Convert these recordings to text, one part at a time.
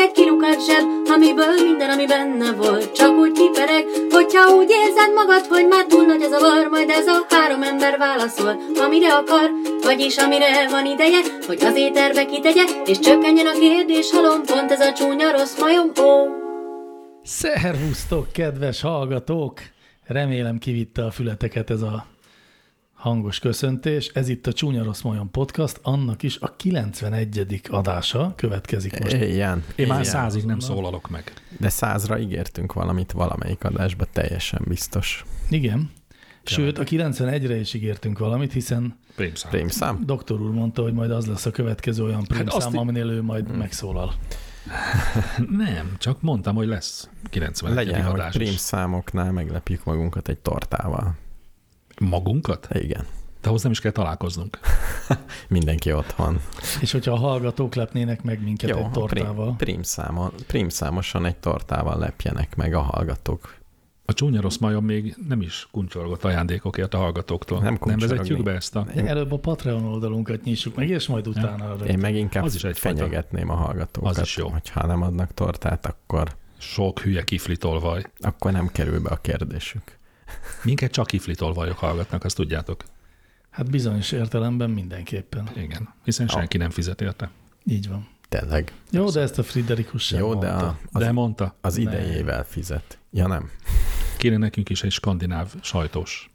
egy kilukat zseb, amiből minden, ami benne volt, csak úgy kipereg. Hogyha úgy érzed magad, hogy már túl nagy a zavar, majd ez a 3 ember válaszol, amire akar, vagyis amire van ideje, hogy az éterbe kitegye, és csökkenjen a kérdés halom, pont ez a csúnya rossz majom, ó. Szervusztok, kedves hallgatók! Remélem kivitte a fületeket ez a hangos köszöntés. Ez itt a Csúnya Rossz Majom Podcast, annak is a 91. adása következik most. Ilyen. Én már 100-ig nem szólalok meg. De 100-ra ígértünk valamit valamelyik adásba, teljesen biztos. Igen. Sőt, a 91-re is ígértünk valamit, hiszen Prémszám? doktor úr mondta, hogy majd az lesz a következő olyan prémszám, aminél ő majd megszólal. Nem, csak mondtam, hogy lesz 91. Legyen, adás. hogy prémszámoknál meglepjük magunkat egy tortával. Magunkat? Igen. De ahhoz nem is kell találkoznunk. Mindenki otthon. És hogyha a hallgatók lepnének meg minket egy tortával. Prímszámosan egy tortával lepjenek meg a hallgatók. A Csúnya Rossz Majom még nem is kuncsorgott ajándékokért a hallgatóktól. Nem vezetjük be ezt a... Előbb a Patreon oldalunkat nyissuk meg, és majd utána... Ja. Én meg inkább fenyegetném a hallgatókat. Az is jó. Hogyha nem adnak tortát, akkor... Sok hülye kiflitolvaj. Akkor nem kerül be a kérdésük. Minket csak kiflitolvajok hallgatnak, azt tudjátok. Hát bizonyos értelemben mindenképpen. Igen, hiszen senki nem fizet érte. Így van. Tényleg. Jó, de ezt a Friderikus sem mondta. De mondta. Az idejével fizet. Ja, nem. Kéne nekünk is egy skandináv sajtós.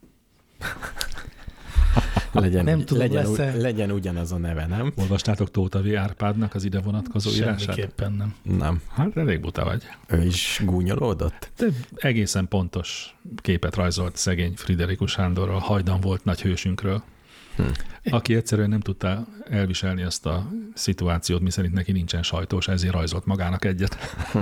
Legyen ugyanaz a neve, nem? Olvastátok Tóth V. Árpádnak az ide vonatkozó írását? Semmiképpen nem. Nem. Hát elég buta vagy. Ő is gúnyolódott? De egészen pontos képet rajzolt szegény Friderikus Sándorról, hajdan volt nagy hősünkről, aki egyszerűen nem tudta elviselni azt a szituációt, miszerint neki nincsen sajtós, ezért rajzolt magának egyet.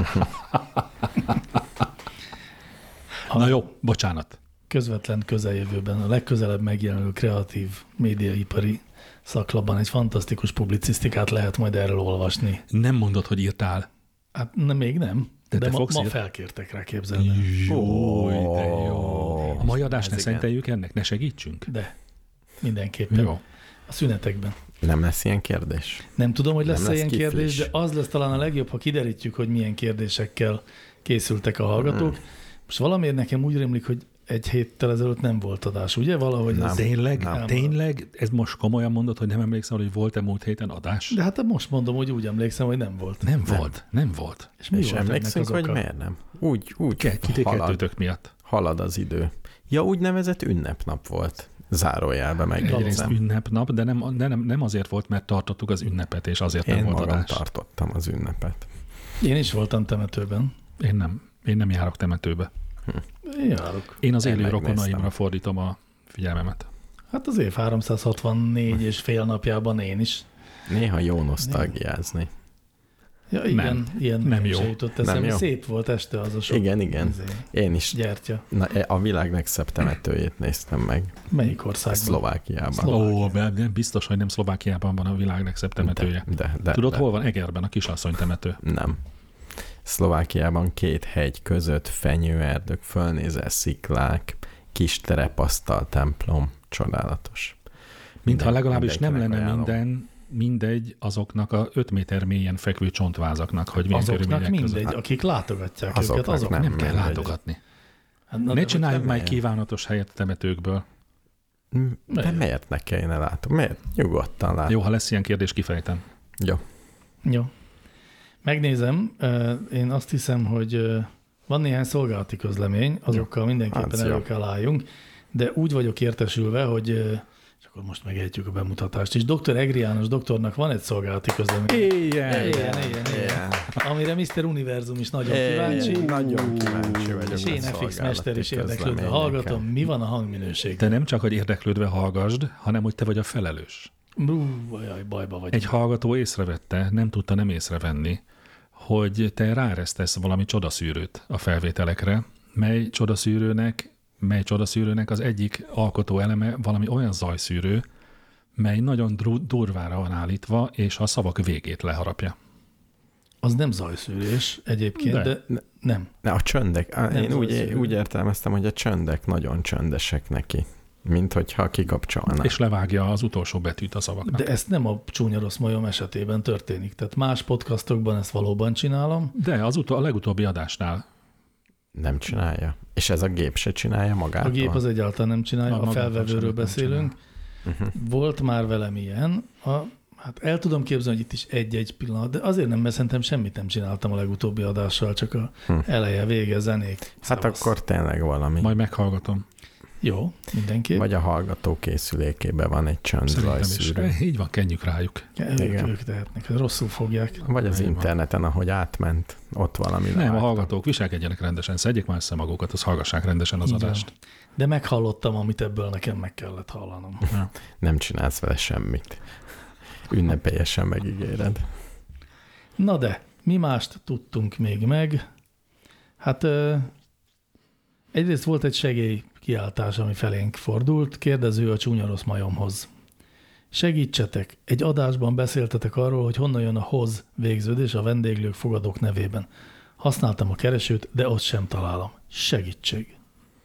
Na jó, bocsánat. Közvetlen közeljövőben a legközelebb megjelenő kreatív médiaipari szaklapban egy fantasztikus publicisztikát lehet majd erről olvasni. Nem mondod, hogy írtál. Hát még nem, de ma felkértek rá, képzelni. Jó, de jó. A mai adást ne szenteljük ennek, ne segítsünk? De, mindenképpen. Jó. A szünetekben. Nem lesz ilyen kérdés? Nem tudom, hogy lesz ilyen kérdés, de az lesz talán a legjobb, ha kiderítjük, hogy milyen kérdésekkel készültek a hallgatók. Most valamiért nekem úgy rémlik, hogy egy héttel ezelőtt nem volt adás, ugye? Valahogy nem. Tényleg? Ez most komolyan mondod, hogy nem emlékszem, hogy volt-e múlt héten adás? De hát most mondom, hogy úgy emlékszem, hogy nem volt. Nem volt. És mi volt emlékszünk, hogy miért nem? Úgy kettőtök miatt. Halad az idő. Ja, úgynevezett ünnepnap volt. Zárójelbe meg. Egyrészt ünnepnap, de nem azért volt, mert tartottuk az ünnepet, és azért nem volt adás. Én tartottam az ünnepet. Én is voltam temetőben. Én nem járok temetőbe. Én járok. Én az élő rokonaimra fordítom a figyelmemet. Hát az év 364 és fél napjában én is. Néha jó nosztalgiázni. Ja, igen, nem jó. Jutott eszembe. Szép volt este az a sok. Igen. Én is. Gyertya. A világ legszebb temetőjét néztem meg. Melyik országban? Szlovákiában. Biztos, hogy nem Szlovákiában van a világ legszebb temetője. Tudod, hol van? Egerben a Kisasszony temető. Nem. Szlovákiában 2 hegy között fenyőerdők, fölnézel sziklák, kis terepasztal, templom, csodálatos. Mintha legalábbis nem lenne mindegy azoknak a 5 méter mélyen fekvő csontvázaknak, hogy milyen körülmények között. Mindegy, akik látogatják őket, azoknak nem kell látogatni. Ne csináljuk már egy kívánatos helyet a temetőkből. De miért ne kellene látom? Miért? Nyugodtan látom. Jó, ha lesz ilyen kérdés, kifejtem. Jó. Megnézem, én azt hiszem, hogy van néhány szolgálati közlemény, azokkal mindenképpen elő kell álljunk, de úgy vagyok értesülve, hogy, és akkor most megejtjük a bemutatást is, Dr. Egri János doktornak van egy szolgálati közlemény. Ilyen. Amire Mr. Univerzum is nagyon kíváncsi. Nagyon kíváncsi vagyok. És én FX mester is érdeklődve hallgatom, mi van a hangminőség. Te nem csak, hogy érdeklődve hallgasd, hanem, hogy te vagy a felelős. Bajba vagy. Egy hallgató észrevette, nem tudta nem észrevenni, hogy te ráeresztesz valami csodaszűrőt a felvételekre, mely csodaszűrőnek az egyik alkotó eleme valami olyan zajszűrő, mely nagyon durvára van állítva, és a szavak végét leharapja. Az nem zajszűrés egyébként, de nem. A csöndek. Én úgy értelmeztem, hogy a csöndek nagyon csöndesek neki. Mint hogyha kikapcsolna. És levágja az utolsó betűt a szavaknak. De ezt nem a Csúnya Rossz Majom esetében történik. Tehát más podcastokban ezt valóban csinálom. De a legutóbbi adásnál. Nem csinálja. És ez a gép se csinálja magától? A gép az egyáltalán nem csinálja, a felvevőről beszélünk. Volt már velem ilyen. Hát el tudom képzelni, hogy itt is egy-egy pillanat, de azért nem, mert szerintem semmit nem csináltam a legutóbbi adással, csak a eleje, vége, zenék. Hát akkor tényleg valami. Majd meghallgatom. Jó, mindenképp. Vagy a hallgató készülékében van egy csöndzajszűrő. Így van, kenjük rájuk. Ők tehetnek, rosszul fogják. Vagy az interneten, ahogy átment, ott valami. Nem, a hallgatók viselkedjenek rendesen, szedjék már össze magukat, az hallgassák rendesen az adást. De meghallottam, amit ebből nekem meg kellett hallanom. Nem csinálsz vele semmit. Ünnepélyesen megígéred. Na de, mi mást tudtunk még meg? Hát egyrészt volt egy segélykiáltás, ami felénk fordult, kérdező a Csúnya Rossz Majomhoz. Segítsetek, egy adásban beszéltetek arról, hogy honnan jön a hoz végződés a vendéglők fogadók nevében. Használtam a keresőt, de ott sem találom. Segítség.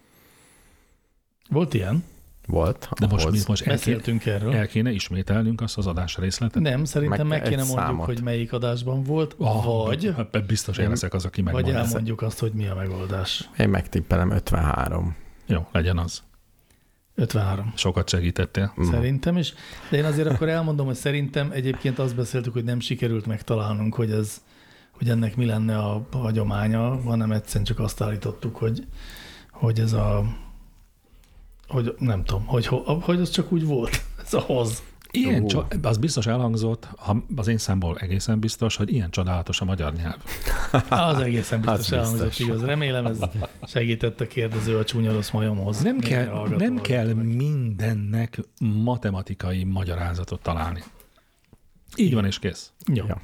Volt ilyen? Volt. De most beszéltünk erről. El kéne ismételnünk azt az adás részletet? Nem, szerintem meg kéne mondjuk, hogy melyik adásban volt, vagy... Biztos én leszek az, aki megmondja. Vagy elmondjuk azt, hogy mi a megoldás. Én megtippelem 53. Jó, legyen az. 53. Sokat segítettél. Szerintem is. De én azért akkor elmondom, hogy szerintem egyébként azt beszéltük, hogy nem sikerült megtalálnunk, hogy ennek mi lenne a hagyománya, hanem egyszerűen csak azt állítottuk, hogy ez hogy nem tudom, hogy az csak úgy volt, ez a hoz. Az biztos elhangzott, az én számból egészen biztos, hogy ilyen csodálatos a magyar nyelv. Az egészen biztos elhangzott, igaz. Remélem ez segített a kérdező a Csúnya Rossz Majomhoz. Nem kell mindennek matematikai magyarázatot találni. Így van, és kész. Jó. Ja.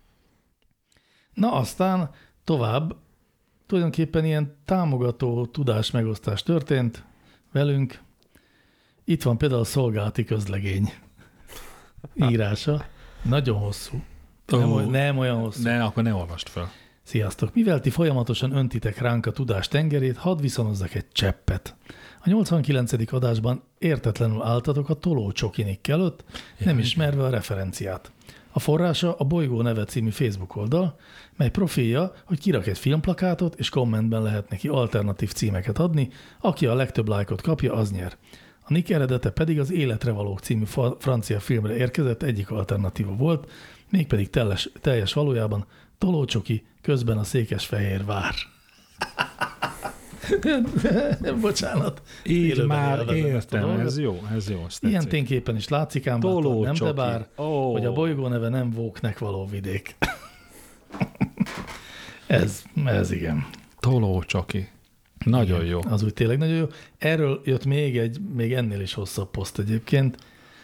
Na aztán tovább, tulajdonképpen ilyen támogató tudásmegosztás történt velünk. Itt van például a szolgálati közlegény írása. Nagyon hosszú. Nem olyan hosszú. Ne, akkor ne olvast fel. Sziasztok! Mivel ti folyamatosan öntitek ránk a tudás tengerét, hadd viszonozzak egy cseppet. A 89. adásban értetlenül álltatok a tolócsokinik előtt, nem ismerve a referenciát. A forrása a Bolygó neve című Facebook oldal, mely profilja, hogy kirak egy filmplakátot, és kommentben lehet neki alternatív címeket adni, aki a legtöbb lájkot kapja, az nyer. A nick eredete pedig az Életre valók című francia filmre érkezett egyik alternatíva volt, mégpedig teljes valójában Tolócsoki, közben a Székesfehérvár. Bocsánat. Így már értem, ez jó. Ilyen tényképpen is látszik, ám nem de bár, hogy a bolygó neve nem Vóknek való vidék. ez igen. Tolócsoki. Nagyon jó. Az úgy tényleg nagyon jó. Erről jött még ennél is hosszabb poszt egyébként,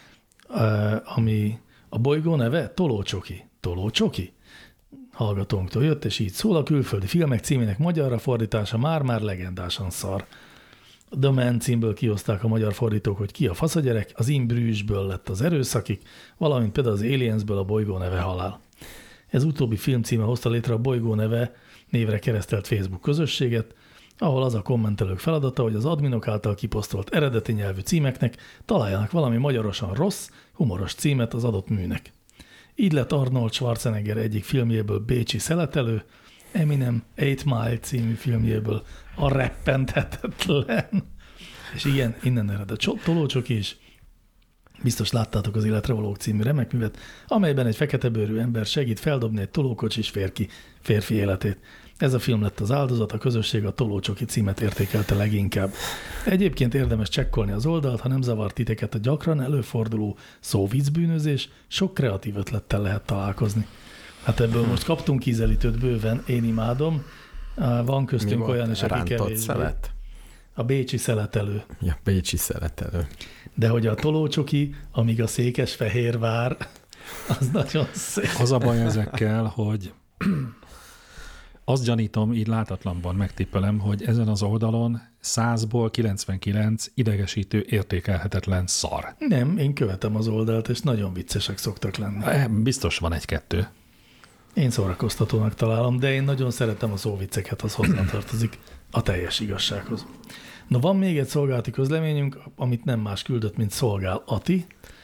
ami a bolygó neve Tolócsoki. Tolócsoki? Hallgatónktól jött, és így szól: a külföldi filmek címének magyarra fordítása már legendásan szar. A The Man címből kihozták a magyar fordítók, hogy ki a faszagyerek, az In Bruges-ből lett az erőszakik, valamint például az Aliensből a bolygó neve halál. Ez utóbbi film címe hozta létre a bolygó neve névre keresztelt Facebook közösséget, ahol az a kommentelők feladata, hogy az adminok által kiposztolt eredeti nyelvű címeknek találjanak valami magyarosan rossz, humoros címet az adott műnek. Így lett Arnold Schwarzenegger egyik filmjéből Bécsi szeletelő, Eminem 8 Mile című filmjéből a reppenthetetlen. És igen, innen ered a Tolócsoki is. Biztos láttátok az Életre valók című remek művet, amelyben egy feketebőrű ember segít feldobni egy tolókocsis férfi életét. Ez a film lett az áldozat, a közösség a Tolócsoki címet értékelte leginkább. Egyébként érdemes csekkolni az oldalt, ha nem zavar titeket a gyakran előforduló szóviccbűnözés, sok kreatív ötlettel lehet találkozni. Hát ebből most kaptunk ízelítőt bőven, én imádom. Van köztünk olyan is, aki kevésbé. Szelet? A bécsi szeletelő. Ja, bécsi szeletelő. De hogy a Tolócsoki, amíg a Székesfehérvár, az nagyon szép. Az a baj ezekkel, hogy azt gyanítom, így látatlanban megtippelem, hogy ezen az oldalon 100-ból 99 idegesítő, értékelhetetlen szar. Nem, én követem az oldalt, és nagyon viccesek szoktak lenni. Biztos van egy-kettő. Én szórakoztatónak találom, de én nagyon szeretem a szóvicceket, az hozzátartozik a teljes igazsághoz. Na, van még egy szolgálati közleményünk, amit nem más küldött, mint Szolgál Ati,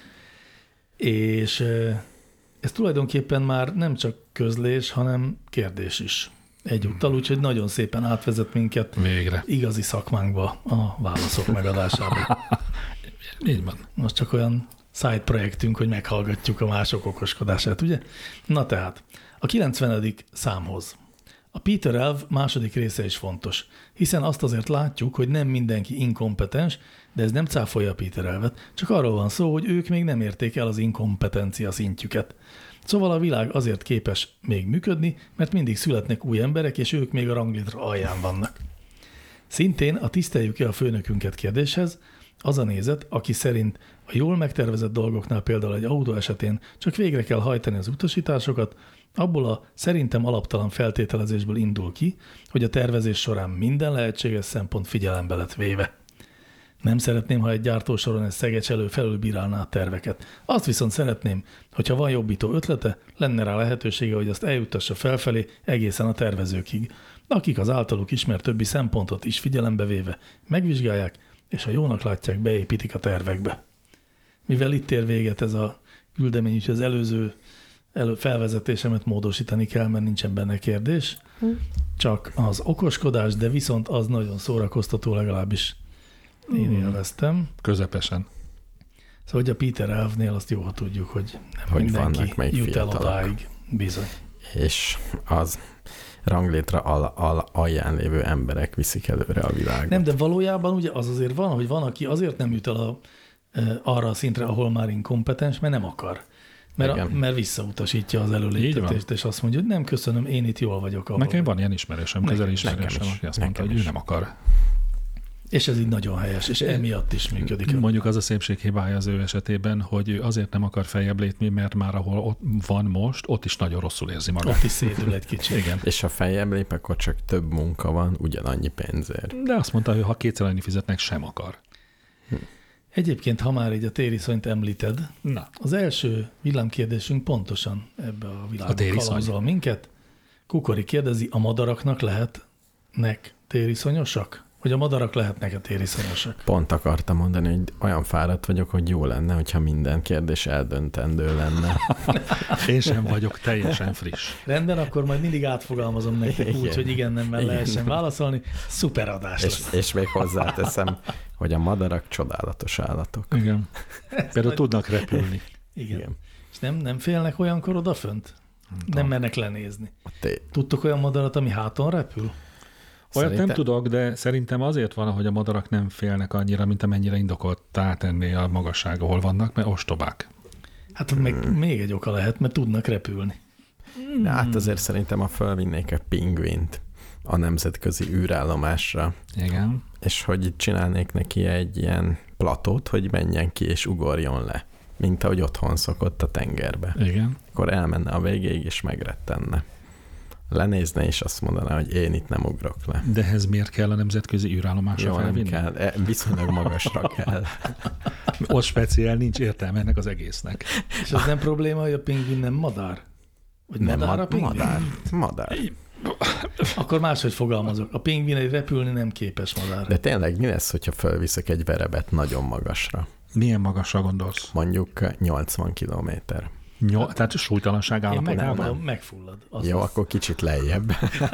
és ez tulajdonképpen már nem csak közlés, hanem kérdés is egyúttal, úgyhogy nagyon szépen átvezet minket végre igazi szakmánkba a válaszok megadásába. Így van. Most csak olyan side projektünk, hogy meghallgatjuk a mások okoskodását, ugye? Na tehát, a 90. számhoz. A Peter elv második része is fontos, hiszen azt azért látjuk, hogy nem mindenki inkompetens, de ez nem cáfolja a Peter elvet, csak arról van szó, hogy ők még nem érték el az inkompetencia szintjüket. Szóval a világ azért képes még működni, mert mindig születnek új emberek, és ők még a ranglétra alján vannak. Szintén a tiszteljük-e a főnökünket kérdéshez, az a nézet, aki szerint a jól megtervezett dolgoknál, például egy autó esetén csak végre kell hajtani az utasításokat, abból a szerintem alaptalan feltételezésből indul ki, hogy a tervezés során minden lehetséges szempont figyelembe lett véve. Nem szeretném, ha egy gyártósoron egy szegecselő felülbírálná a terveket. Azt viszont szeretném, hogyha van jobbító ötlete, lenne rá lehetősége, hogy azt eljuttassa felfelé egészen a tervezőkig, akik az általuk ismert többi szempontot is figyelembe véve megvizsgálják, és ha jónak látják, beépítik a tervekbe. Mivel itt ér véget ez a küldemény, úgyhogy az előző felvezetésemet módosítani kell, mert nincsen benne kérdés, csak az okoskodás, de viszont az nagyon szórakoztató, legalábbis én élveztem. Közepesen. Szóval, hogy a Peter elvnél azt jó, ha tudjuk, hogy nem hogy mindenki jut el odáig. Bizony. És az ranglétra alján lévő emberek viszik előre a világot. Nem, de valójában ugye az azért van, hogy van, aki azért nem jut el arra a szintre, ahol már inkompetens, mert nem akar. Mert visszautasítja az előléptetést, és azt mondja, hogy nem köszönöm, én itt jól vagyok. Ahol. Nekem van ilyen ismerősöm, közeli ismerősöm, aki azt mondta, hogy ő nem akar. És ez így nagyon helyes, és emiatt is működik. Mondjuk az a szépség hibája az ő esetében, hogy ő azért nem akar feljebb lépni, mert már ahol ott van most, ott is nagyon rosszul érzi magát. Ott is szédül egy kicsit. Igen. És ha feljebb lép, akkor csak több munka van, ugyanannyi pénzért. De azt mondta, hogy ha kétszer annyi fizetnek, sem akar. Egyébként, ha már így a tériszonyt említed, az első villámkérdésünk pontosan ebbe a világba kalauzol minket. Kukori kérdezi, a madaraknak lehetnek tériszonyosak? Hogy a madarak lehetnek a tériszonyosak? Pont akartam mondani, hogy olyan fáradt vagyok, hogy jó lenne, hogyha minden kérdés eldöntendő lenne. Én sem vagyok teljesen friss. Rendben, akkor majd mindig átfogalmazom nektek úgy, hogy igen, nem lehessen válaszolni. Szuper adás lesz. És még hozzáteszem, hogy a madarak csodálatos állatok. Igen. Például tudnak repülni. Igen. És nem félnek olyankor odafönt? Nem mernek lenézni. Tudtok olyan madarat, ami háton repül? Olyat nem tudok, de szerintem azért van, hogy a madarak nem félnek annyira, mint amennyire indokolt tenni a magasság, ahol vannak, mert ostobák. Hát meg még egy oka lehet, mert tudnak repülni. De hát azért szerintem a fölvinnék a pingvint a nemzetközi űrállomásra. Igen. És hogy csinálnék neki egy ilyen platót, hogy menjen ki és ugorjon le, mint ahogy otthon szokott a tengerbe. Igen. Akkor elmenne a végéig és megrettenne. Lenézne, és azt mondaná, hogy én itt nem ugrok le. De ehhez miért kell a nemzetközi űrállomásra felvinni? Nem kell, viszonylag magasra kell. Ott speciál nincs értelme ennek az egésznek. És az nem probléma, hogy a pingvin nem madár? Vagy nem madár a pingvin? Madár. Akkor máshogy fogalmazok. A pingvin egy repülni nem képes madár. De tényleg mi lesz, hogyha felviszek egy verebet nagyon magasra? Milyen magasra gondolsz? Mondjuk 80 kilométer. Tehát súlytalanság állapotában? Megfullad. Jó, akkor kicsit lejjebb.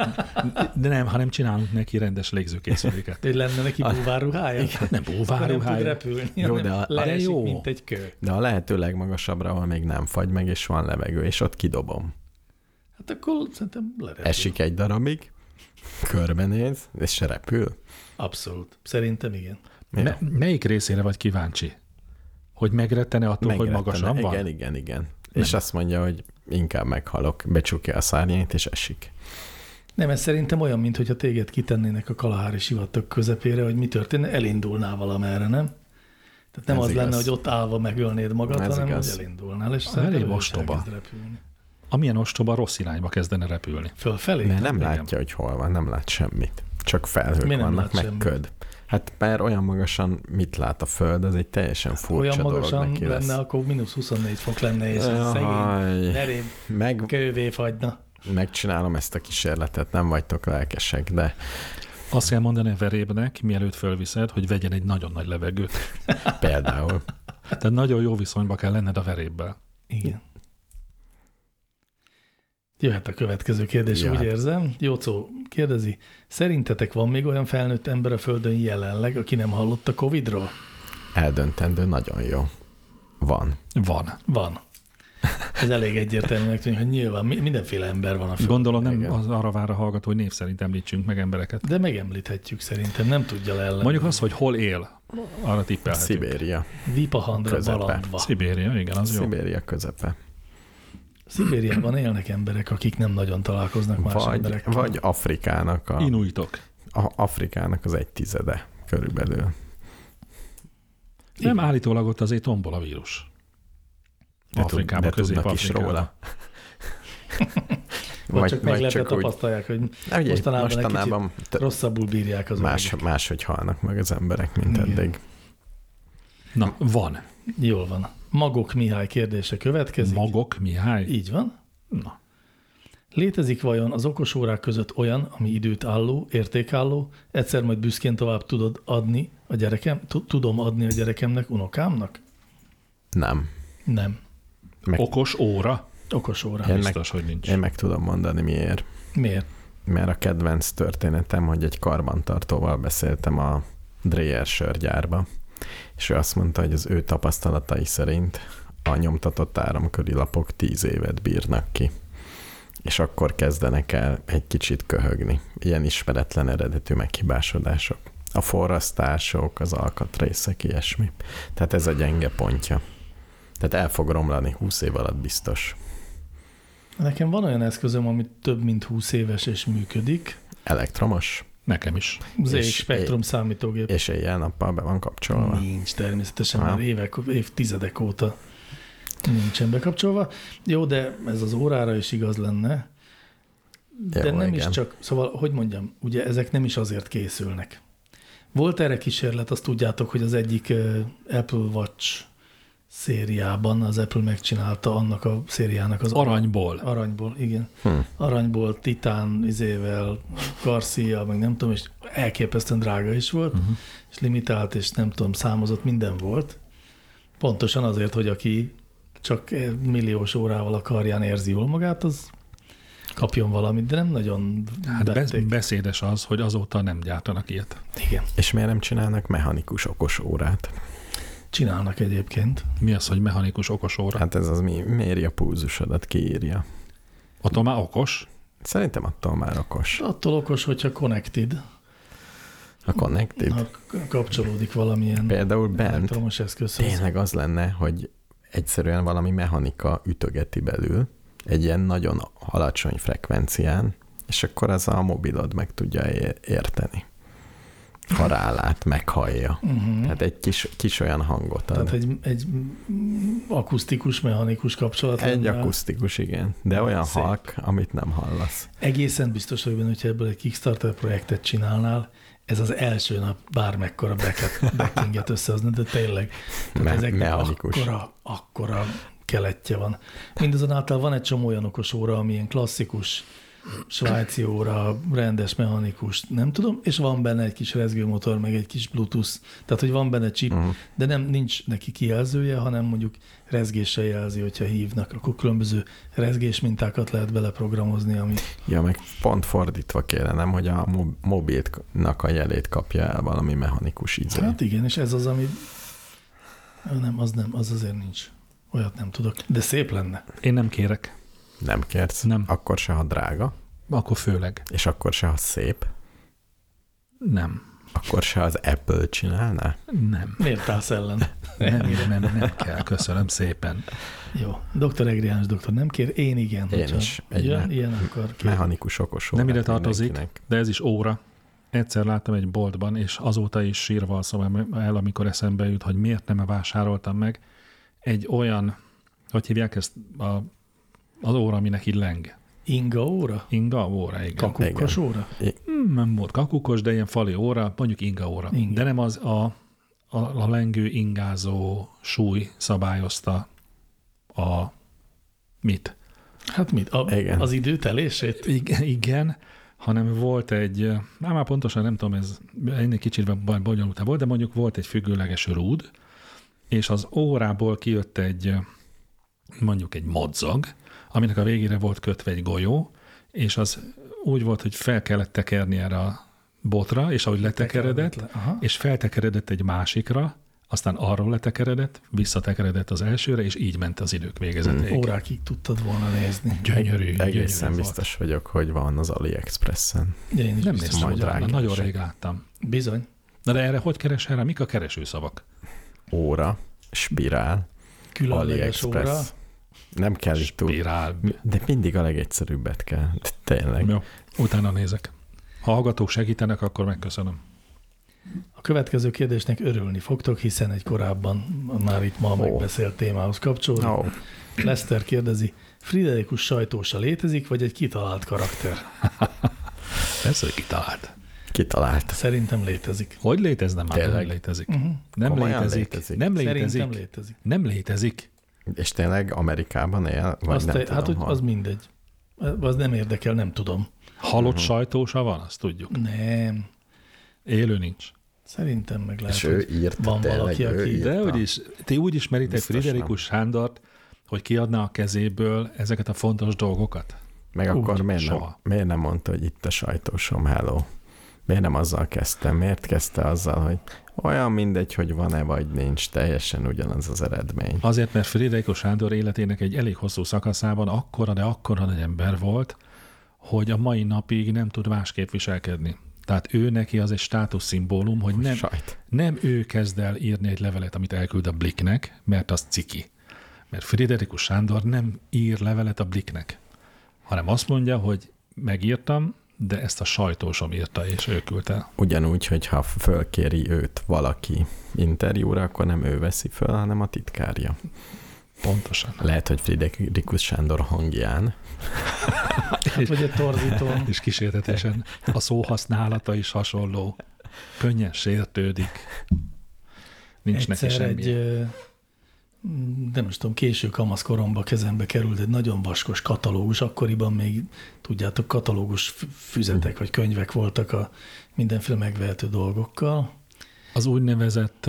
De nem, hanem csinálunk neki rendes légzőkészüléket. Hogy lenne neki búvárruhája? Nem búvárruhája. Nem tud repülni, jó, de leesik, jó. Mint egy kő. De a lehető legmagasabbra, ahol még nem fagy meg, és van levegő, és ott kidobom. Hát akkor szerintem lerepül. Esik egy darabig, körbenéz, és se repül. Abszolút. Szerintem igen. Melyik részére vagy kíváncsi? Hogy megrettene attól, hogy magasabb van? Igen. Nem. És azt mondja, hogy inkább meghalok, becsukja a szárnyait, és esik. Nem, ez szerintem olyan, mintha téged kitennének a Kalahári sivatag közepére, hogy mi történne, elindulnál valamerre, nem? Tehát nem ez az igaz. Lenne, hogy ott állva megölnéd magad, ez hanem igaz. Hogy elindulnál, és elég ostoba. Amilyen ostoba, rossz irányba kezdene repülni. Fölfelé? Mert nem látja, hogy hol van, nem lát semmit. Csak felhők vannak, meg köd. Hát mert olyan magasan mit lát a Föld, az egy teljesen furcsa dolog neki lesz. Olyan magasan lenne, akkor -24 fok lenne, és szegény nerém kővé fagyna. Megcsinálom ezt a kísérletet, nem vagytok lelkesek, de Azt kell mondani a verébnek, mielőtt fölviszed, hogy vegyen egy nagyon nagy levegőt. Például. Tehát nagyon jó viszonyba kell lenned a verébbel. Igen. Jöhet a következő kérdés, úgy érzem. Jócó kérdezi, szerintetek van még olyan felnőtt ember a Földön jelenleg, aki nem hallott a Covid-ról? Eldöntendő, nagyon jó. Van. Ez elég egyértelműnek tűnik, hogy nyilván mindenféle ember van a Földön. Gondolom nem az arra vár a hallgató, hogy név szerint említsünk meg embereket. De megemlíthetjük szerintem, nem tudja leellenni. Mondjuk az, hogy hol él, arra tippelhetünk. Szibéria. Vipahandra balandva. Szibéria, igen, az jó. Szibéria közepe. Szibériában élnek emberek, akik nem nagyon találkoznak más emberekkel. Vagy Afrikának Inuitok. Afrikának az 1/10 körülbelül. Nem állítólag ott azért tombol a vírus. Afrikában, Közép-Afrikában. Vagy csak meglepve tapasztalják, hogy mostanában rosszabbul bírják az máshogy halnak meg az emberek, mint eddig. Na, van. Jól van. Magok Mihály kérdése következik. Magok Mihály? Így van. Na. Létezik vajon az okos órák között olyan, ami időt álló, értékálló, egyszer majd büszkén tovább tudod adni a gyerekem, tudom adni a gyerekemnek, unokámnak? Nem. Okos óra? Okos óra. Biztos, hogy nincs. Én meg tudom mondani, miért. Miért? Mert a kedvenc történetem, hogy egy karbantartóval beszéltem a Dreyer sörgyárba, és ő azt mondta, hogy az ő tapasztalatai szerint a nyomtatott áramköri lapok 10 évet bírnak ki, és akkor kezdenek el egy kicsit köhögni. Ilyen ismeretlen eredetű meghibásodások. A forrasztások, az alkatrészek, ilyesmi. Tehát ez a gyenge pontja. Tehát el fog romlani 20 év alatt biztos. Nekem van olyan eszközöm, ami több mint 20 éves és működik. Elektromos? Nekem is. ZX Spectrum számítógép. És éjjel-nappal be van kapcsolva? Nincs természetesen, mert évtizedek óta nincsen bekapcsolva. Jó, de ez az órára is igaz lenne. De jó, nem igen. Is csak, szóval, hogy mondjam, ugye ezek nem is azért készülnek. Volt erre kísérlet, azt tudjátok, hogy az egyik Apple Watch szériában az Apple megcsinálta annak a szériának az... Aranyból, igen. Aranyból, titán, izével, Garcia, meg nem tudom, és elképesztően drága is volt, és limitált, és nem tudom, számozott, minden volt. Pontosan azért, hogy aki csak milliós órával a karján érzi jól magát, az kapjon valamit, de nem nagyon vették. Beszédes az, hogy azóta nem gyártanak ilyet. Igen. És miért nem csinálnak mechanikus okos órát? Csinálnak egyébként. Mi az, hogy mechanikus okos óra? Hát ez az méri a pulzusodat, kiírja. Attól már okos? Szerintem attól már okos. Attól okos, hogyha connected. A connected? Ha kapcsolódik valamilyen például bent eszközhöz. tényleg az lenne, hogy egyszerűen valami mechanika ütögeti belül egy ilyen nagyon alacsony frekvencián, és akkor az a mobilod meg tudja érteni. Ha rálát, meghallja. Tehát egy kis olyan hangot ad. Tehát egy akusztikus, mechanikus kapcsolat. Egy akusztikus, igen. De olyan szép halk, amit nem hallasz. Egészen biztos vagy benne, hogyha ebből egy Kickstarter projektet csinálnál, ez az első nap bármekkora backinget összehozni, de tényleg. Ezeknek akkora keletje van. Mindazonáltal van egy csomó olyan okos óra, ami ilyen klasszikus svájci óra, rendes mechanikus, nem tudom, és van benne egy kis rezgőmotor, meg egy kis Bluetooth, tehát hogy van benne chip, de nincs neki kijelzője, hanem mondjuk rezgéssel jelzi, hogyha hívnak, akkor különböző rezgés mintákat lehet beleprogramozni, ami... Ja, meg pont fordítva kéne, nem, hogy a mobilnak a jelét kapja el valami mechanikus ízé. Hát igen, és ez az, ami... Az azért nincs. Olyat nem tudok, de szép lenne. Én nem kérek. Nem kérsz? Nem. Akkor se, ha drága? Akkor főleg. És akkor se, ha szép? Nem. Akkor se az Apple csinálná? Nem. Miért állsz ellen? Nem kell, köszönöm szépen. Jó. Dr. Egriáns doktor nem kér, én igen. Én is. Ilyen akkor kér. Mechanikus okos óra. Nem ide tartozik, de ez is óra. Egyszer láttam egy boltban, és azóta is sírva alszom el, amikor eszembe jut, hogy miért nem vásároltam meg egy olyan, hogy hívják ezt az óra, aminek így leng. Inga óra? Inga óra, igen. Kakukos óra? Nem volt kakukos, de ilyen fali óra, mondjuk inga óra. Inga. De nem az a lengő, ingázó súly szabályozta mit? Hát mit? Az időtelését? Igen, hanem volt egy, már pontosan nem tudom, ez ennél kicsit bonyolultabb volt, de mondjuk volt egy függőleges rúd, és az órából kijött mondjuk egy madzag, aminek a végére volt kötve egy golyó, és az úgy volt, hogy fel kellett tekerni erre a botra, és ahogy letekeredett, és feltekeredett egy másikra, aztán arról letekeredett, visszatekeredett az elsőre, és így ment az idők végezetéig. Órákig tudtad volna nézni. Gyönyörű. Egészen biztos vagyok, hogy van az AliExpressen. Én is nem biztos. néztem, hogy nagyon rég láttam. Bizony. Na de erre hogy keresel rá? Mik a keresőszavak? Óra, spirál, Különleges óra. AliExpress. Nem kell itt túl. Spirál. De mindig a legegyszerűbbet kell. Tényleg. Jó, utána nézek. Ha hallgatók segítenek, akkor megköszönöm. A következő kérdésnek örülni fogtok, hiszen egy korábban már itt ma megbeszélt témához kapcsolódik. Lester kérdezi, Friderikus sajtósa létezik, vagy egy kitalált karakter? Ez, hogy kitalált. Kitalált. Szerintem létezik. Hogy létezne már? Nem létezik. Nem létezik. Nem létezik. Szerintem létezik. Nem létezik. És tényleg Amerikában él? Vagy nem tudom, hát az mindegy. Az nem érdekel, nem tudom. Halott sajtósa van, azt tudjuk. Nem. Élő nincs. Szerintem meg lehet, és ő írt, van tényleg, valaki, aki... De úgyis, ti úgy ismeritek Friderikus nem. Sándort, hogy kiadná a kezéből ezeket a fontos dolgokat? Meg akkor miért nem mondta, hogy itt a sajtósom, hello? Miért nem azzal kezdtem? Miért kezdte azzal, hogy olyan mindegy, hogy van-e vagy nincs, teljesen ugyanaz az eredmény? Azért, mert Friderikus Sándor életének egy elég hosszú szakaszában akkora nagy ember volt, hogy a mai napig nem tud másképp viselkedni. Tehát ő neki az egy státuszszimbólum, hogy nem ő kezd el írni egy levelet, amit elküld a Blicknek, mert az ciki. Mert Friderikus Sándor nem ír levelet a Blicknek, hanem azt mondja, hogy megírtam, de ezt a sajtósom írta, és ő küldte. Ugyanúgy, hogyha fölkéri őt valaki interjúra, akkor nem ő veszi föl, hanem a titkárja. Pontosan. Lehet, hogy Friderikus Sándor hangján. Vagy egy torzítón. És kísérletesen a szóhasználata is hasonló. Könnyen sértődik. Nincs egyszer neki semmi. Nem is tudom, késő kamaszkoromban kezembe került egy nagyon vaskos katalógus, akkoriban még, tudjátok, katalógus füzetek vagy könyvek voltak a mindenféle megvehető dolgokkal. Az úgynevezett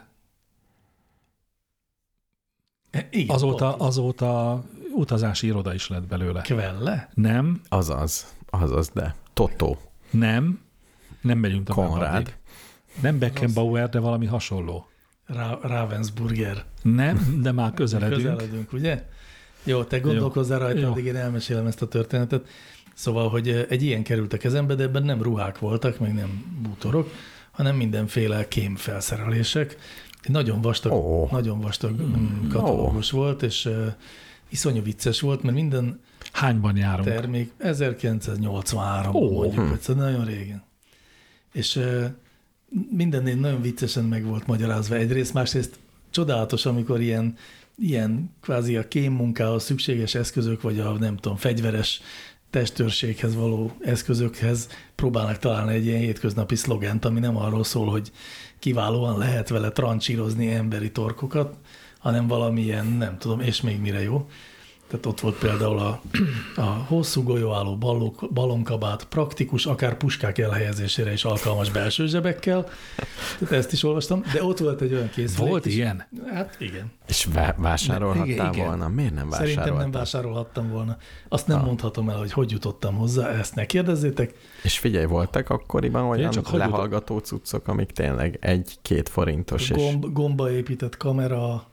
igen, azóta utazási iroda is lett belőle. Kvelle? Nem. Azaz, de Totó. Nem megyünk tovább. Konrád. Nem Beckenbauer, de valami hasonló. Ravensburger. Nem, de már közeledünk. Közeledünk, ugye? Jó, te gondolkozzál rajta, addig én elmesélem ezt a történetet. Szóval, hogy egy ilyen került a kezembe, de ebben nem ruhák voltak, meg nem bútorok, hanem mindenféle kémfelszerelések. Egy nagyon vastag katalógus volt, és iszonyú vicces volt, mert minden hányban járunk? Termék 1983-ban mondjuk, hogy nagyon régen. És mindennél nagyon viccesen meg volt magyarázva egyrészt, másrészt csodálatos, amikor ilyen kvázi a kémmunkához szükséges eszközök, vagy a nem tudom, fegyveres testőrséghez való eszközökhez próbálnak találni egy ilyen hétköznapi szlogent, ami nem arról szól, hogy kiválóan lehet vele trancsírozni emberi torkokat, hanem valamilyen, nem tudom, és még mire jó. Tehát ott volt például a hosszú golyóálló ballonkabát, praktikus, akár puskák elhelyezésére is alkalmas belső zsebekkel. Tehát ezt is olvastam, de ott volt egy olyan készülék. Volt ilyen? Hát igen. És vásárolhattál volna? Miért nem vásároltál? Szerintem nem vásárolhattam volna. Azt nem mondhatom el, hogy jutottam hozzá, ezt ne kérdezzétek. És figyelj, voltak akkoriban olyan lehallgató cuccok, amik tényleg 1-2 forintos. Gomba épített kamera.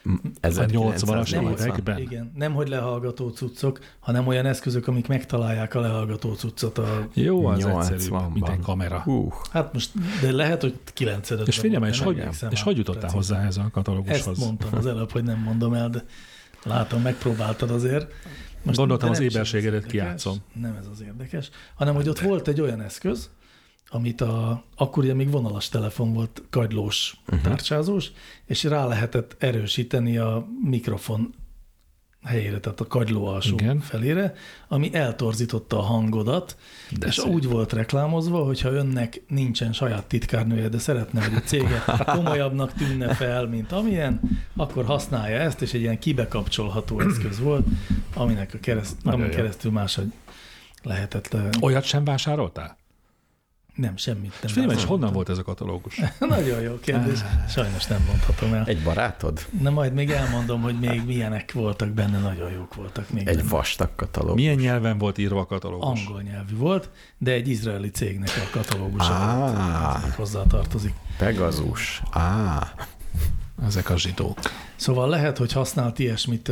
1980-as években? Igen, nem hogy lehallgató cuccok, hanem olyan eszközök, amik megtalálják a lehallgató cuccot. Jó, az egyszerűbb, mint egy kamera. Hát most, de lehet, hogy 95-ben. És figyelj, és hogy jutottál hozzá ez a katalógushoz? Ezt mondtam az előbb, hogy nem mondom el, de látom, megpróbáltad azért. Most gondoltam, az éberségedet kijátszom. Nem ez az érdekes, hanem hogy ott volt egy olyan eszköz, amit akkor ugye még vonalas telefon volt, kagylós, tárcsázós, és rá lehetett erősíteni a mikrofon helyére, tehát a kagyló alsó felére, ami eltorzította a hangodat, és úgy volt reklámozva, hogyha önnek nincsen saját titkárnője, de szeretne, hogy a cége komolyabbnak tűnne fel, mint amilyen, akkor használja ezt, és egy ilyen kibekapcsolható eszköz volt, amin keresztül máshogy lehetett. Olyat sem vásároltál? Nem, semmit nem. És figyelj, és honnan volt ez a katalógus? Nagyon jó kérdés. Sajnos nem mondhatom el. Egy barátod? Na majd még elmondom, hogy még milyenek voltak benne, nagyon jók voltak még Egy benne. vastag katalógus. Milyen nyelven volt írva a katalógus? Angol nyelvű volt, de egy izraeli cégnek a katalógusa Ah. hozzá tartozik. Pegazus. Ezek a zsidók. Szóval lehet, hogy használt ilyesmit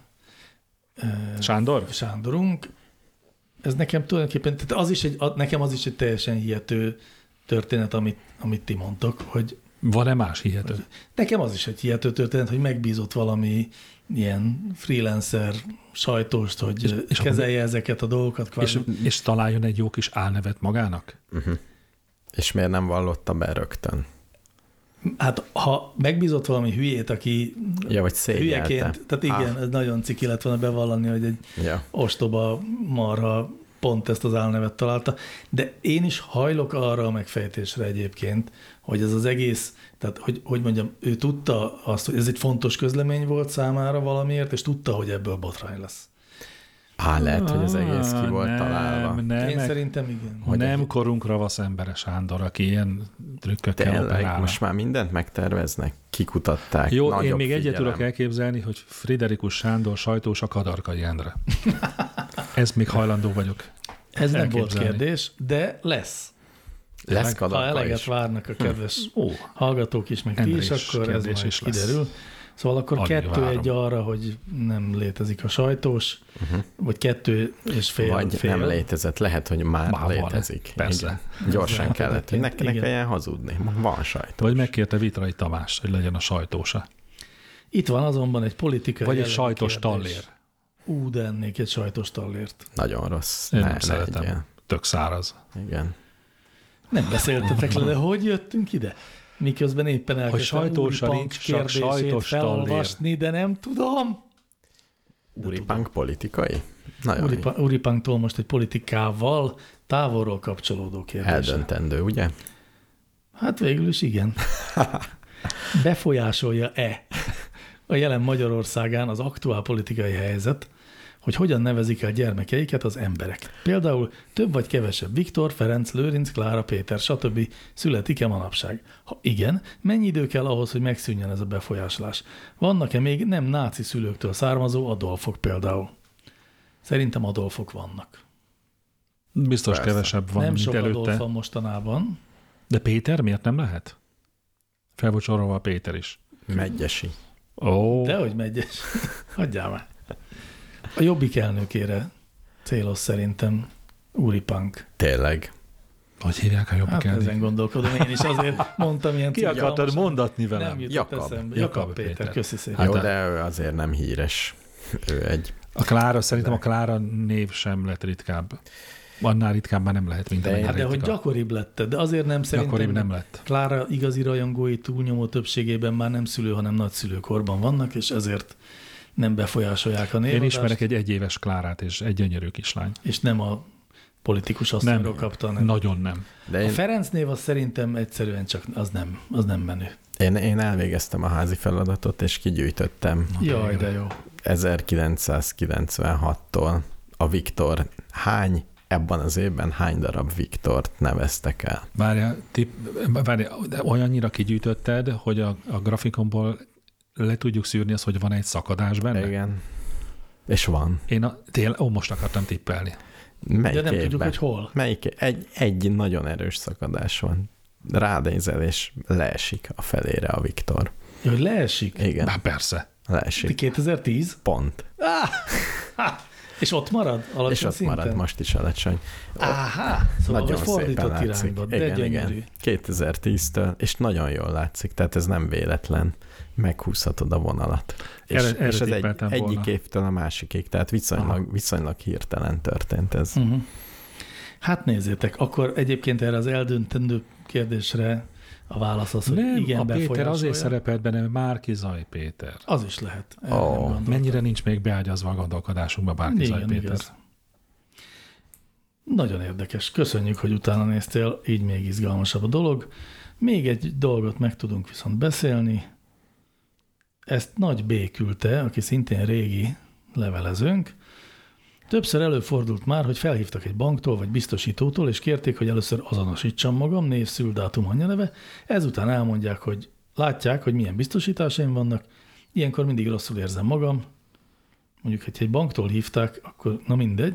Sándor? Sándorunk. Ez nekem tulajdonképpen, tehát nekem az is egy teljesen hihető történet, amit ti mondtok, hogy Van-e más hihető? nekem az is egy hihető történet, hogy megbízott valami ilyen freelancer sajtóst, hogy és kezelje ezeket a dolgokat. És találjon egy jó kis álnevet magának? És miért nem vallotta be rögtön? Hát ha megbízott valami hülyét, aki Vagy szégyelte. hülyeként, tehát igen, ez nagyon ciki lett volna bevallani, hogy egy ostoba marha pont ezt az álnevet találta, de én is hajlok arra a megfejtésre egyébként, hogy ez az egész, tehát hogy mondjam, ő tudta azt, hogy ez egy fontos közlemény volt számára valamiért, és tudta, hogy ebből botrány lesz. Lehet, hogy az egész ki volt találva. Én szerintem igen. Hogy nem korunk ravasz embere Sándor, aki ilyen trükkökkel operál. Most már mindent megterveznek, kikutatták. Jó, én még egyet tudok elképzelni, hogy Friderikus Sándor sajtós a Kadarkai Endre. Ez még hajlandó vagyok. Ez nem volt kérdés, de lesz. Lesz Ha eleget várnak a kedves hallgatók is, meg ti is, akkor ez majd is kiderül. Lesz. Szóval akkor 2-1 arra, hogy nem létezik a sajtós, vagy 2,5 Vagy nem létezett, lehet, hogy már létezik. Persze. Igen. Gyorsan kellett, hogy ne kelljen hazudni. Van sajtós. Vagy megkérte Vitrai Tamás, hogy legyen a sajtósa. Itt van azonban egy politikai vagy egy sajtos tallér. De ennék egy sajtos tallért. Nagyon rossz. Én nem szeretem. Tök száraz. Igen. Nem beszéltetek le, de hogy jöttünk ide? Miközben éppen elkezdtem Úripunk kérdését felolvasni, de nem tudom. Úripunk politikai? Úripunktól most egy politikával távolról kapcsolódó kérdés. Eldöntendő, ugye? Hát végül is igen. Befolyásolja-e a jelen Magyarországán az aktuál politikai helyzet, hogy hogyan nevezik el gyermekeiket az emberek. Például több vagy kevesebb Viktor, Ferenc, Lőrinc, Klára, Péter, stb. Születik-e manapság? Ha igen, mennyi idő kell ahhoz, hogy megszűnjen ez a befolyásolás? Vannak-e még nem náci szülőktől származó Adolfok például? Szerintem Adolfok vannak. Biztos kevesebb van, nem mint sok előtte. Adolf van mostanában. De Péter miért nem lehet? Fel volt sorolva Péter is. Megyesi. Dehogy Megyes. Hagyjál már. A Jobbik elnökére célos szerintem Úripunk. Tényleg. Hogy hívják a Jobbik elnökét? Ezen gondolkodom, én is azért mondtam ilyen Ki akartad mondatni velem? Nem jutott eszembe. Jakab Péter, köszi szépen. Jó, de ő azért nem híres. Ő egy... A Klára, szerintem a Klára név sem lett ritkább. Annál ritkább már nem lehet, mint de hogy gyakoribb lett, de azért nem szerintem. Nem lett. Klára igazi rajongói túlnyomó többségében már nem szülő, hanem nagyszülőkorban vannak, és ezért nem befolyásolják a névadást. Én ismerek egy egyéves Klárát, és egy gyönyörű kislány. És nem a politikus asszonyról kapta. Nem. Nagyon nem. De a Ferenc név az szerintem egyszerűen csak az nem menő. Én elvégeztem a házi feladatot, és kigyűjtöttem. Jaj, de jó. 1996-tól a Viktor ebben az évben hány darab Viktort neveztek el? Várja, de olyannyira kigyűjtötted, hogy a grafikonból le tudjuk szűrni azt, hogy van egy szakadás benne? Igen. És van. Most akartam tippelni. Melyik de nem évben? tudjuk, hogy hol. Egy nagyon erős szakadás van. Ránézel, és leesik a felére a Viktor. Ja, hogy leesik? Igen. Már persze. Leesik. 2010? Pont. És ott marad? És ott szinten? marad most is alacsony. Szóval nagyon fordított irányba, de igen, gyönyörű. igen. 2010-től, és nagyon jól látszik, tehát ez nem véletlen. Meghúzhatod a vonalat. És ez egyik évtől a másikig, tehát viszonylag hirtelen történt ez. Hát nézzétek, akkor egyébként erre az eldöntendő kérdésre a válasz az, hogy nem, igen, a befolyásolja. Péter azért szerepelt benne, Márki-Zay Péter. Az is lehet. Mennyire nincs még beágyazva a gondolkodásunkba Márki-Zay Péter. Igaz. Nagyon érdekes. Köszönjük, hogy utána néztél, így még izgalmasabb a dolog. Még egy dolgot meg tudunk viszont beszélni. Ezt Nagy B küldte, aki szintén régi levelezőnk. Többször előfordult már, hogy felhívtak egy banktól vagy biztosítótól, és kérték, hogy először azonosítsam magam, név, szüldátum, anyaneve, ezután elmondják, hogy látják, hogy milyen biztosításaim vannak, ilyenkor mindig rosszul érzem magam, mondjuk, hogy egy banktól hívták, akkor na mindegy,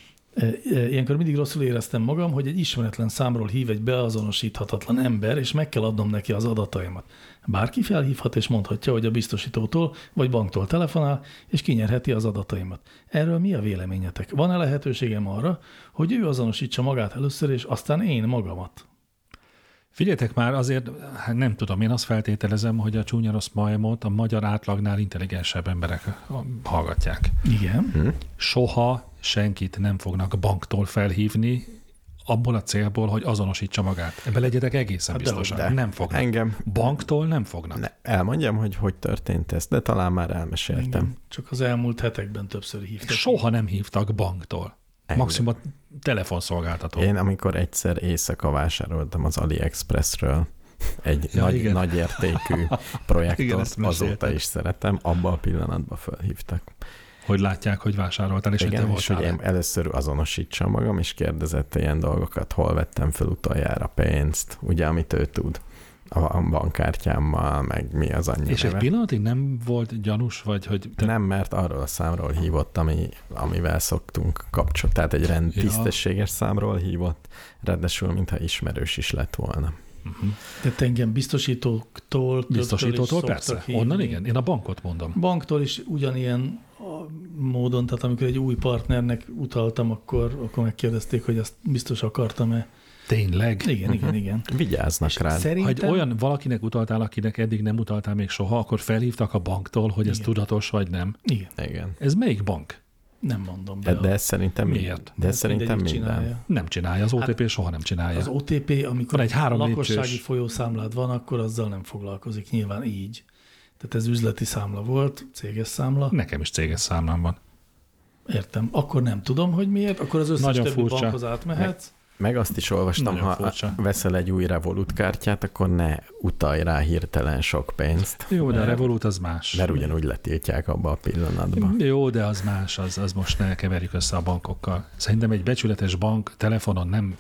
ilyenkor mindig rosszul éreztem magam, hogy egy ismeretlen számról hív egy beazonosíthatatlan ember, és meg kell adnom neki az adataimat. Bárki felhívhat és mondhatja, hogy a biztosítótól vagy banktól telefonál, és kinyerheti az adataimat. Erről mi a véleményetek? Van-e lehetőségem arra, hogy ő azonosítsa magát először, és aztán én magamat? Figyeljetek már, azért nem tudom, én azt feltételezem, hogy a csúnya rossz majmot a magyar átlagnál intelligensebb emberek hallgatják. Igen. Soha senkit nem fognak banktól felhívni, abból a célból, hogy azonosítsa magát. Ebbe legyetek egészen biztosan. De nem fognak. Engem... Banktól nem fognak. Elmondjam, hogy történt ez, de talán már elmeséltem. Engem csak az elmúlt hetekben többször hívtak. Soha nem hívtak banktól. Maximum a telefonszolgáltató. Én amikor egyszer éjszaka vásároltam az AliExpressről egy nagy értékű projektot, igen, azóta is szeretem, abban a pillanatban felhívtak. Hogy látják, hogy vásároltál, és igen, és hogy én először azonosítsam magam, és kérdezett ilyen dolgokat, hol vettem fel utoljára pénzt, ugye, amit ő tud a bankkártyámmal, meg mi az anyja és neve. Egy pillanatig nem volt gyanús, vagy hogy... Nem, mert arról a számról hívott, amivel szoktunk kapcsolatni. Tehát egy tisztességes számról hívott, ráadásul, mintha ismerős is lett volna. Uh-huh. Tehát engem biztosítóktól persze. Hívni. Onnan igen, én a bankot mondom. Banktól is ugyanilyen módon, tehát amikor egy új partnernek utaltam, akkor megkérdezték, hogy azt biztos akartam-e. Tényleg? Igen. Vigyáznak rád. Ha olyan valakinek utaltál, akinek eddig nem utaltál még soha, akkor felhívtak a banktól, hogy ez tudatos vagy nem. Igen. Ez melyik bank? Nem mondom be. De ez szerintem miért? De ez szerintem minden. Csinálja. Nem csinálja, az OTP soha nem csinálja. Az OTP, amikor egy lakossági folyószámlád van, akkor azzal nem foglalkozik, nyilván így. Tehát ez üzleti számla volt, céges számla. Nekem is céges számlám van. Értem. Akkor nem tudom, hogy miért, akkor az összes többi bankhoz átmehetsz. Meg azt is olvastam, nagyon ha furcsa. Veszel egy új Revolut kártyát, akkor ne utalj rá hirtelen sok pénzt. Jó, de a Revolut az más. Mert ugyanúgy letiltják abba a pillanatban. Jó, de az más, az most ne keverjük össze a bankokkal. Szerintem egy becsületes bank telefonon nem...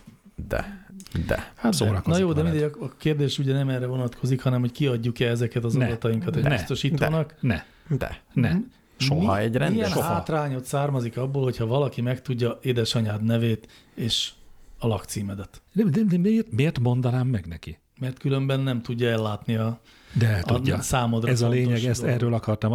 De. Hát szórakozik. Na jó, de mindegy, a kérdés ugye nem erre vonatkozik, hanem hogy kiadjuk-e ezeket az adatainkat egy biztosítónak. Ne. Soha egy rendes. Milyen hátrányot származik abból, hogyha valaki megtudja édesanyád nevét és a lakcímedet? De miért mondanám meg neki? Mert különben nem tudja ellátni a számodra. Ez a lényeg, erről akartam.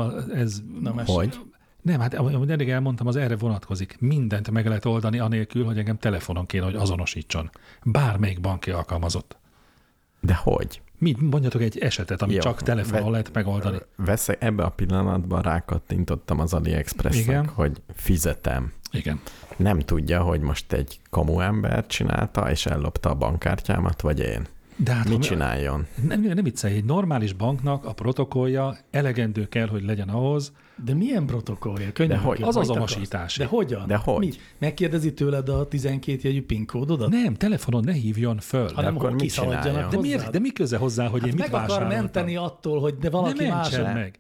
Hogy? Nem, hát ahogy eddig elmondtam, az erre vonatkozik. Mindent meg lehet oldani anélkül, hogy engem telefonon kéne, hogy azonosítson. Bármelyik banki alkalmazott. De hogy? Mondjatok egy esetet, amit csak telefonon lehet megoldani. Ebbe a pillanatban rákattintottam az AliExpressnek, hogy fizetem. Igen. Nem tudja, hogy most egy kamu ember csinálta, és ellopta a bankkártyámat, vagy én. De hát, mit csináljon? Nem viccelj, egy normális banknak a protokollja elegendő kell, hogy legyen ahhoz. De milyen protokollja? Az azonosítás. De hogyan? De hogy? Mi? Megkérdezi tőled a 12 jegyű PIN kódodat? Nem, telefonon ne hívjon föl. De akkor mit csináljon? De mi köze hozzá, hogy én mit vásároltam? Meg akar menteni attól, hogy de valaki más. meg.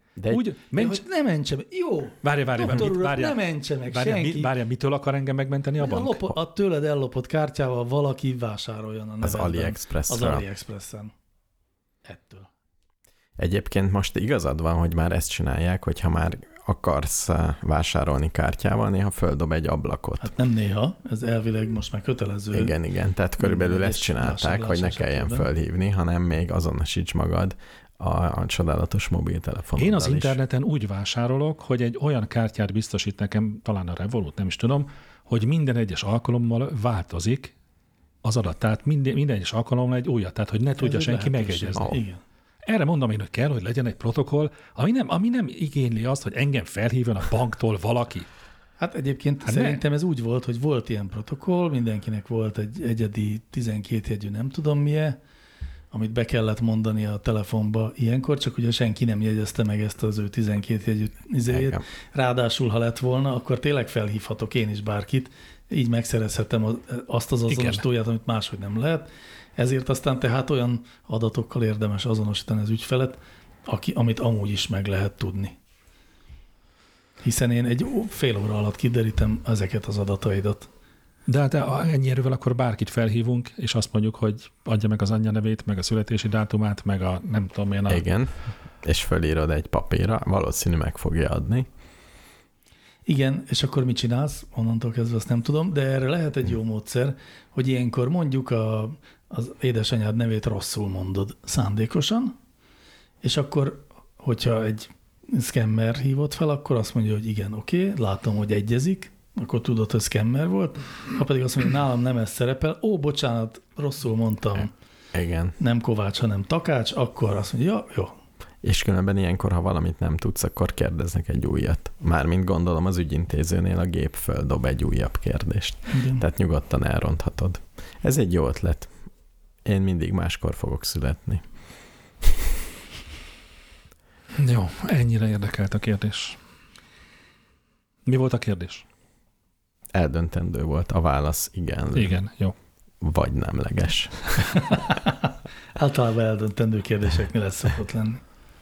Ne mentse meg. Jó. Várj. Ne mentse meg senki. Várjál, mitől akar engem megmenteni a bank? A tőled ellopott kártyával valaki vásároljon a nevedben. Az AliExpress-ről. Az AliExpressen. Ettől. Egyébként most igazad van, hogy már ezt csinálják, hogyha már akarsz vásárolni kártyával, néha földob egy ablakot. Hát nem néha, ez elvileg most már kötelező. Igen, tehát körülbelül ezt csinálták, hogy ne kelljen fölhívni, hanem még azonosíts magad a csodálatos mobiltelefonnal. Én az interneten úgy vásárolok, hogy egy olyan kártyát biztosít nekem, talán a Revolut, nem is tudom, hogy minden egyes alkalommal változik az adat. Tehát minden egyes alkalommal egy újat, tehát hogy ne tudja senki megegyezni. Igen. Erre mondom én, hogy kell, hogy legyen egy protokoll, ami nem igényli azt, hogy engem felhívjon a banktól valaki. Hát egyébként szerintem ez úgy volt, hogy volt ilyen protokoll, mindenkinek volt egy egyedi 12 jegyű nem tudom milyen, amit be kellett mondani a telefonba ilyenkor, csak ugye senki nem jegyezte meg ezt az ő 12 jegyű izéjét. Ráadásul, ha lett volna, akkor tényleg felhívhatok én is bárkit, így megszerezhetem azt az azonosítóját, amit máshogy nem lehet. Ezért aztán tehát olyan adatokkal érdemes azonosítani az ügyfelet, amit amúgy is meg lehet tudni. hiszen én egy fél óra alatt kiderítem ezeket az adataidat. De ennyi erővel akkor bárkit felhívunk, és azt mondjuk, hogy adja meg az anyja nevét, meg a születési dátumát, meg a nem tudom én. Igen, és fölírod egy papírra, valószínű meg fogja adni. Igen, és akkor mit csinálsz? Onnantól kezdve azt nem tudom, de erre lehet egy jó módszer, hogy ilyenkor mondjuk az édesanyád nevét rosszul mondod szándékosan, és akkor, hogyha egy scammer hívott fel, akkor azt mondja, hogy igen, oké, látom, hogy egyezik, akkor tudod, hogy scammer volt. Ha pedig azt mondja, nálam nem ez szerepel, bocsánat, rosszul mondtam. Igen. Nem Kovács, hanem Takács, akkor azt mondja, ja, jó. És különben ilyenkor, ha valamit nem tudsz, akkor kérdeznek egy újat. Mármint gondolom az ügyintézőnél a gép földob egy újabb kérdést. Igen. Tehát nyugodtan elronthatod. Ez egy jó ötlet. Én mindig máskor fogok születni. Jó, ennyire érdekelt a kérdés. Mi volt a kérdés? Eldöntendő volt. A válasz igen. Igen, jó. Vagy nemleges. Általában eldöntendő kérdéseknél ez szokott lenni.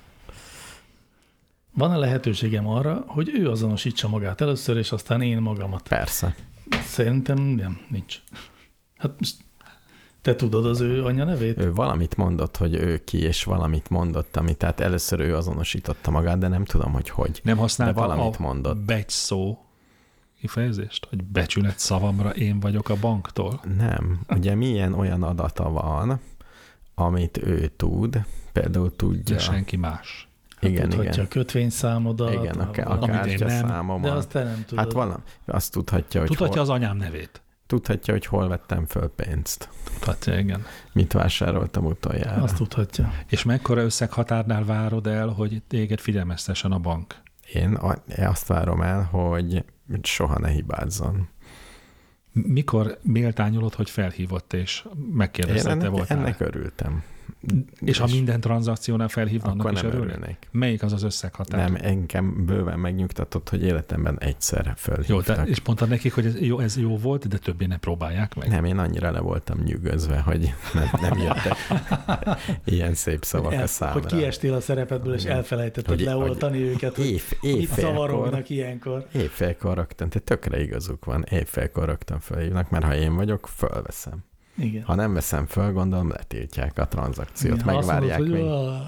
Van-e lehetőségem arra, hogy ő azonosítsa magát először, és aztán én magamat? Persze. Szerintem nem, nincs. Hát most te tudod az ő anya nevét? Ő valamit mondott, hogy ő ki, és valamit mondott, amit tehát először ő azonosította magát, de nem tudom, hogy. Nem használta valamit a mondott. becs szó kifejezést, hogy becsület szavamra én vagyok a banktól? Nem. Ugye milyen olyan adata van, amit ő tud, például tudja. De senki más. Hát igen, tudhatja a kötvényszámodat. Igen, a kártyaszámomat. De azt te nem tudod. Hát valami. Azt tudhatja, hogy tudhatja az anyám nevét. Tudhatja, hogy hol vettem föl pénzt. Tudhatja, igen. Mit vásároltam utoljára. Azt tudhatja. És mekkora összeghatárnál várod el, hogy téged figyelmeztessen a bank? Én azt várom el, hogy soha ne hibázzon. Mikor méltányolod, hogy felhívott és megkérdezte, te voltál? Ennek örültem. És ha minden tranzakciónál felhívna, annak is örülnék. Melyik az összeghatár? Nem, engem bőven megnyugtatott, hogy életemben egyszer felhívtak. Jó, és mondtad nekik, hogy ez jó volt, de többé ne próbálják meg? Nem, én annyira le voltam nyűgözve, hogy nem jöttek ilyen szép szavak a számra. Hogy kiestél a szerepedből, és elfelejtetted leoltani őket, hogy mit szavarognak ilyenkor. Éjfélkor rögtön, tehát tökre igazuk van, éjfélkor rögtön felhívnak, mert ha én vagyok, fölveszem. Igen. Ha nem veszem föl, gondolom letiltják a tranzakciót, megvárják még.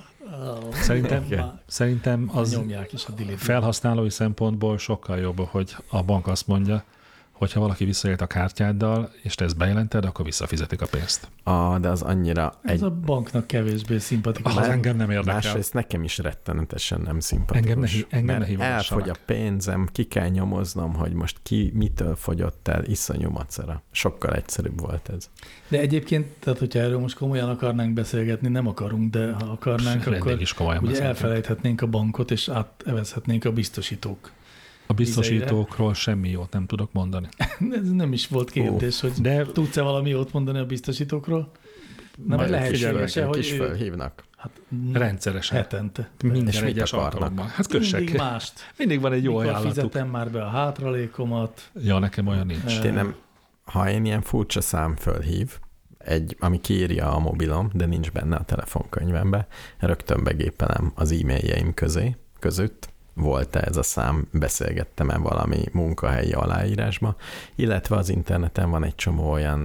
Szerintem az felhasználói szempontból sokkal jobb, hogy a bank azt mondja, hogyha valaki visszaélt a kártyáddal, és te ezt bejelented, akkor visszafizetik a pénzt. De az annyira... Ez a banknak kevésbé szimpatikus. Az engem nem érdekel. Másrészt nekem is rettenetesen nem szimpatikus. Engem ne hívogassanak. Elfogy a pénzem, ki kell nyomoznom, hogy most ki mitől fogyott el, iszonyú macera. Sokkal egyszerűbb volt ez. De egyébként, tehát hogyha erről most komolyan akarnánk beszélgetni, nem akarunk, de ha akarnánk, akkor ugye elfelejthetnénk a bankot, és átevezhetnénk a biztosítók. A biztosítókról semmi jót nem tudok mondani. Ez nem is volt kérdés, hogy tudsz-e valami jót mondani a biztosítókról? Nem lehetséges-e, hogy is felhívnak. Hát, rendszeresen. Hetente. Minden egyes alkalommal. Hát kössek. Mindig mást. Mindig van egy jó ajánlatuk. Fizetem már be a hátralékomat. Ja, nekem olyan nincs. Ha én ilyen furcsa szám fölhív, ami kiírja a mobilom, de nincs benne a telefonkönyvembe, rögtön begépelem az e-mailjeim között, volt-e ez a szám, beszélgettem-e valami munkahelyi aláírásba, illetve az interneten van egy csomó olyan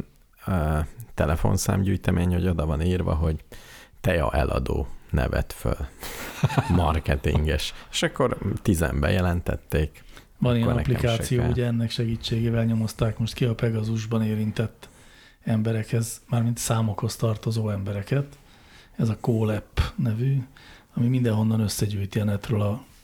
telefonszámgyűjtemény, hogy oda van írva, hogy teja eladó nevet föl, marketinges, és akkor 10-en bejelentették. Van ilyen applikáció, ugye ennek segítségével nyomozták most ki a Pegasusban érintett emberekhez, mármint számokhoz tartozó embereket. Ez a Call App nevű, ami mindenhonnan összegyűjti a netről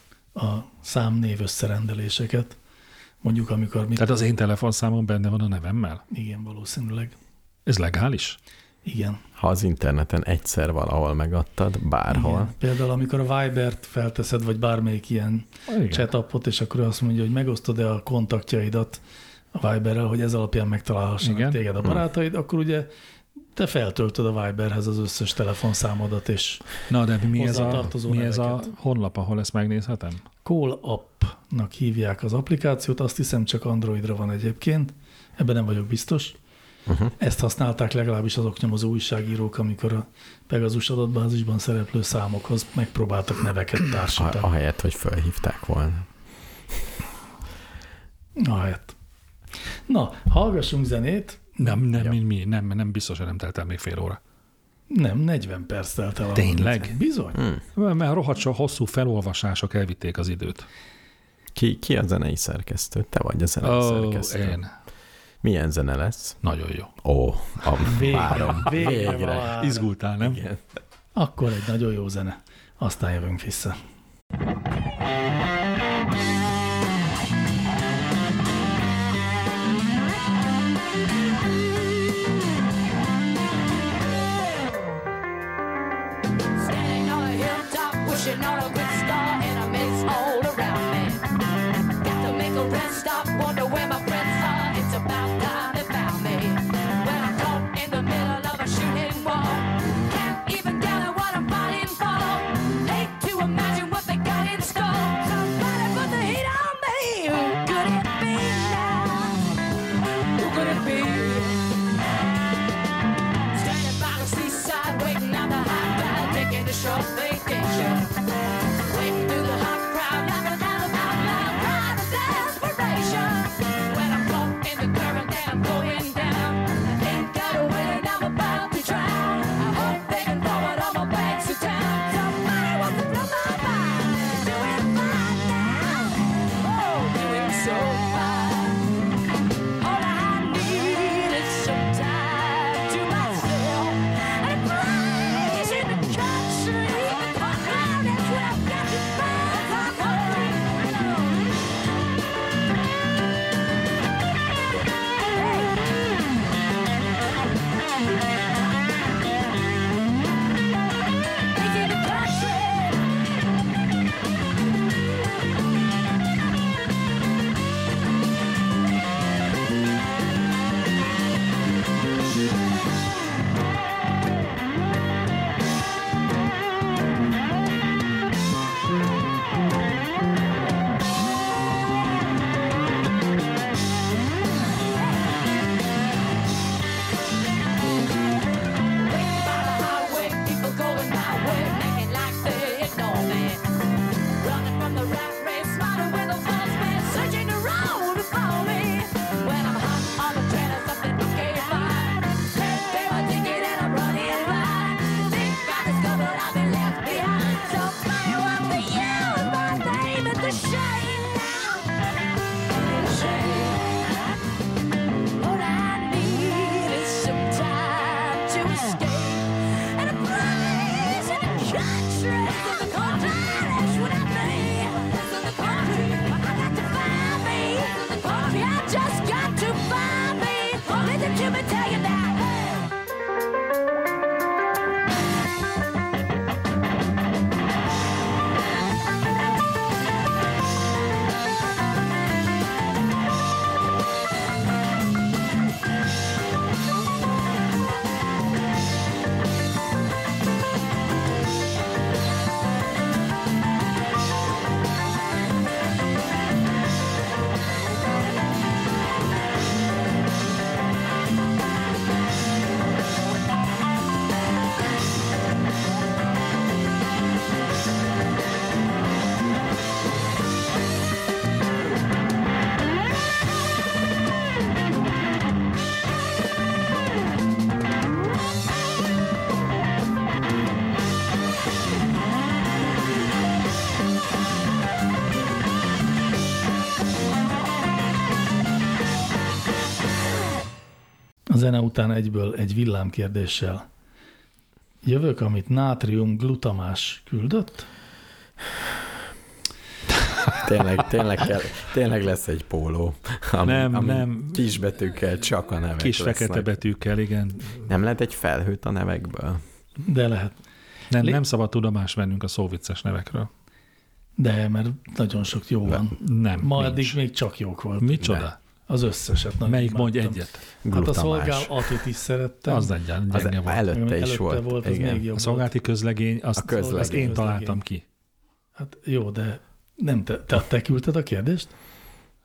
a számnév összerendeléseket. Mondjuk, amikor... Tehát az én telefonszámom benne van a nevemmel? Igen, valószínűleg. Ez legális? Igen. Ha az interneten egyszer valahol megadtad, bárhol. Igen. Például, amikor a Vibert felteszed, vagy bármelyik ilyen chat appot, és akkor azt mondja, hogy megosztod-e a kontaktjaidat a Viberrel, hogy ez alapján megtalálhassanak téged a barátaid, akkor ugye te feltöltöd a Viberhez az összes telefonszámodat, és na, de mi ez a honlap, ahol ezt megnézhetem? Call App-nak hívják az applikációt, azt hiszem csak Androidra van egyébként, ebben nem vagyok biztos. Ezt használták legalábbis az oknyomozó újságírók, amikor a Pegasus adatbázisban szereplő számokhoz megpróbáltak neveket társítani. Ahelyett, hogy felhívták volna. Na, hallgassunk zenét. Nem biztos, hogy nem telt el még fél óra. Nem, 40 perc telt el. Tényleg? Bizony. Mert rohadt hosszú felolvasások elvitték az időt. Ki a zenei szerkesztő? Te vagy a zenei szerkesztő. Én. Milyen zene lesz? Nagyon jó. Várom. Végre. Izgultál, nem? Igen. Akkor egy nagyon jó zene. Aztán jövünk vissza. Pushing on a good star and a mix all around me. Got to make a rest stop, wonder where my friends are. It's about time they found me. When I'm caught in the middle of a shooting war, can't even gather what I'm fighting for. Hate to imagine what they got in store. Somebody put the heat on me. Who could it be now? Who could it be? Standing by the seaside, waiting on the high tide, taking a short vacation. Waiting through the hot crowd, knocking down the mountain, crying of desperation. When I'm caught in the current and I'm going down, ain't got a way and I'm about to drown. I hope they can forward all my bags to town. Somebody wants to blow my mind, doing fine now. Oh, doing so fine. All I need is some time to myself and a place in the country. That's what I've got to find. A zene után egyből egy villámkérdéssel. Jövök, amit nátrium-glutamás küldött? Tényleg lesz egy póló, ami kisbetűkkel csak a nevek kis lesznek. fekete betűkkel, igen. Nem lehet egy felhőt a nevekből? De lehet. Nem szabad tudomást vennünk a szóvicces nevekről. De, mert nagyon sok jó van. Nem, ma eddig még csak jók volt. Micsoda? De. Az összeset. Melyik mondj egyet? Hát a szolgálatit is szerettem. Az gyenge volt. Előtte is volt. Az igen. még jobb a szolgálati közlegény, azt én találtam ki. Hát jó, de nem te küldted a kérdést?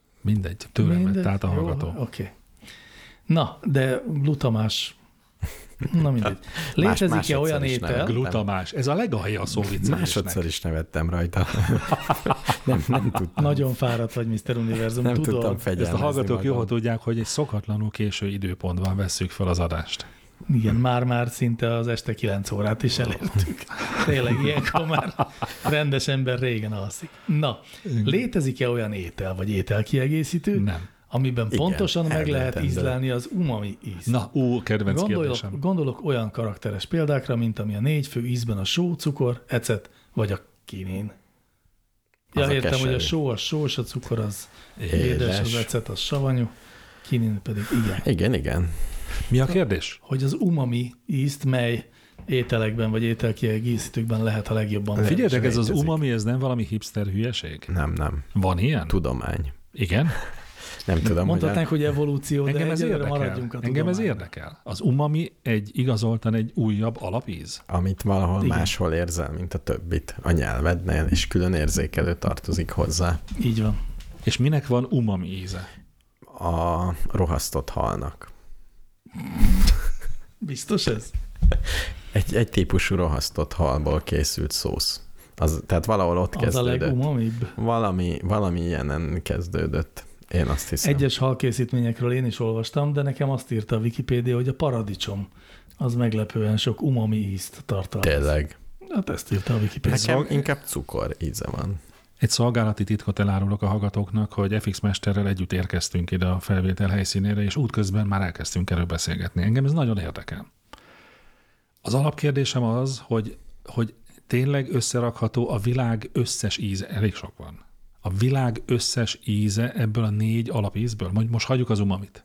Mindegy, tőlem ment át a hallgató. Oké. Na, de glutamás Na mindegy. Létezik-e olyan másodszor is étel? Glutamás. Ez a legalja a szó viccelésnek. Másodszor is nevettem rajta. nem tudtam. Nagyon fáradt vagy, Mr. Univerzum. Nem Tudom. tudtam Ezt fegyelmezni a hallgatók magam. jól tudják, hogy egy szokatlanul késő időpontban vesszük fel az adást. Igen, már szinte az este 9 órát is elértük. Tényleg ilyenkor már rendes ember régen alszik. Na, létezik-e olyan étel vagy ételkiegészítő, Nem. amiben Igen, pontosan meg lehet elvehetendő. ízlelni az umami ízt? Na, kedvenc kérdésem. Gondolok olyan karakteres példákra, mint ami a 4 fő ízben a só, cukor, ecet vagy a kinin. Az Ja, a értem, hogy a keserű. só az sós, a cukor az Édes. édes, az ecet az savanyú, kinin pedig igen. Igen. Mi a kérdés? Hogy az umami ízt mely ételekben vagy ételkiegészítőkben lehet a legjobban Figyeljetek, ez az létezik. umami, ez nem valami hipster hülyeség? Nem. Van ilyen? Tudomány. Igen? Nem tudom, Mondhatnánk, hogy evolúció, de Engem ez egyelőre érdekel. maradjunk a Engem ez tudománynál. érdekel. Az umami igazoltan egy újabb alapíz. amit valahol Igen. máshol érzel, mint a többit a nyelvednél, és külön érzékelő tartozik hozzá. Így van. És minek van umami íze? A rohasztott halnak. Biztos ez? Egy típusú rohasztott halból készült szósz. Tehát valahol ott Az a kezdődött. legumamibb. Valami ilyenen kezdődött. Én azt hiszem. Egyes halkészítményekről én is olvastam, de nekem azt írta a Wikipédia, hogy a paradicsom az meglepően sok umami ízt tartalmaz. Tényleg. Hát ezt írta a Wikipédia. Nekem inkább cukor íze van. Egy szolgálati titkot elárulok a hallgatóknak, hogy FX Mesterrel együtt érkeztünk ide a felvétel helyszínére, és útközben már elkezdtünk erről beszélgetni. Engem ez nagyon érdekel. Az alapkérdésem az, hogy tényleg összerakható a világ összes íze, elég sok van. A világ összes íze ebből a 4 alapízből? Most hagyjuk az umamit.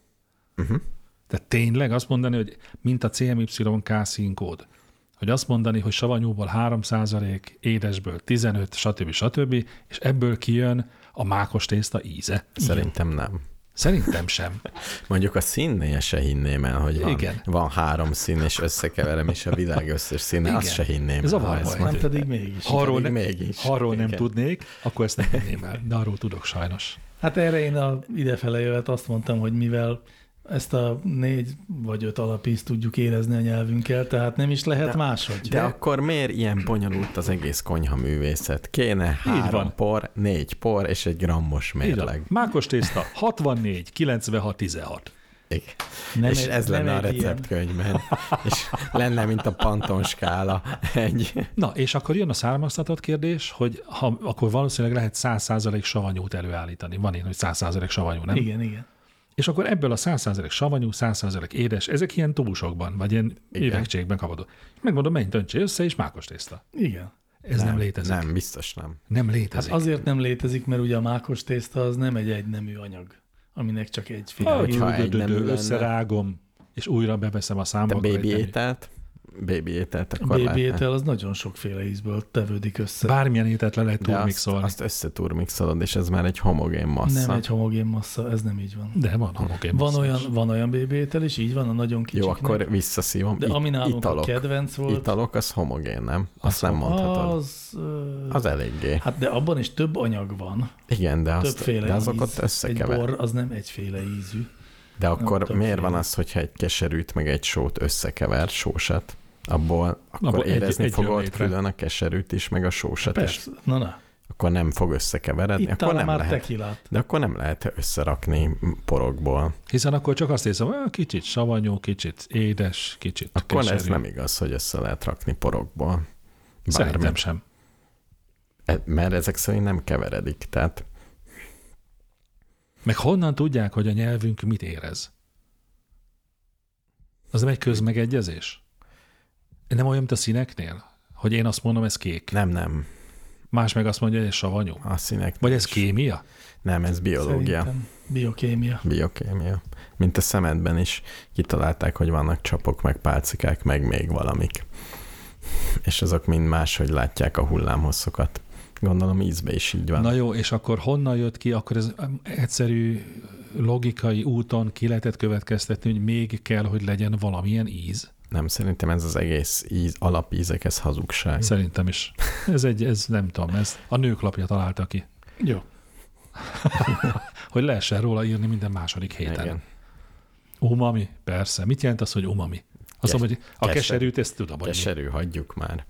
Tehát tényleg azt mondani, hogy mint a CMYK színkód, hogy azt mondani, hogy savanyúból 3%, édesből 15, stb. És ebből kijön a mákos tészta íze. Szerintem nem. Szerintem sem. Mondjuk a színnél se hinném el, hogy Igen. van 3 szín, és összekeverem, és a világ összes színe, azt se hinném Ez el. a ha van ezt baj. Nem mondjuk. pedig mégis. Ha arról, pedig ne, mégis. ha arról nem Igen. tudnék, akkor ezt nem hinném el, de arról tudok sajnos. Hát erre én idefele jövet azt mondtam, hogy mivel ezt a 4 vagy 5 alapízt tudjuk érezni a nyelvünkkel, tehát nem is lehet máshogy. De akkor miért ilyen bonyolult az egész konyha művészet? Kéne van. 3 por, 4 por és egy grammos Így van. mérleg. Mákos tészta 64, 96, 16. Igen. Nem És egy- ez nem lenne a egy ilyen. receptkönyvben. És lenne, mint a Panton skála. Na, és akkor jön a származtatott kérdés, hogy akkor valószínűleg lehet 100% savanyút előállítani. Van ilyen, hogy 100% savanyú, nem? Igen. És akkor ebből a 100% savanyú, 100% édes, ezek ilyen túlsokban, vagy ilyen üvegcségben kapható. Megmondom, menj, döntsé össze, és mákos tészta. Igen. Ez nem létezik. Nem, biztos nem. Nem Hát létezik. azért nem létezik, mert ugye a mákos tészta az nem egy egynemű anyag, aminek csak egyféle. Hogyha egy nemű lenne. Összerágom, és újra beveszem a számba. De akkor baby egy nemű. ételt? Baby ételt A akkor baby lehetne. étel az nagyon sokféle ízből tevődik össze. Bármilyen ételt le lehet De túlmixolni. azt összetúrmixolod, és ez már egy homogén massza. Nem egy homogén massza, ez nem így van. De van homogén. Van olyan baby étel is, így van, a nagyon kicsiknek. Jó, akkor visszaszívom. De ami nálunk Italok. a kedvenc volt, Italok, az homogén, nem? Azt nem mondhatod. Az eléggé. Hát de abban is több anyag van, Igen, de, többféle de azok íz. ott Egy összekever. bor az nem egyféle ízű. De akkor többféle. miért van az, hogyha egy keserűt meg egy sót összekever, sósat, akkor Abból érezni egy jön fogod létre. külön a keserűt is, meg a sósat is. Persze, na. Akkor nem fog összekeveredni, Itt akkor talán nem már lehet. tekilát. De akkor nem lehet összerakni porokból. Hiszen akkor csak azt hiszem, hogy kicsit savanyú, kicsit édes, kicsit Akkor keserű. ez nem igaz, hogy össze lehet rakni porokból. Szerintem sem. Mert ezek szerint nem keveredik. Tehát Meg honnan tudják, hogy a nyelvünk mit érez? Az nem egy közmegegyezés? Nem olyan, mint a színeknél? Hogy én azt mondom, ez kék. nem. Más meg azt mondja, hogy ez savanyú. A színek. Vagy ez kémia? Nem, ez biológia. Szerintem biokémia. Biokémia. Mint a szemedben is kitalálták, hogy vannak csapok, meg pálcikák, meg még valamik. És azok mind máshogy látják a hullámhosszokat. Gondolom ízbe is így van. Na jó, és akkor honnan jött ki? Akkor ez egyszerű logikai úton ki lehetett következtetni, hogy még kell, hogy legyen valamilyen íz. Nem, szerintem ez az egész alapízek, ez hazugság. Szerintem is. Ez nem tudom, ez a Nőklapja találta ki. Jó. Hogy lehessen róla írni minden második héten. Igen. Umami? Persze. Mit jelent az, hogy umami? Azt mondom, hogy a keserűt, ezt tudom. Keserű, hagyjuk már.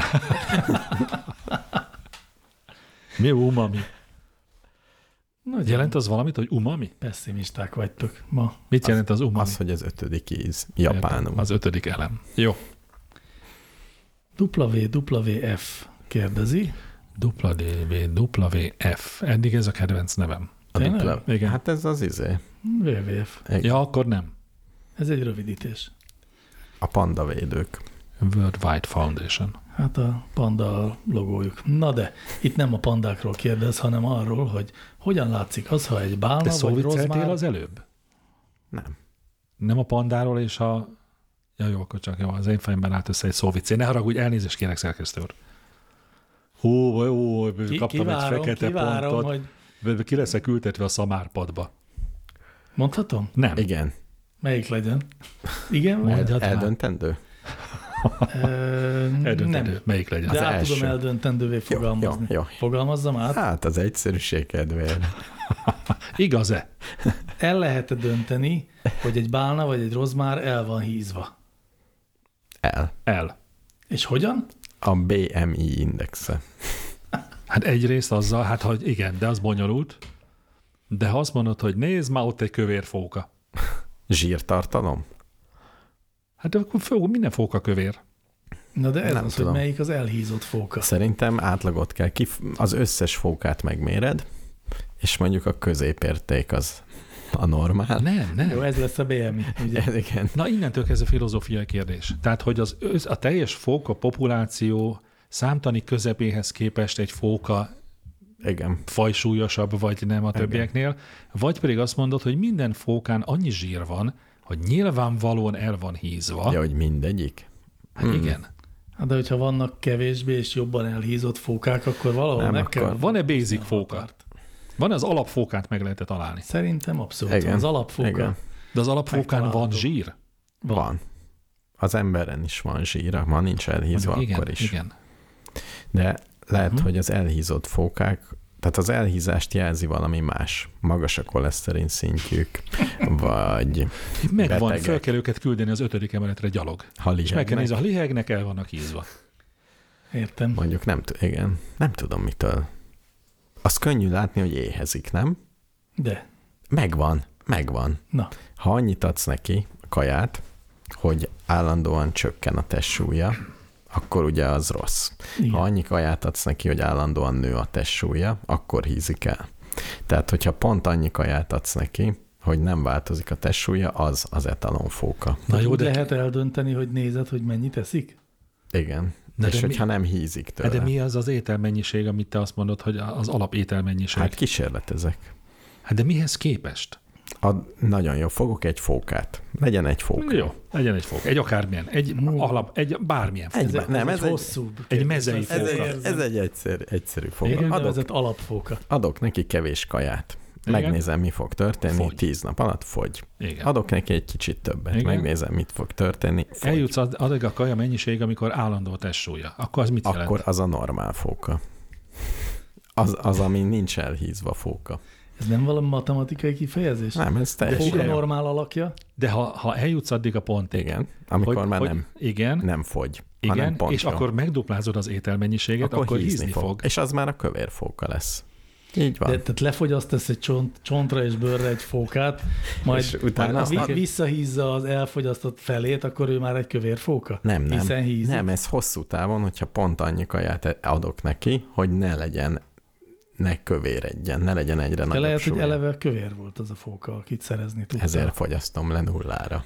Mi umami? Jelent az valamit, hogy umami? Pessimisták vagytok ma. Mit jelent az umami? Az, hogy az 5. íz. Japánul. Az 5. elem. Jó. WWF kérdezi. WWF. Eddig ez a kedvenc nevem. Tényleg? Igen. Hát ez az WWF. Ja, akkor nem. Ez egy rövidítés. A pandavédők. World Wide Foundation. Hát a panda logójuk. Na de, itt nem a pandákról kérdez, hanem arról, hogy hogyan látszik az, ha egy Te bálna szó vagy vicceltél rozmár... az előbb? Nem. Nem a pandáról és a... Ja, jó, akkor csak jó, az én fejemben állt össze egy szóvicé. Ne haragudj, elnézést kérek, szerkesztő úr. Kaptam egy fekete pontot. hogy... Ki leszek ültetve a szamárpadba. Mondhatom? Nem. Igen. Melyik legyen? Igen? Vagy? Eldöntendő? Eldöntendő. Nem. Melyik legyen? De Az át első. tudom eldöntendővé fogalmazni. Jó. Fogalmazzam át? Hát az egyszerűség kedvéért. Igaz-e? El lehet dönteni, hogy egy bálna vagy egy rozmár el van hízva. El. És hogyan? A BMI indexe. Hát egyrészt azzal, hát hogy igen, de az bonyolult. De ha azt mondod, hogy nézd, már ott egy kövér fóka. Zsírtartalom? Hát akkor minden fóka kövér. Na de ez Nem az, tudom. hogy melyik az elhízott fóka. Szerintem átlagot kell. Az összes fókát megméred, és mondjuk a középérték az a normál. Nem. Jó, ez lesz a BMI. Ugye? Ez igen. Na innentől kezdve filozófiai kérdés. Tehát, hogy a teljes fóka populáció számtani közepéhez képest egy fóka Igen. fajsúlyosabb, vagy nem a többieknél, vagy pedig azt mondod, hogy minden fókán annyi zsír van, hogy nyilvánvalóan el van hízva. Ja, hogy mindegyik? Hát igen. Hát de hogyha vannak kevésbé és jobban elhízott fókák, akkor valahol Nem, meg akkor kell... Van-e basic a fóka? határt. Van az alapfókát meg lehet találni. Szerintem abszolút. Igen. Van. Az alapfóka Igen. De az alapfókán van Megtalálható. zsír? Van. Az emberen is van zsíra, ma nincs elhízva, Mondjuk akkor is. Igen. De lehet, hogy az elhízott fókák, tehát az elhízást jelzi valami más. Magas a koleszterin szintjük, vagy Megvan, betegek. fel kell őket küldeni az 5. emeletre gyalog. Ha És meg kell lihegnek. nézni, ha lihegnek, el vannak hízva. Értem. Mondjuk igen, nem tudom mitől. Az könnyű látni, hogy éhezik, nem? De, Megvan. na, Ha annyit adsz neki, kaját, hogy állandóan csökken a testsúlya, akkor ugye az rossz. igen. Ha annyi kaját adsz neki, hogy állandóan nő a testsúlya, akkor hízik el. Tehát, hogyha pont annyi kaját adsz neki, hogy nem változik a testsúlya, az az etalonfóka. Na jó, Úgy de, lehet eldönteni, hogy nézed, hogy mennyit eszik? Igen. Na és de hogyha nem hízik tőle. de mi az az ételmennyiség, amit te azt mondod, hogy az alapételmennyiség? Hát kísérletezek. Hát de mihez képest? Nagyon jó, fogok egy fókát. Legyen egy fóka. Jó, legyen egy fók. Egy akármilyen. Egy bármilyen fók. Ez egy hosszúbb. egy mezei kérdés, fóka. Ez egy egyszerű fóka. Igen, nevezett alapfóka. Adok neki kevés kaját. Igen. Megnézem, mi fog történni. Fogy. 10 nap alatt fogy. Igen. Adok neki egy kicsit többet. Igen. Megnézem, mit fog történni. Fogy. Eljutsz addig a kaja mennyiség, amikor állandó a testsúlya. Akkor az mit jelent? Akkor az a normál fóka. Az, ami nincs elhízva fóka. Ez nem valami matematikai kifejezés? Nem, ez Fóka teljesen jó. normál alakja? De ha eljutsz addig a pontig, Igen, amikor már igen, nem fogy, igen, hanem pont és jó. akkor megduplázod az ételmennyiséget, akkor hízni fog. És az már a kövér fóka lesz. Így van. De, tehát lefogyasztasz egy csontra és bőrre egy fókát, majd És utána visszahízza az elfogyasztott felét, akkor ő már egy kövér fóka? Nem. Hiszen hízik. Nem, ez hosszú távon, hogyha pont annyi kaját adok neki, hogy ne kövéredjen, ne legyen egyre De nagyobb lehet, hogy súlya. eleve kövér volt az a fóka, akit szerezni tudtál. Ezért fogyasztom le nullára.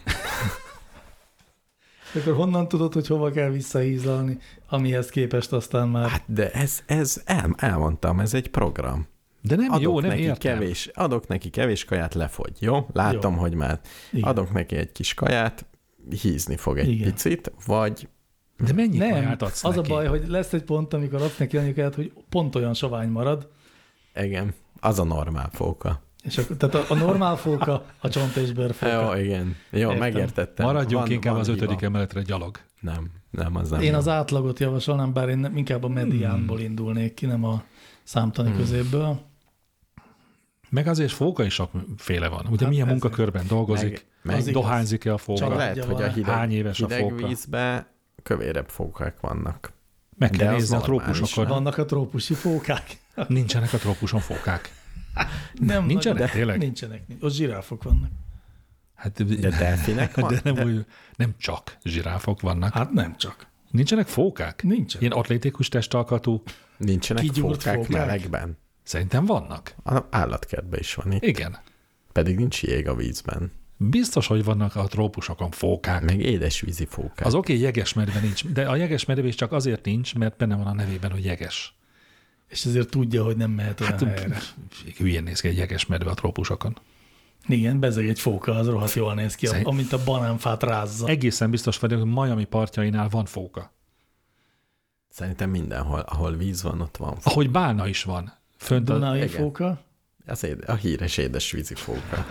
Akkor honnan tudod, hogy hova kell visszahízlalni, amihez képest aztán már... Hát de elmondtam, ez egy program. De nem jó, nem neki értem. adok neki kevés kaját, lefogy, jó? Látom, Jó. hogy már Igen. adok neki egy kis kaját, hízni fog egy Igen. picit, vagy De mennyi nem, kaját adsz az neki? a baj, hogy lesz egy pont, amikor adsz neki annyi kaját, hogy pont olyan sovány marad, igen, az a normál fóka. és akkor, tehát a normál fóka, a csont és bőrfóka. Jó, igen. Jó, Értem. megértettem. Maradjunk inkább az 5. hiba. emeletre gyalog. Nem, az nem. Én jó. az átlagot javasolnám, bár én inkább a mediánból indulnék ki, nem a számtani középből. Meg azért fóka is sokféle van. Ugye Hát milyen ezért. munkakörben dolgozik, Meg dohányzik-e a Csak fóka, lehet, hogy a hány éves a hideg fóka. vízben kövérebb fókák vannak. Meg De kell az nézni a normális, trópusokon. Vannak a trópusi fókák. Nincsenek a trópuson fókák. Nem, Nincsenek, nagyon- tényleg? Nincsenek. Ott zsiráfok vannak. Hát, De delfinek van? de nem csak zsiráfok vannak. Hát nem csak. Nincsenek fókák? Nincsen. Ilyen atlétikus testalkatú? Nincsenek Kigyúrt fókák fókák? melegben? Szerintem vannak. A állatkertben is van itt. Igen. Pedig nincs jég a vízben. Biztos, hogy vannak a trópusokon fókák. Meg édesvízi fókák. Az oké, jegesmedve nincs, de a jegesmedve csak azért nincs, mert benne van a nevében, hogy jeges. És ezért tudja, hogy nem mehet olyan helyre. Hülyén néz ki egy jegesmedve a trópusokon. Igen, bezeg egy fóka, az rohadt jól néz ki, Szerint- amint a banánfát rázza. Egészen biztos vagyok, hogy Miami partjainál van fóka. Szerintem mindenhol, ahol víz van, ott van fóka. Ahogy bálna is van. Fönt a... Dunai igen. fóka. A híres édesvízi fóka.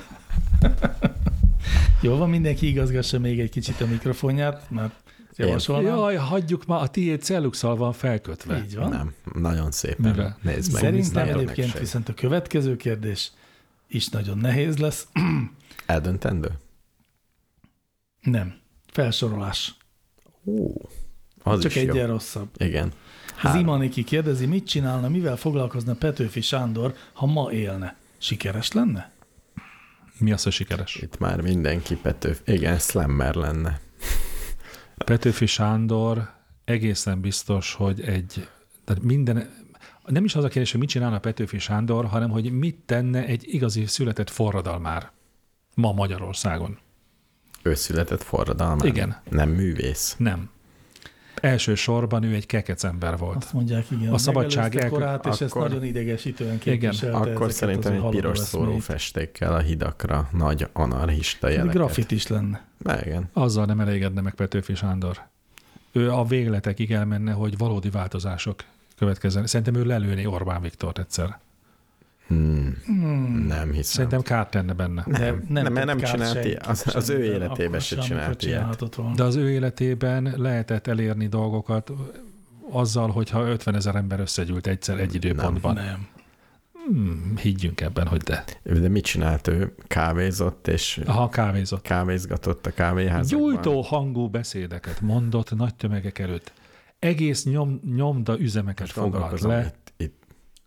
Jó van, mindenki igazgassa még egy kicsit a mikrofonját, mert javasolnám. Jaj, hagyjuk ma, a tiéd celluxal van felkötve. Így van. Nem, nagyon szépen. Mivel? Nézd meg. Szerintem Nagyon egyébként megseg. viszont a következő kérdés is nagyon nehéz lesz. Eldöntendő? Nem. Felsorolás. Az Csak is jó. egyen rosszabb. Igen. Zimaniki kérdezi, mit csinálna, mivel foglalkozna Petőfi Sándor, ha ma élne? Sikeres lenne? Mi az, hogy sikeres? Itt már mindenki Igen, slammer lenne. Petőfi Sándor egészen biztos, hogy tehát nem is az a kérdés, hogy mit csinálna Petőfi Sándor, hanem hogy mit tenne egy igazi született forradalmár ma Magyarországon. Ő született forradalmán. Igen. Nem művész. Nem. Elsősorban ő egy kekec ember volt. Azt mondják, igen. A szabadság megelőzte korát, és ezt akkor- nagyon idegesítően képviselte. Akkor ezeket szerintem az egy haladó piros eszméit. szórófestékkel a hidakra nagy anarchista Egy jeleket. grafit is lenne. Igen. Azzal nem elégedne meg Petőfi Sándor. Ő a végletekig elmenne, hogy valódi változások következzenek. Szerintem ő lelőni Orbán Viktort egyszer. Nem hiszem. Szerintem kárt tenne benne. Nem, mert nem tett kárt csinált senki- az ő senkivel életében akkor se sem, csinált amikor ilyet. csinálhatott volna. De az ő életében lehetett elérni dolgokat azzal, hogyha 50 000 ember összegyűlt egyszer egy időpontban. Nem. Higgyünk ebben, hogy de. De mit csinált ő? Kávézott, és Aha, kávézott. kávézgatott a kávéházakban. Gyújtó hangú beszédeket mondott nagy tömegek előtt. Egész nyomda üzemeket foglalt Gondolkozom, le. itt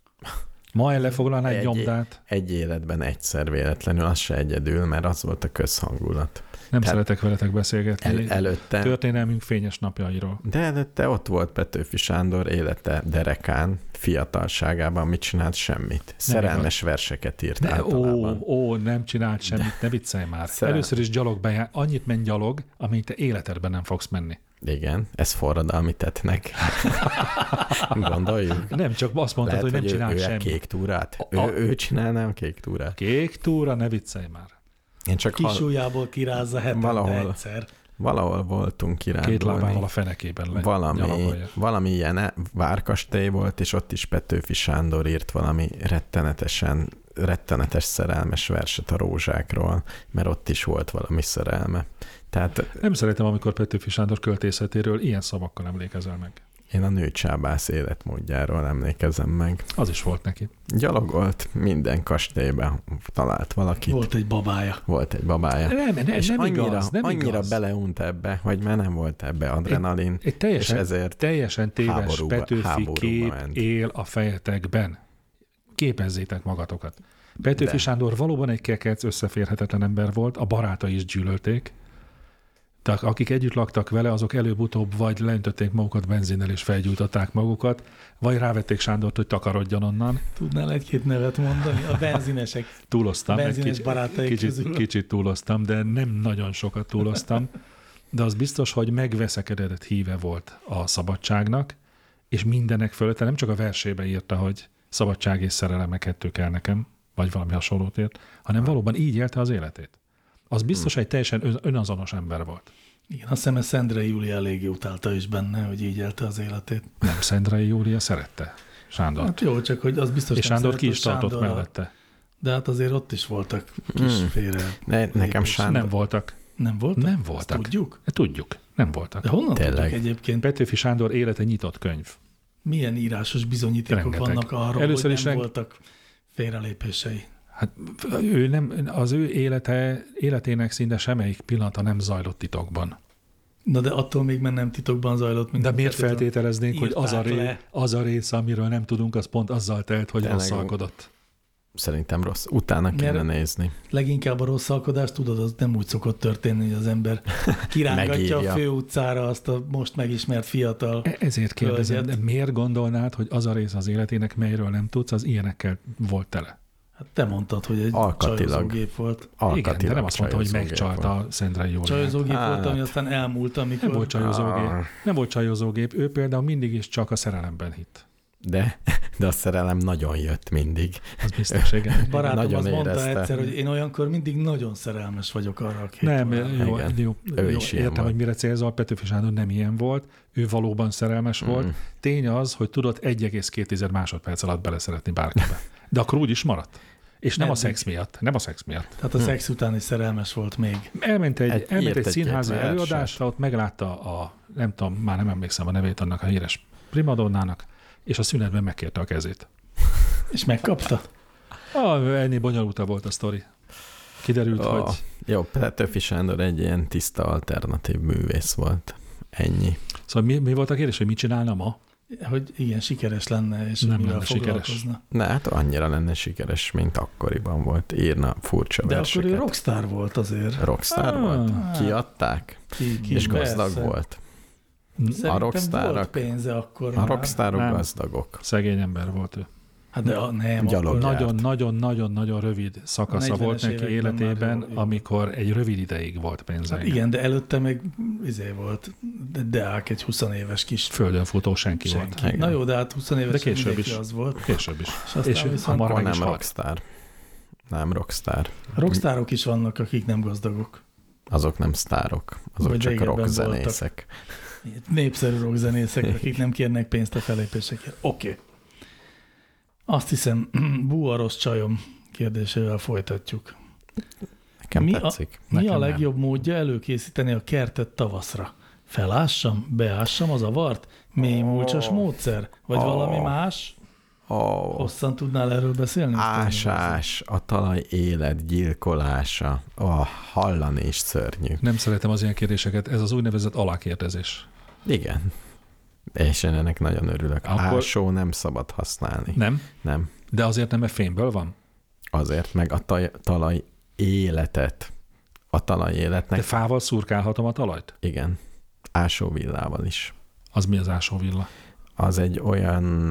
Ma lefoglalná egy nyomdát. egy életben egyszer véletlenül, az se egyedül, mert az volt a közhangulat. Nem Tehát szeretek veletek beszélgetni. Előtte, Történelmünk fényes napjairól. de előtte ott volt Petőfi Sándor élete derekán, fiatalságában mit csinált? Semmit. Szerelmes verseket írt általában. Nem csinált semmit, ne viccelj már. Szerelem. Először is annyit menj gyalog, amit te életedben nem fogsz menni. Igen, ez forradalmi tettnek. Gondoljuk. Nem, csak azt mondtad, hogy nem csinált ő semmit. kék túrát? Ő csinálná a kék túrát? Kék túra, ne viccelj már. Én csak Kis ujjából kirázza hetente Valahol. egyszer. valahol voltunk kirándulni. Két lábával a fenekében le. Valami ilyen várkastély volt, és ott is Petőfi Sándor írt valami rettenetes szerelmes verset a rózsákról, mert ott is volt valami szerelme. Tehát Nem szeretem, amikor Petőfi Sándor költészetéről ilyen szavakkal emlékezel meg. én a nőcsábász életmódjáról emlékezem meg. Az is volt neki. Gyalogolt, minden kastélyben talált valakit. Volt egy babája. Volt egy babája. Nem annyira igaz. beleunt ebbe, vagy már nem volt ebbe adrenalin, Egy és ezért teljesen téves Petőfi háborúba kép ment. él a fejetekben. Képezzétek magatokat. Petőfi De. Sándor valóban egy kekec, összeférhetetlen ember volt, a barátai is gyűlölték, de akik együtt laktak vele, azok előbb-utóbb vagy leöntötték magukat benzinnel és felgyújtották magukat, vagy rávették Sándort, hogy takarodjon onnan. Tudnál egy-két nevet mondani? A benzinesek. Túloztam, Benzines barátaik közül. kicsit túloztam, de nem nagyon sokat túloztam. De az biztos, hogy megveszekedett híve volt a szabadságnak, és mindenek fölötte nem csak a versébe írta, hogy szabadság és szerelem kettő kell nekem, vagy valami hasonlót ért, hanem valóban így élte az életét. Az biztos, egy teljesen önazonos ember volt. Igen, azt hiszem, Szendrei Júlia eléggé utálta is benne, hogy így élte az életét. Nem, Szendrei Júlia szerette Sándor. Hát jó, csak hogy az biztos És nem Sándor ki szerette, is hogy tartott Sándor mellette. De hát azért ott is voltak kis félre. Nekem lépések. Sándor... Nem voltak. Nem voltak? Nem Azt voltak. tudjuk? Tudjuk. Nem voltak. De honnan Tényleg. tudjuk egyébként? Petőfi Sándor élete nyitott könyv. Milyen írásos bizonyítékok Rengeteg. vannak arról, Először hogy is nem voltak félrelépései? Hát az ő életének szinte semmelyik pillanata nem zajlott titokban. Na de attól még nem titokban zajlott. De miért feltételeznénk, hogy írták az a rész, amiről nem tudunk, az pont azzal telt, hogy Tényleg rosszalkodott. Szerintem rossz. Utána kéne nézni. Leginkább a rosszalkodást, tudod, az nem úgy szokott történni, hogy az ember kirángatja Megírja. a főutcára azt a most megismert fiatal. Ezért kérdezem, hölgyet. de miért gondolnád, hogy az a rész az életének, melyről nem tudsz, az ilyenekkel volt tele? Hát te mondtad, hogy egy Alkatilag. csajozógép volt. Igen, de nem azt mondta, hogy csajozógép megcsalta volt. a Szendrei József. Csajozógép volt, ami Hát. aztán elmúlt, amikor... Nem volt csajozógép. Nem volt csajozógép. Ő például mindig is csak a szerelemben hitt. De a szerelem nagyon jött mindig. Az biztos, igen. Barátom Nagyon azt mondta érezte. egyszer, hogy én olyankor mindig nagyon szerelmes vagyok arra a két Nem, órára. jó, Igen. jó, Ő jó is ilyen értem, volt. hogy mire célzol, Petőfi Sándor nem ilyen volt, ő valóban szerelmes volt. Tény az, hogy tudott 1,2 másodperc alatt beleszeretni bárkibe. De akkor úgy is maradt. És nem a Meddig? szex miatt. Nem a szex miatt. Tehát a szex után is szerelmes volt még. Elment írt egy egy-két színházi verset. előadásra, ott meglátta nem tudom, már nem emlékszem a nevét annak a híres primadonnának, és a szünetben megkérte a kezét. És megkapta? Ennél bonyolultabb volt a sztori. Kiderült, hogy... Jó, Petőfi Sándor egy ilyen tiszta alternatív művész volt. Ennyi. Szóval mi volt a kérdés, hogy mit csinálna ma? Hogy igen, sikeres lenne, és Nem mivel lenne sikeres. foglalkozna. Ne, hát annyira lenne sikeres, mint akkoriban volt. Írna furcsa De verseket. akkor ő rockstar volt azért. Rockstar volt? Kiadták? És gazdag persze. volt. Szerintem volt rockstárok- pénze akkor A már. rockstárok Nem. gazdagok. Szegény ember volt ő. Hát de nem, Gyalog. akkor Járt. Nagyon-nagyon-nagyon rövid szakasza 40-es volt neki években életében, már jó. amikor egy rövid ideig volt pénze. Hát igen, de előtte még volt Deák, egy 20 éves kis Földön futó senki volt. senki. Igen. Na jó, de hát 20 éves De később mindenki is. az volt. Később is. És aztán És viszont hamar Akkor meg is nem halt. rockstar. Nem rockstar. rockstárok is vannak, akik nem gazdagok. Azok nem sztárok. Azok Vagy csak régebben rockzenészek. Népszerű rockzenészek, akik nem kérnek pénzt a felépésekért. Oké. Azt hiszem, Bú a rossz csajom kérdésével folytatjuk. Nekem Mi tetszik. Mi Nekem a nem. legjobb módja előkészíteni a kertet tavaszra? Felássam, beássam az avart? Mély mulcsos módszer? Vagy valami más? Hosszan tudnál erről beszélni? Ásás, a talaj élet gyilkolása. Hallani is szörnyű. Nem szeretem az ilyen kérdéseket, ez az úgynevezett alákérdezés. Igen. És én ennek nagyon örülök. Akkor- Ásó nem szabad használni. Nem? Nem. De azért nem, mert fényből van? Azért, meg a talaj életet. A talaj életnek. De fával szurkálhatom a talajt? Igen. Ásóvillával is. Az mi az ásóvilla? Az egy olyan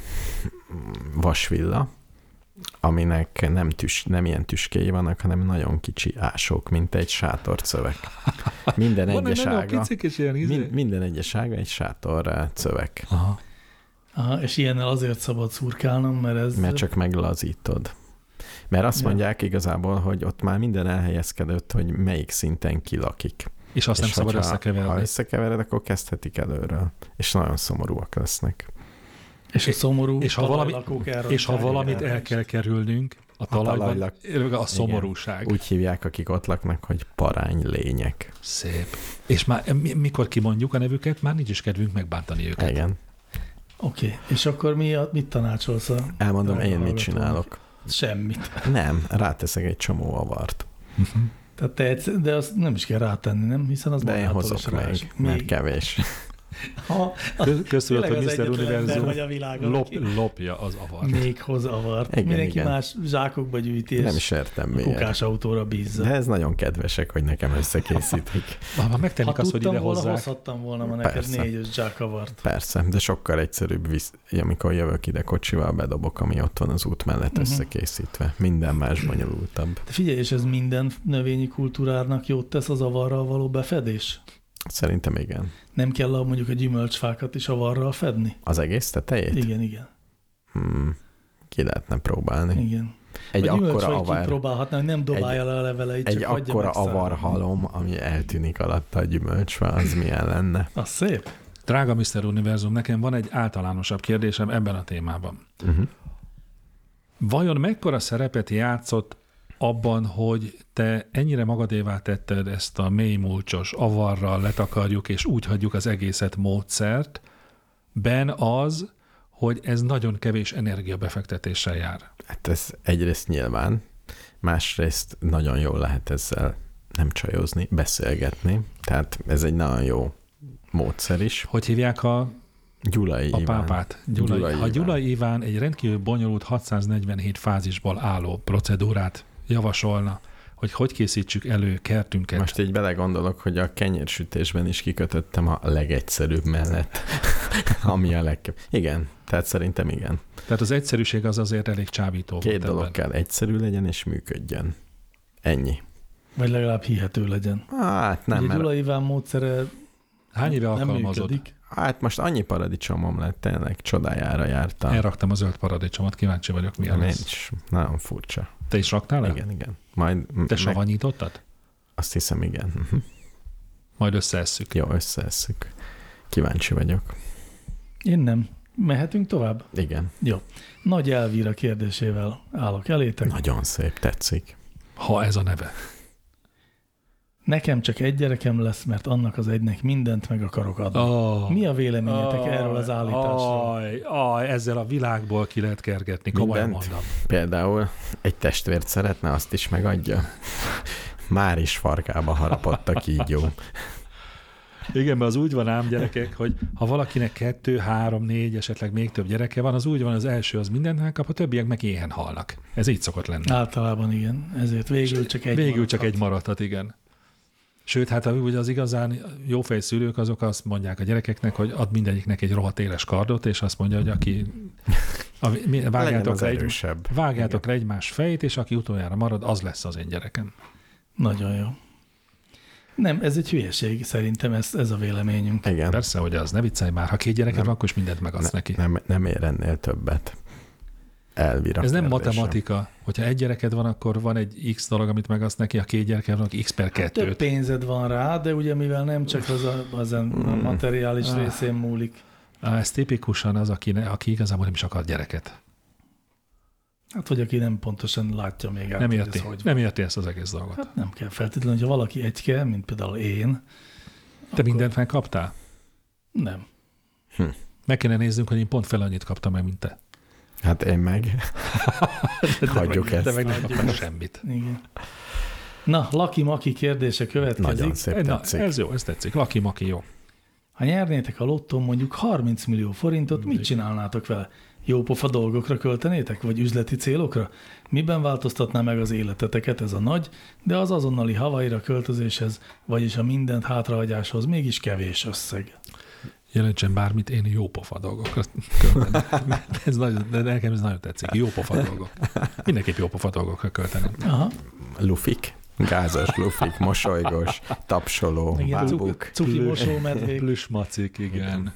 vasvilla, aminek nem ilyen tüskéi vannak, hanem nagyon kicsi ásók, mint egy sátorcövek. Minden egyes ága, és ilyen minden egyes ága egy sátorcövek, Aha. Aha, és ilyennel azért szabad szurkálnom, mert ez... mert csak meglazítod. Mert azt Ja. mondják igazából, hogy ott már minden elhelyezkedett, hogy melyik szinten ki lakik. És azt nem szabad Ha összekeverni. összekevered, akkor kezdhetik előről. És nagyon szomorúak lesznek. És a szomorú és ha valami- talajlakók És ha elrontják valamit el. el kell kerülnünk, a talajban, a szomorúság. Úgy hívják, akik ott laknak, hogy parány lények. Szép. És már mikor kimondjuk a nevüket, már nincs is kedvünk megbántani őket. Igen. Oké, és akkor mit tanácsolsz? Elmondom, drága én mit hallgatónak? csinálok. Semmit. Nem, ráteszek egy csomó avart. Tehát de azt nem is kell rátenni, nem? Hiszen az De én magától hozok is rás. mert kevés. Ha, Köztudott, tényleg hogy az Mr. egyetlen ember Univerzum vagy a világon, aki lopja az avart. még hoz avart. Igen, Mindenki igen. más zsákokba gyűjti, Nem és is értem miért. kukás autóra bízza. De ez nagyon kedvesek, hogy nekem összekészítik. Ha Ha megtennék azt, hogy tudtam ide volna, hozzák. hozhattam volna ma neked Persze. 4-5 zsákavart. Persze, de sokkal egyszerűbb, amikor jövök ide kocsival, bedobok, ami ott van az út mellett összekészítve. Minden más bonyolultabb. De figyelj, és ez minden növényi kultúrárnak jót tesz az avarral való befedés? Szerintem igen. Nem kell mondjuk a gyümölcsfákat is avarral fedni? Az egész tetejét? Igen. Ki lehetne próbálni. Igen. Egy a gyümölcs akkora vagy avar, kipróbálhatná, hogy nem dobálja le a leveleit, egy csak hagyja akkora megszáradni. avarhalom, ami eltűnik alatta a gyümölcsfa, az milyen lenne? Az szép. Drága Mr. Univerzum, nekem van egy általánosabb kérdésem ebben a témában. Vajon mekkora szerepet játszott abban, hogy te ennyire magadévá tetted ezt a mély mulcsos, avarral letakarjuk, és úgy hagyjuk az egészet módszert, ben az, hogy ez nagyon kevés energiabefektetéssel jár. Hát ez egyrészt nyilván, másrészt nagyon jól lehet ezzel nem csajozni, beszélgetni. Tehát ez egy nagyon jó módszer is. Hogy hívják a Gyulai Iván. pápát? Ha Gyulai Iván egy rendkívül bonyolult 647 fázisból álló procedúrát javasolna, hogy készítsük elő kertünket. Most így belegondolok, hogy a kenyérsütésben is kikötöttem a legegyszerűbb mellett, ami a legkebb. Igen, tehát szerintem igen. Tehát az egyszerűség az azért elég csábító. Két dolog kell, egyszerű legyen és működjön. Ennyi. Vagy legalább hihető legyen. Hát nem, Ugye mert... Gyula Iván módszere Hány éve nem alkalmazod? működik. Hát most annyi paradicsomom lett, tényleg csodájára jártam. Elraktam a zöld paradicsomot, kíváncsi vagyok, milyen lesz. Nincs. Nagyon furcsa. Te is raktál el? Igen. Majd Te savanyítottad? Azt hiszem, igen. Majd összeesszük. Jó, összeesszük. Kíváncsi vagyok. Én nem. Mehetünk tovább? Igen. Jó. Nagy Elvíra kérdésével állok elétek. Nagyon szép, tetszik. Ha ez a neve. Nekem csak egy gyerekem lesz, mert annak az egynek mindent meg akarok adni. Mi a véleményetek erről az állításról? Ezzel a világból ki lehet kergetni, komolyan Mindent? mondom. Például egy testvért szeretne, azt is megadja. Már is farkába harapott a kígyó. Igen, mert az úgy van ám, gyerekek, hogy ha valakinek 2, 3, 4, esetleg még több gyereke van, az úgy van, az első az mindent megkap, a többiek meg éhen halnak. Ez így szokott lenni. Általában igen. Ezért végül csak egy Végül maradhat. csak egy maradhat, igen. Sőt, hát ugye az igazán jófej szülők azok azt mondják a gyerekeknek, hogy ad mindegyiknek egy rohadt éles kardot, és azt mondja, hogy aki vágjátok le egymás fejét, és aki utoljára marad, az lesz az én gyerekem. Nagyon jó. Nem, ez egy hülyeség, szerintem ez a véleményünk. Igen. Persze, hogy az, ne viccelj már, ha 2 gyereket van, akkor is mindent megadsz neki. Nem ér ennél többet. Elvira. Ez nem matematika. Hogyha egy gyereked van, akkor van egy X dolog, amit megadsz neki, ha 2 gyereked van, X per 2-t. Több pénzed van rá, de ugye mivel nem csak az a materiális részén múlik. Ez tipikusan az, aki igazából nem is akar gyereket. Hát, hogy aki nem pontosan látja még át, Nem érti ezt az egész dolgot. Hát nem kell feltétlenül, hogyha valaki egyke, mint például én. Te mindent megkaptál? Nem. Meg kéne néznünk, hogy én pont fel annyit kaptam meg, mint te. Hát én meg. Hagyjuk ezt. Te meg nem kaptál semmit. Igen. Na, Laki-Maki kérdése következik. Nagyon szép, tetszik. Ez jó, ez tetszik. Laki-Maki jó. Ha nyernétek a lottón mondjuk 30 millió forintot, mit csinálnátok vele? Jópofa dolgokra költenétek, vagy üzleti célokra? Miben változtatná meg az életeteket ez a nagy, de az azonnali Havaira költözéshez, vagyis a mindent hátrahagyáshoz mégis kevés összeg? Jelentsen bármit, én jópofa dolgokra költenem. De nekem ez nagyon tetszik. Jópofa dolgok. Mindenképp jópofa dolgokra költenem. Aha. Lufik. Gázos lufik, mosolygós, tapsoló, bábuk. Cuki mosómedvék. Plüsmacik, igen.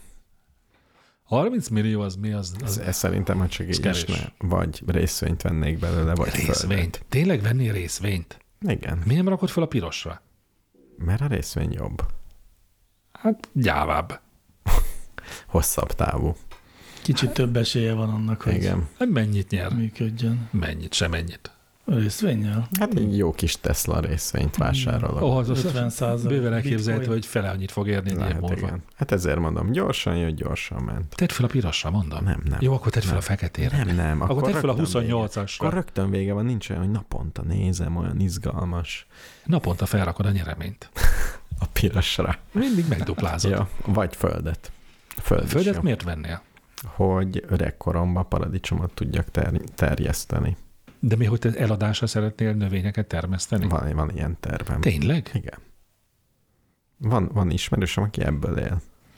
30 millió az mi az? Ez szerintem, hogy csak így is ne. Vagy részvényt vennék belőle, vagy részvényt. Földet. Tényleg vennél részvényt? Igen. Miért rakod fel a pirosra? Mert a részvény jobb. Hát gyávább. Hosszabb távú. Kicsit több esélye van annak, hogy igen. Hát mennyit nyer? Működjön. Mennyit, semennyit. Részvénnyel? Hát egy jó kis Tesla részvényt vásárolok. Az 50%. Bőven elképzelhető, hogy fele annyit fog érni egy év múlva. Igen. Hát ezért mondom, gyorsan jött, gyorsan ment. Tedd fel a pirosra, mondom. Nem. Jó, akkor tedd fel a feketére. Nem. Akkor tedd fel a 28-asra. Akkor rögtön vége van, nincs olyan, hogy naponta nézem, olyan izgalmas. Naponta felrakod a nyereményt. A pirosra. Mindig megduplázod. Ja, vagy földet. Földet miért vennél? Hogy öregkoromban paradicsomot tudjak terjeszteni. De mi, hogy te eladásra szeretnél növényeket termeszteni? Van ilyen tervem. Tényleg? Igen. Van ismerősöm, aki ebből él.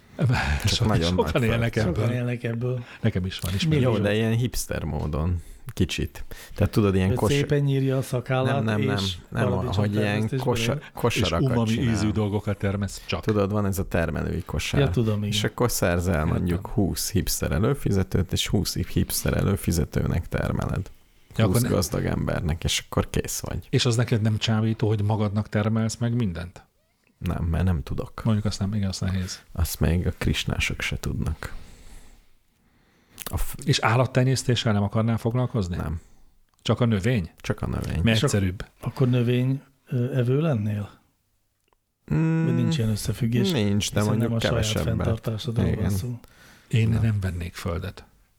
Sokan élnek ebből. Nekem is van ismerősöm. Jó, de ilyen hipster módon. Kicsit. Tehát tudod, ilyen szépen nyírja a szakállát, nem, hogy ilyen kosarakat és umami csinál. ízű dolgokat termesz csak. Tudod, van ez a termelői kosár. Ja, tudom, igen. És akkor szerzel mondjuk 20 hipster előfizetőt, és 20 hipster előfizetőnek termeled. 20 gazdag embernek, és akkor kész vagy. És az neked nem csábító, hogy magadnak termelsz meg mindent? Nem, mert nem tudok. Mondjuk azt nem, igen, az nehéz. Azt még a krisnások se tudnak. És állattenyésztéssel nem akarnál foglalkozni? Nem. Csak a növény? Csak a növény. Mert egyszerűbb. Akkor növény evő lennél? Vagy nincs ilyen összefüggés? Nincs, de mondjuk nem a kevesebbet. saját fenntartásodról van szó. Én nem vennék földet.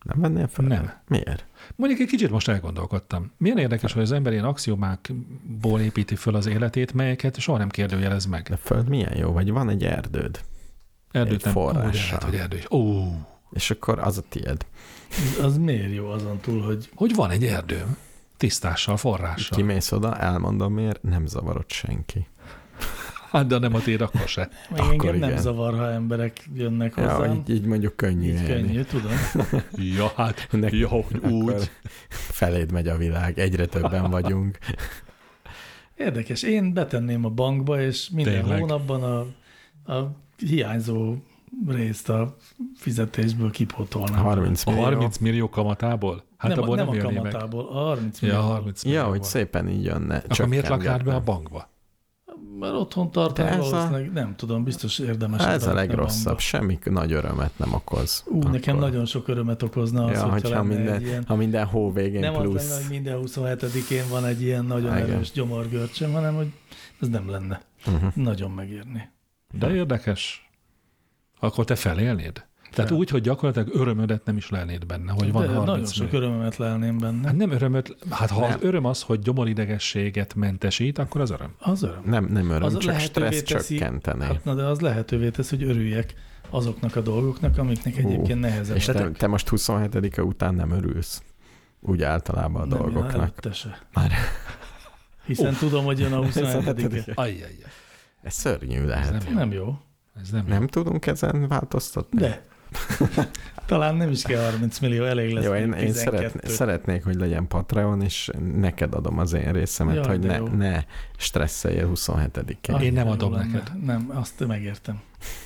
Nem vennél fel? Nem. Miért? Mondjuk egy kicsit most elgondolkodtam. Milyen érdekes, hogy az ember ilyen axiomákból építi föl az életét, melyeket soha nem kérdőjelez meg. De föld milyen jó, vagy van egy erdőd. Erdőt egy nem. forrással. Hogy erdő is. Ó, És akkor az a tiéd. Az miért jó azon túl, hogy hogy van egy erdőm? Tisztással, forrással. Kimész oda, elmondom miért, nem zavarod senki. Hát, de nem a tiéd, akkor se. még Akkor engem nem igen. zavar, ha emberek jönnek Ja, hozzám. így mondjuk könnyű Így élni. könnyű, tudom. Ja, hát, Neki- hogy akkor úgy. Feléd megy a világ, egyre többen vagyunk. Érdekes. Én betenném a bankba, és minden Tényleg? hónapban a hiányzó részt a fizetésből kipótolnám. 30 A millió. 30 millió kamatából? Hát nem, abból nem nem a élné meg. kamatából, a 30 Ja, millió. 30 millió. Ja, hogy szépen így jönne. Akkor miért laknád be a csökkentgetne. bankba? Mert otthon tartom, De ez valószínűleg, nem tudom, biztos érdemes. Ez a berakni legrosszabb, bankba. semmi nagy örömet nem okoz. Nekem nagyon sok örömet okozna az, Ja, hogyha hogyha lenne minden, egy ilyen... ha minden hó végén Nem az plusz. lenne, hogy minden 27-én van egy ilyen nagyon Igen. erős gyomorgörcsöm, hanem hogy ez nem lenne. Nagyon megérni. De érdekes. Akkor te felélnéd? Tehát úgy, hogy gyakorlatilag örömödet nem is lelnéd benne, hogy van De 30 nagyon sok millió. örömömet lelném benne. Hát nem örömöt, hát ha az Nem. öröm az, hogy gyomoridegességet mentesít, akkor az öröm. Az öröm. Nem öröm, Az csak lehetővé stressz teszi- csökkentené. Hát, na de az lehetővé tesz, hogy örüljek azoknak a dolgoknak, amiknek egyébként nehezebb. És te most 27-e után nem örülsz? Úgy általában a Nem, dolgoknak. előtte se. Már Hiszen tudom, hogy jön a 27-e. Ajjajjaj. ez szörnyű lehet. Ez nem jó. Nem jó. Ez nem jó. Nem tudunk ezen változtatni? De. Talán nem is kell 30 millió, elég lesz. Jó, én mondjuk 12. szeretnék, hogy legyen Patreon, és neked adom az én részemet, Jaj, hogy de ne, jó. ne stresszeljél 27-én. Én nem Jó adom lenne. neked. Nem, azt megértem.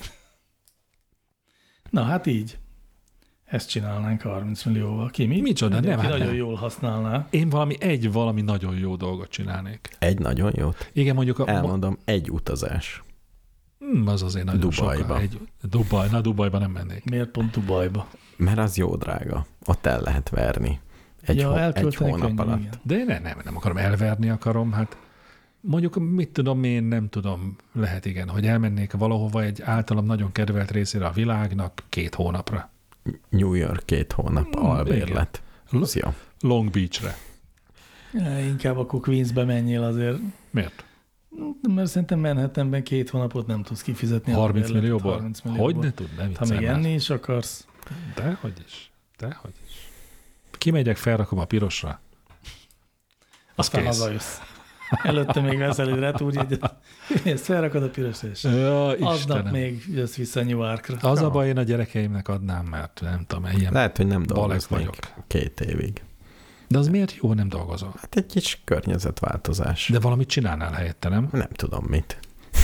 Na, hát így. Ezt csinálnánk 30 millióval. Ki mi? Micsoda, nem, Mindenki hát nagyon nem. jól használná. Én valami nagyon jó dolgot csinálnék. Egy nagyon jót. Igen, mondjuk Elmondom, egy utazás. az azért nagyon Dubajba. sokkal. Dubajba nem mennék. Miért pont Dubajba? Mert az jó drága. Ott el lehet verni. Egy elkölteni hónap könnyű, alatt. igen. De én nem akarom elverni akarom, hát mondjuk mit tudom én, nem tudom, lehet igen, hogy elmennék valahova egy általam nagyon kedvelt részére a világnak 2 hónapra. New York 2 hónap albérlet. Az jó. Long Beachre. Ja, inkább akkor Queensbe menjél azért. Miért? Mert szerintem Manhattanben 2 hónapot nem tudsz kifizetni. 30 albérletet, millióból? 30 millióból. Hogy ne tud, ne Ha viccelj még már. enni is akarsz. Dehogy is. Kimegyek, felrakom a pirosra. Aztán kész. hazajössz. Előtte még veszel egy retúrjegyet, ezt felrakod a piros, és Ja, aznap Istenem. még jössz vissza New Yorkra. Az a baj, én a gyerekeimnek adnám, mert nem tudom, ilyen Lehet, hogy nem balek dolgoznék vagyok. 2 évig. De az miért jó, nem dolgozol? Hát egy kis környezetváltozás. De valamit csinálnál helyette, nem? Nem tudom mit.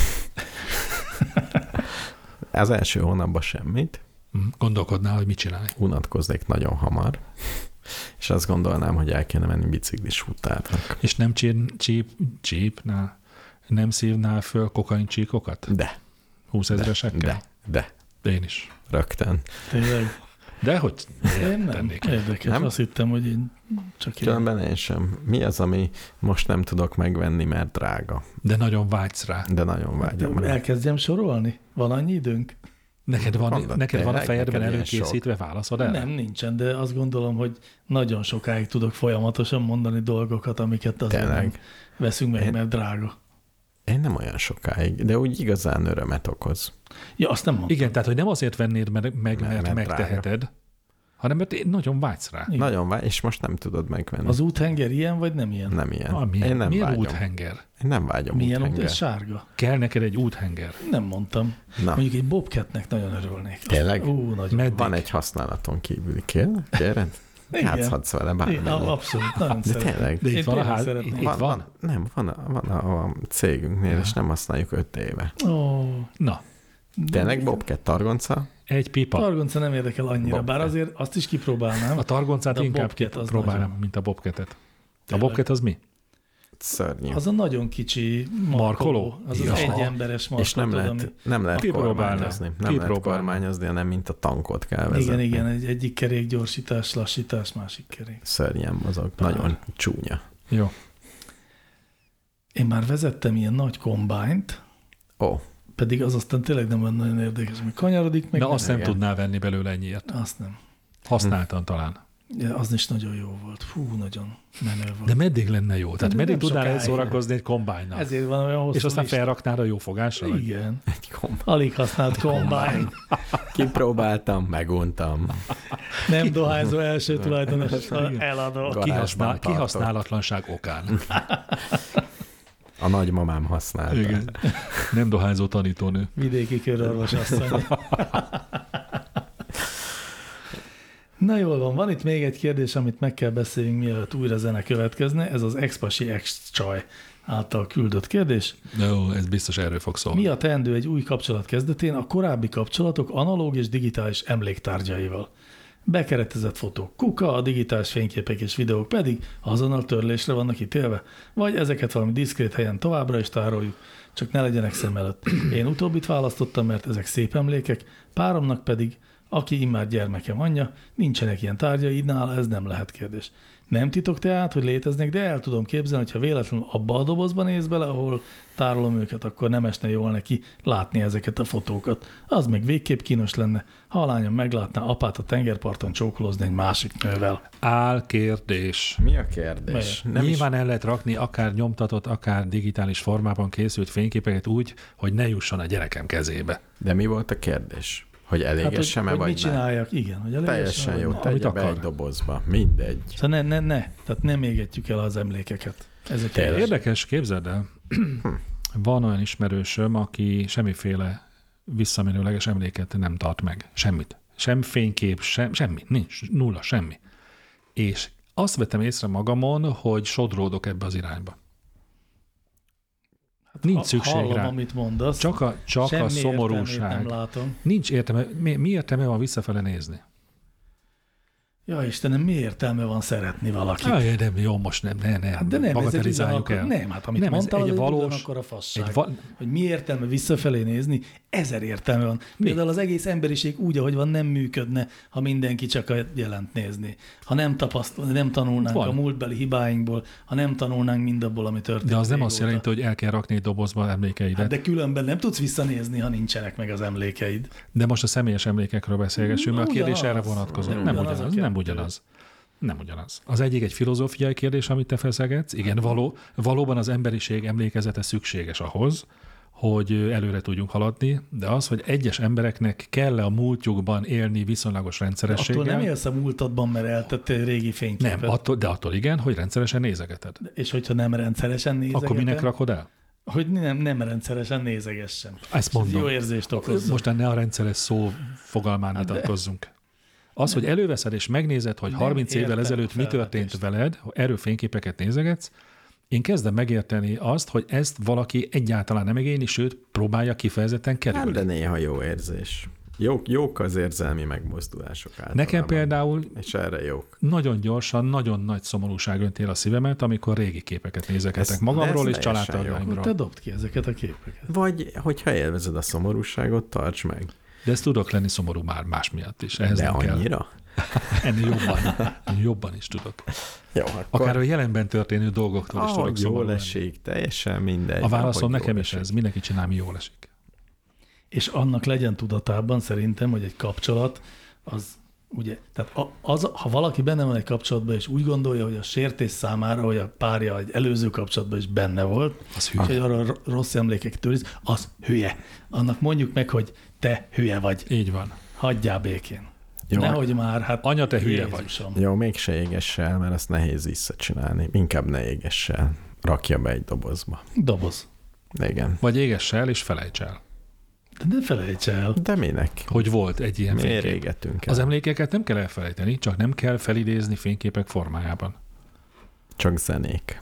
Az első hónapban semmit. Gondolkodnál, hogy mit csinálj. Unatkoznék nagyon hamar. És azt gondolnám, hogy el kéne menni biciklis futárnak. És nem csípnál, nem szívnál föl kokain csíkokat? De. 20 ezeresekkel? De. De én is. Rögtön. Tényleg. De hogy Én nem. tennék? Érdekes. Nem? Azt hittem, hogy én csak én. Különben én sem. Mi az, ami most nem tudok megvenni, mert drága? De nagyon vágysz rá. De nagyon vágyom rá. Elkezdjem sorolni? Van annyi időnk? Neked van a Tényleg? fejedben Neked ilyen előkészítve válaszod el? Nem, nincsen, de azt gondolom, hogy nagyon sokáig tudok folyamatosan mondani dolgokat, amiket azért nem Tényleg. veszünk meg, Én- mert drága. Én nem olyan sokáig, de úgy igazán örömet okoz. Ja, azt nem mondtam. Igen, tehát hogy nem azért vennéd mert Mert megteheted, hanem mert nagyon vágysz rá. Igen. Nagyon vágy, és most nem tudod megvenni. Az úthenger ilyen, vagy nem ilyen? Nem ilyen. Milyen, Én nem milyen vágyom. úthenger? Én nem vágyom Milyen út? úthenger. Ez sárga. Kell neked egy úthenger. Nem mondtam. Na, Mondjuk egy bobcatnek nagyon örülnék. Tényleg? Nagy. Meddig? van egy használaton kívüli. Kéred? Igen. Játszhatsz vele Igen, bármilyen. abszolút, nagyon De szeretem. tényleg. De Én itt van a tényleg ház, szeretném. itt van. Nem, van a cégünknél, és nem használjuk 5 éve. Ó, Na, Tényleg Bobcat targonca? egy pipa. Targonca nem érdekel annyira, Bobcat. bár azért azt is kipróbálnám. A targoncát De a inkább Bobcat az próbálnám, nagyon. mint a bobketet. A Tényleg. bobket az mi? Szörnyű. Az a nagyon kicsi Markoló? Az Ja. az egy emberes markoló. És nem lehet Kipróbálnám. kormányozni. Nem lehet Kipróbálnám. kormányozni, hanem mint a tankot kell vezetni. Igen, egyik kerék gyorsítás, lassítás, másik kerék. Szörnyen mozog. Nagyon csúnya. Jó. Én már vezettem ilyen nagy kombányt, Ó, pedig az aztán tényleg nem olyan nagyon érdekes, hogy kanyarodik, meg De azt nem igen. tudnál venni belőle ennyiért. Azt nem. Használtan talán. Ja, az is nagyon jó volt. Hú, nagyon menő volt. De meddig lenne jó? Tehát De meddig nem tudnál sokáig. elszórakozni egy kombájnnal? Ezért van olyan hosszú És aztán lista. felraknál a jó fogásra? vagy? Igen. Egy komb. Alig használt combine. Kipróbáltam, meguntam. Nem dohányzó első tulajdonos, eladó. Garázsban tartott. Kihasználatlanság okán. A nagymamám használta. Igen. Nem dohányzó tanítónő. Vidéki körorvos asszony. Na jól van itt még egy kérdés, amit meg kell beszéljünk, mielőtt újra zene következne. Ez az Expasi Ex-csaj által küldött kérdés. Jó, ez biztos erről fog szólni. Mi a teendő egy új kapcsolat kezdetén a korábbi kapcsolatok analóg és digitális emléktárgyaival? Bekeretezett fotók kuka, a digitális fényképek és videók pedig azonnal törlésre vannak ítélve? Vagy ezeket valami diszkrét helyen továbbra is tároljuk, csak ne legyenek szem előtt? Én utóbbit választottam, mert ezek szép emlékek, páromnak pedig, aki immár gyermekem anyja, nincsenek ilyen tárgyai, így nála ez nem lehet kérdés. Nem titok tehát, hogy léteznek, de el tudom képzelni, hogyha véletlenül abba a dobozba néz bele, ahol tárolom őket, akkor nem esne jól neki látni ezeket a fotókat. Az meg végképp kínos lenne, ha a lányom meglátná apát a tengerparton csókolózni egy másik nővel. Álkérdés. Mi a kérdés? Nyilván el lehet rakni akár nyomtatott, akár digitális formában készült fényképeket úgy, hogy ne jusson a gyerekem kezébe. De mi volt a kérdés? Hogy elégessem-e, hogy vagy mit nem? csináljak? Igen, hogy Teljesen jó, vagy Amit tegye be akar. egy dobozba. Mindegy. Szóval ne. Tehát nem égetjük el az emlékeket. Ez a kérdés. Érdekes, képzeld el. Van olyan ismerősöm, aki semmiféle visszamenőleges emléket nem tart meg. Semmit. Sem fénykép, semmi. Nincs. Nulla, semmi. És azt vettem észre magamon, hogy sodródok ebbe az irányba. Nincs szükség Hallom, rá. amit mondasz. Csak a Semmi szomorúság. értelmét nem látom. Nincs értelme. Mi értelme van visszafele nézni? Ja, Istenem, mi értelme van szeretni valakit? Jaj, de jó, most nem, ne, Hát de nem, ez egy bagatelizáljuk el. Nem, hát amit Nem, ez mondtál, egy az valós- ugyanakkor a fasság. egy Hogy mi értelme visszafelé nézni, 1000 értelme van. Például az egész emberiség úgy, ahogy van, nem működne, ha mindenki csak a jelent nézni. Ha nem tapasztalnánk, nem tanulnánk Van. a múltbeli hibáinkból, ha nem tanulnánk mindabból, ami történt. De az nem azt régóta. jelenti, hogy el kell rakni egy dobozba emlékeidet. Hát de különben nem tudsz visszanézni, ha nincsenek meg az emlékeid. De most a személyes emlékekről beszélgessünk, mert a kérdés Ugyanaz. erre vonatkozik. Nem Nem ugyanaz a ugyanaz, kettő. nem ugyanaz. Nem ugyanaz. Az egyik egy filozófiai kérdés, amit te feszegetsz. Igen, valóban az emberiség emlékezete szükséges ahhoz, hogy előre tudjunk haladni, de az, hogy egyes embereknek kell a múltjukban élni viszonylagos rendszerességgel. Attól nem élsz a múltadban, mert eltettél egy régi fényképet. Nem, de attól igen, hogy rendszeresen nézegeted. És hogyha nem rendszeresen nézegetem, Akkor minek rakod el? hogy nem rendszeresen nézegessen. Ezt mondom. Jó érzést okozza. Most ne a rendszeres szó fogalmán vitatkozzunk. Az, hogy előveszed és megnézed, hogy Nem 30 évvel értem ezelőtt a mi történt felvetést. veled, erről fényképeket nézegetsz, én kezdem megérteni azt, hogy ezt valaki egyáltalán nem igényli, sőt, próbálja kifejezetten Hát, kerülni. de néha jó érzés. Jók az érzelmi megmozdulások általában. Nekem például És erre jók. nagyon gyorsan, nagyon nagy szomorúság önti el a szívemet, amikor régi képeket nézegetek Ez- magamról de és ez teljesen jó. Te családtagjaimról. dobd ki ezeket a képeket. Vagy, hogyha élvezed a szomorúságot, tarts meg. De ezt tudok lenni szomorú már más miatt is. Ehhez De nem kell. annyira? Ennél jobban is tudok. Jó, akkor Akár a jelenben történő dolgoktól is tudok ahogy szomorú jól lenni. esik, teljesen mindegy. A válaszom ahogy nekem jól is esik. ez. Mindenki csinál, mi jól esik. És annak legyen tudatában szerintem, hogy egy kapcsolat az ugye, tehát ha valaki benne van egy kapcsolatban, és úgy gondolja, hogy a sértés számára, hogy a párja egy előző kapcsolatban is benne volt, Az és hülye. hogy arra rossz emlékek őriz, az hülye. Annak mondjuk meg, hogy te hülye vagy. Így van. Hagyjál békén. Jó. Nehogy már, hát Anya, te hülye Jézusom. Jó, mégse égess el, mert ezt nehéz visszacsinálni. Inkább ne égess el. Rakja be egy dobozba. Doboz. Igen. Vagy égess el, és felejts el, De ne felejts el. De minek? hogy volt egy ilyen Miért fénykép. égetünk el? Az emlékeket nem kell elfelejteni, csak nem kell felidézni fényképek formájában. Csak zenék.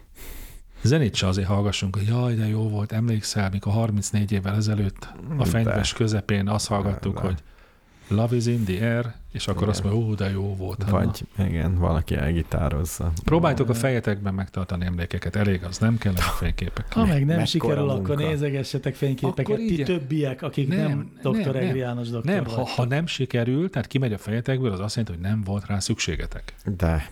Zenét se azért hallgassunk, hogy jaj, de jó volt, emlékszel, mikor 34 évvel ezelőtt a fenyves közepén azt hallgattuk, De. hogy Love is in the air, és akkor Igen. azt mondja, ó, de jó volt. Hát Vagy, igen, valaki elgitározza. próbáltok a fejetekben megtartani emlékeket, elég az, nem kell a fényképek. Ha meg nem Mekkora sikerül, akkor munka. nézegessetek fényképeket. Akkor Ti így- többiek, akik nem Dr. Egri János doktor Nem, vagytok. ha nem sikerül, tehát kimegy a fejetekből, az azt jelenti, hogy nem volt rá szükségetek. De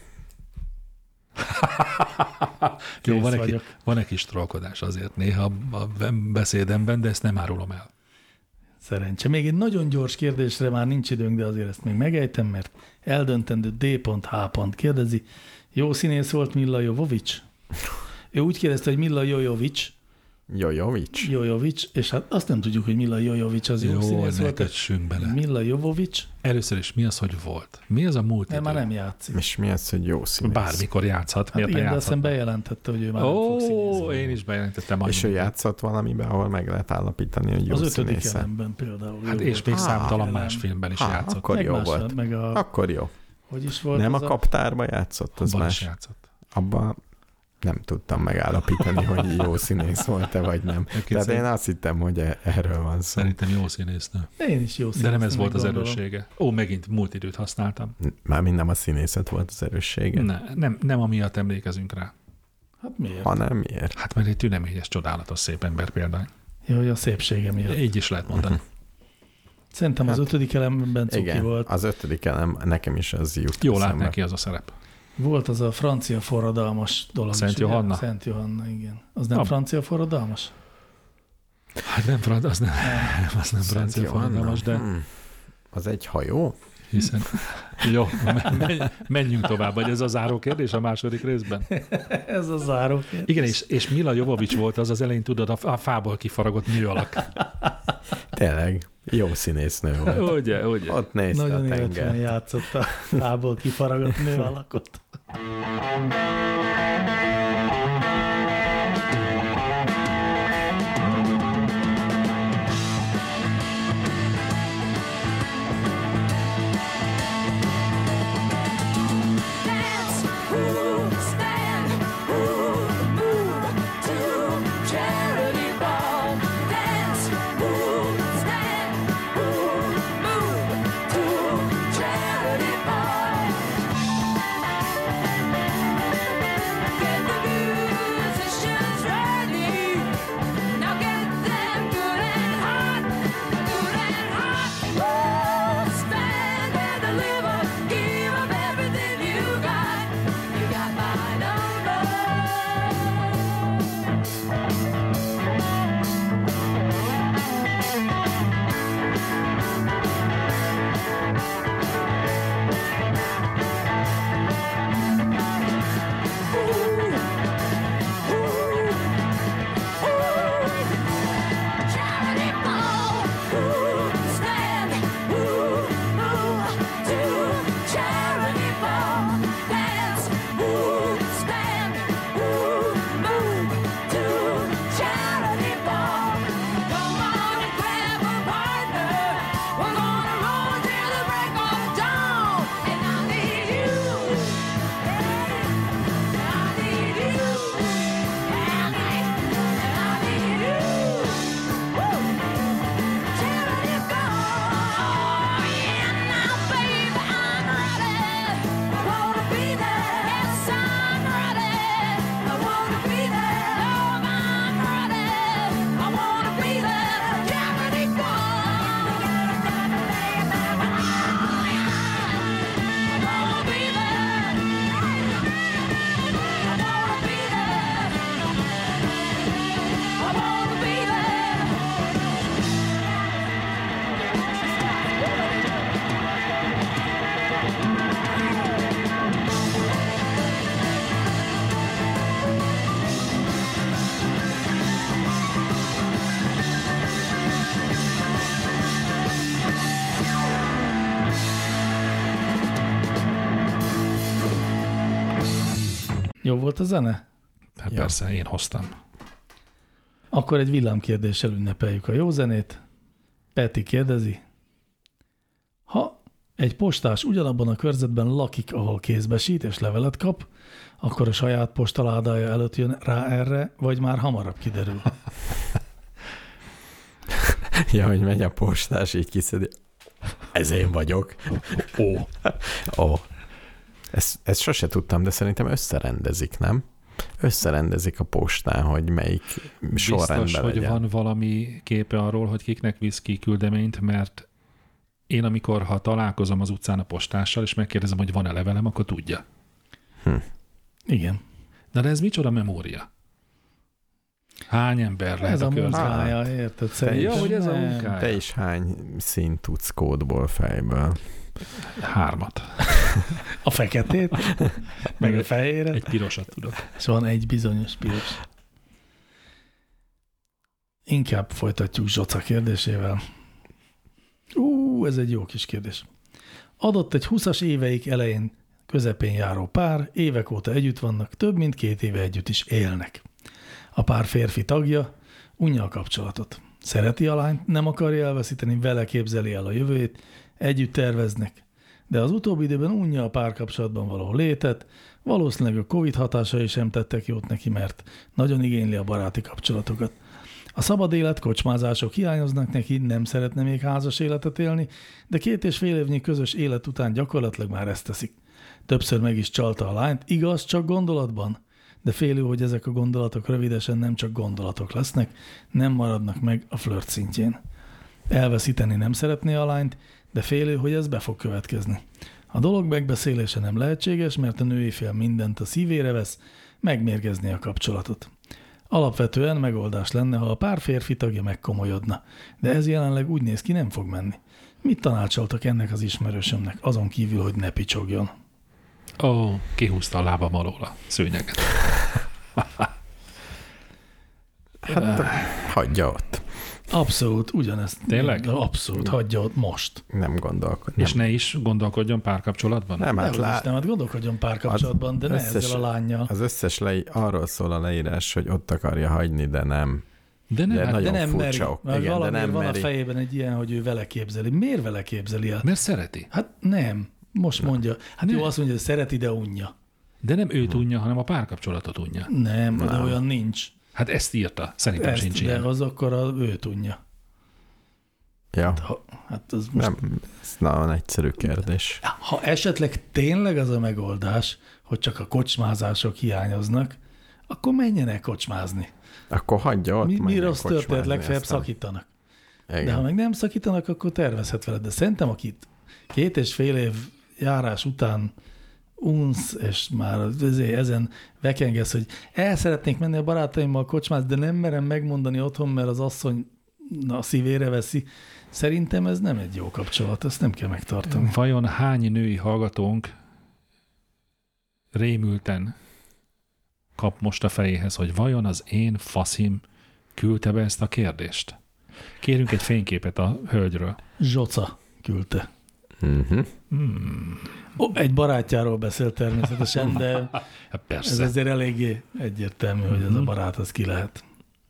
Jó, Kész vagyok. van egy kis trollkodás azért néha a beszédemben, de ezt nem árulom el. Szerencse. Még egy nagyon gyors kérdésre már nincs időnk, de azért ezt még megejtem, mert eldöntendő D.H. kérdezi. Jó színész volt Milla Jovovics? Ő úgy kérdezte, hogy Milla Jojovics, és hát azt nem tudjuk, hogy Milla Jojovics az jó színész volt. Kössünk bele. Milla Jovovics. Először is mi az, hogy volt? Mi az a múlt idő? Már nem játszik. És mi az, hogy jó színész? Bármikor játszhat. Hát igen, de aztán bejelentette, hogy ő már nem fog színézni. Én is bejelentettem. És ő játszott valamiben, ahol meg lehet állapítani, hogy jó az színésze. 5. elemben például. Hát és még számtalan más filmben is játszott. Akkor jó volt. Akkor jó. Hogy is volt nem a kaptárba játszott? Az abban más. is játszott. Abban nem tudtam megállapítani, hogy jó színész volt-e, vagy nem. Tehát én azt hittem, hogy erről van szó. Szerintem jó színésznő. Én is jó színész. De nem ez volt az erőssége. Megint múlt időt használtam. Mármint nem a színészet volt az erőssége. Nem amiatt emlékezünk rá. Hát miért? Hanem miért? Hát mert egy tüneményes, csodálatos szép ember példány. Jó, hogy a szépsége miatt. Így is lehet mondani. Szerintem az 5. elemben cuki igen, volt. Az 5. elem, nekem is az jut. Jól lát neki az a szerep. Volt az a francia forradalmas dolog. Szent Johanna? Szent Johanna, igen. Az nem francia forradalmas? Hát nem, az nem francia forradalmas, de... Az egy hajó? Hiszen... Jó, menjünk tovább, vagy ez a záró kérdés a második részben? Ez a záró kérdés. Igen, és Milla Jovovics volt az elején, tudod, a fából kifaragott nő alak. Tényleg, jó színésznő volt. Ugye. Ott nézte nagyon a életlen tenger. játszott a fából kifaragott nő alakot. Dance, move, stand, move to charity ball. Dance, move, stand, move to charity ball. Get the musicians ready. Now get them good and hot, good and hot. Oh, stand and deliver, give up everything you got. You got my number. Charity ball, stand, move to charity ball. Dance, stand, move to charity ball. Come on and grab a partner. We're gonna roll till the break of dawn. And I need you. I need you. And I need you. Woo! Charity ball. Yeah, now baby, I'm ready. I wanna be there. Yes, I'm ready. I wanna be there. Love, I'm ready. I wanna be there. Charity ball. I wanna be there. I wanna be there. I wanna be there. Jó volt a zene? Hát persze, én hoztam. Akkor egy villámkérdéssel ünnepeljük a jó zenét. Peti kérdezi. Ha egy postás ugyanabban a körzetben lakik, ahol kézbesít és levelet kap, akkor a saját postaládája előtt jön rá erre, vagy már hamarabb kiderül? Ja, hogy megy a postás, így kiszedi. Ez én vagyok. Ó. Ezt sose tudtam, de szerintem összerendezik, nem? Összerendezik a postán, hogy melyik sorrendben Biztos, hogy legyen. van valami képe arról, hogy kiknek visz ki küldeményt, mert én amikor, ha találkozom az utcán a postással, és megkérdezem, hogy van-e levelem, akkor tudja. Igen. Na de ez micsoda memória? Hány ember lehet Ez a körzben? munkája, érted? Szerintem Ja, hogy ez a nem. munkája. Te is hány színt tudsz kódból fejből? 3. A feketét, meg a fehéret, Egy pirosat tudok. és van egy bizonyos piros. Inkább folytatjuk Zsoca kérdésével. Ez egy jó kis kérdés. Adott egy 20-as éveik elején, közepén járó pár, évek óta együtt vannak, több mint 2 éve együtt is élnek. A pár férfi tagja unja a kapcsolatot. Szereti a lányt, nem akarja elveszíteni, vele képzeli el a jövőjét, együtt terveznek. De az utóbbi időben unja a párkapcsolatban való létet, valószínűleg a Covid hatásai sem tettek jót neki, mert nagyon igényli a baráti kapcsolatokat. A szabad élet, kocsmázások hiányoznak neki, nem szeretne még házas életet élni, de 2,5 évnyi közös élet után gyakorlatilag már ezt teszik. Többször meg is csalta a lányt, igaz, csak gondolatban, de félő, hogy ezek a gondolatok rövidesen nem csak gondolatok lesznek, nem maradnak meg a flirt szintjén. Elveszíteni nem szeretné a lányt, de félő, hogy ez be fog következni. A dolog megbeszélése nem lehetséges, mert a női fél mindent a szívére vesz, megmérgezni a kapcsolatot. Alapvetően megoldás lenne, ha a pár férfi tagja megkomolyodna, de ez jelenleg úgy néz ki, nem fog menni. Mit tanácsoltak ennek az ismerősömnek, azon kívül, hogy ne picsogjon? Kihúzta a lábam alól a szőnyeget. Hát hagyja ott. Abszolút, ugyanezt. Tényleg? Abszolút, hagyja ott most. Nem gondolkodni. És ne is gondolkodjon párkapcsolatban? Nem, hát Nem, hát gondolkodjon párkapcsolatban, de ne ezzel a lánnyal. Az összes arról szól a leírás, hogy ott akarja hagyni, de nem. De nem, De hát, nagyon De nem meri, furcsa ok. mert Igen, de valamiért nem van meri. a fejében egy ilyen, hogy ő vele képzeli. Miért vele képzeli el? mert szereti. Hát nem. Most mondja. Hát jó, azt mondja, hogy szereti, de unja. De nem őt unja, hanem a párkapcsolatot unja. Nem, de olyan nincs. Hát ezt írta. Szerintem sincs De ilyen. az akkor őt unja. Ja, Hát az most... nem, ez nagyon egyszerű kérdés. Ha esetleg tényleg az a megoldás, hogy csak a kocsmázások hiányoznak, akkor menjenek kocsmázni. Akkor hagyja ott. Mi menjen rossz történt, kocsmázni, legfeljebb aztán- szakítanak. Igen. De ha meg nem szakítanak, akkor tervezhet veled. De szerintem, akit 2,5 év járás után unsz, és már ezen vekengesz, hogy el szeretnék menni a barátaimmal kocsmázni, de nem merem megmondani otthon, mert az asszony a szívére veszi. Szerintem ez nem egy jó kapcsolat, ezt nem kell megtartani. Vajon hány női hallgatónk rémülten kap most a fejéhez, hogy vajon az én faszim küldte be ezt a kérdést? Kérünk egy fényképet a hölgyről. Zsoca küldte. Uh-huh. Egy barátjáról beszél természetesen, de Hát ez persze. azért eléggé egyértelmű, hogy ez a barát az ki lehet.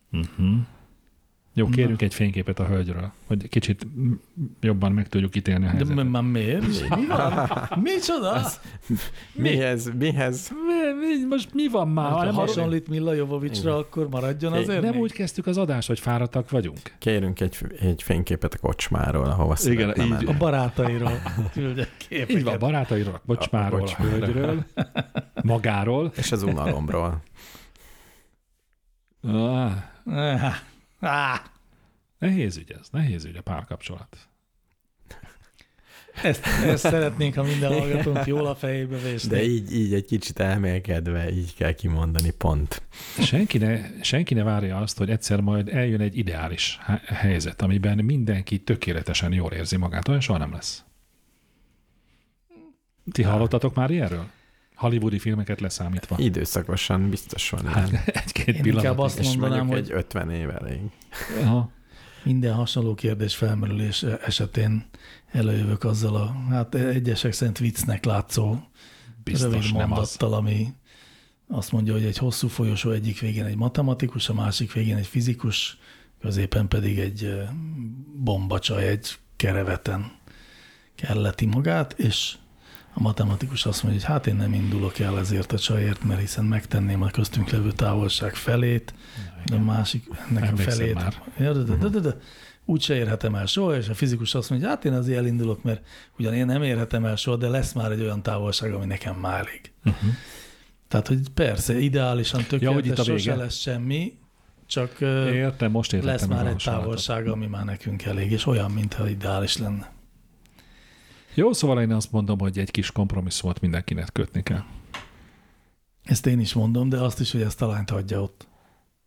Jó, kérünk egy fényképet a hölgyről, hogy kicsit jobban meg tudjuk ítélni a De helyzetet. már miért? Mi van? Micsoda? Mihez? Most mi van már? Ha Nem, hasonlít Milla Jovovicsra, akkor maradjon azért nem még. úgy kezdtük az adást, hogy fáradtak vagyunk. Kérünk egy fényképet a kocsmáról, ahova szeretne így. menni. A barátairól küldje képeket. Így van, barátairól, a bocsmáról, a bocsmáról. hölgyről, magáról. És az unalomról. Nehéz ügy a párkapcsolat. Ezt szeretnénk, ha minden hallgatónk jól a fejébe vésni. De így egy kicsit elmélkedve, így kell kimondani, pont. Senki ne várja azt, hogy egyszer majd eljön egy ideális helyzet, amiben mindenki tökéletesen jól érzi magát. Olyan soha nem lesz. Ti hallottatok már ilyenről? Hollywoodi filmeket leszámítva. Időszakosan biztos van ilyen. Egy-két Én inkább pillanat. azt És mondanám, mondjuk hogy egy 50 év elég. Aha. minden hasonló kérdés felmerülés esetén előjövök azzal a, hát egyesek szerint viccnek látszó Biztos rövid nem az. mondattal, ami azt mondja, hogy egy hosszú folyosó egyik végén egy matematikus, a másik végén egy fizikus, középen pedig egy bombacsaj egy kereveten kelleti magát, és a matematikus azt mondja, hogy hát én nem indulok el ezért a csajért, mert hiszen megtenném a köztünk levő távolság felét, de a másik ennek a Emlékszem felét. már. De úgyse érhetem el soha, és a fizikus azt mondja, hát én azért elindulok, mert ugyan én nem érhetem el soha, de lesz már egy olyan távolság, ami nekem már elég. Tehát, hogy persze, ideálisan hogy itt tökéletes, a vége. sose lesz semmi, csak Értem, most értettem. lesz meg már a egy hasonlatot. távolság, ami már nekünk elég, és olyan, mintha ideális lenne. Jó, szóval én azt mondom, hogy egy kis kompromisszumot mindenkinek kötni kell. Ezt én is mondom, de azt is, hogy ezt a lányt hagyja ott.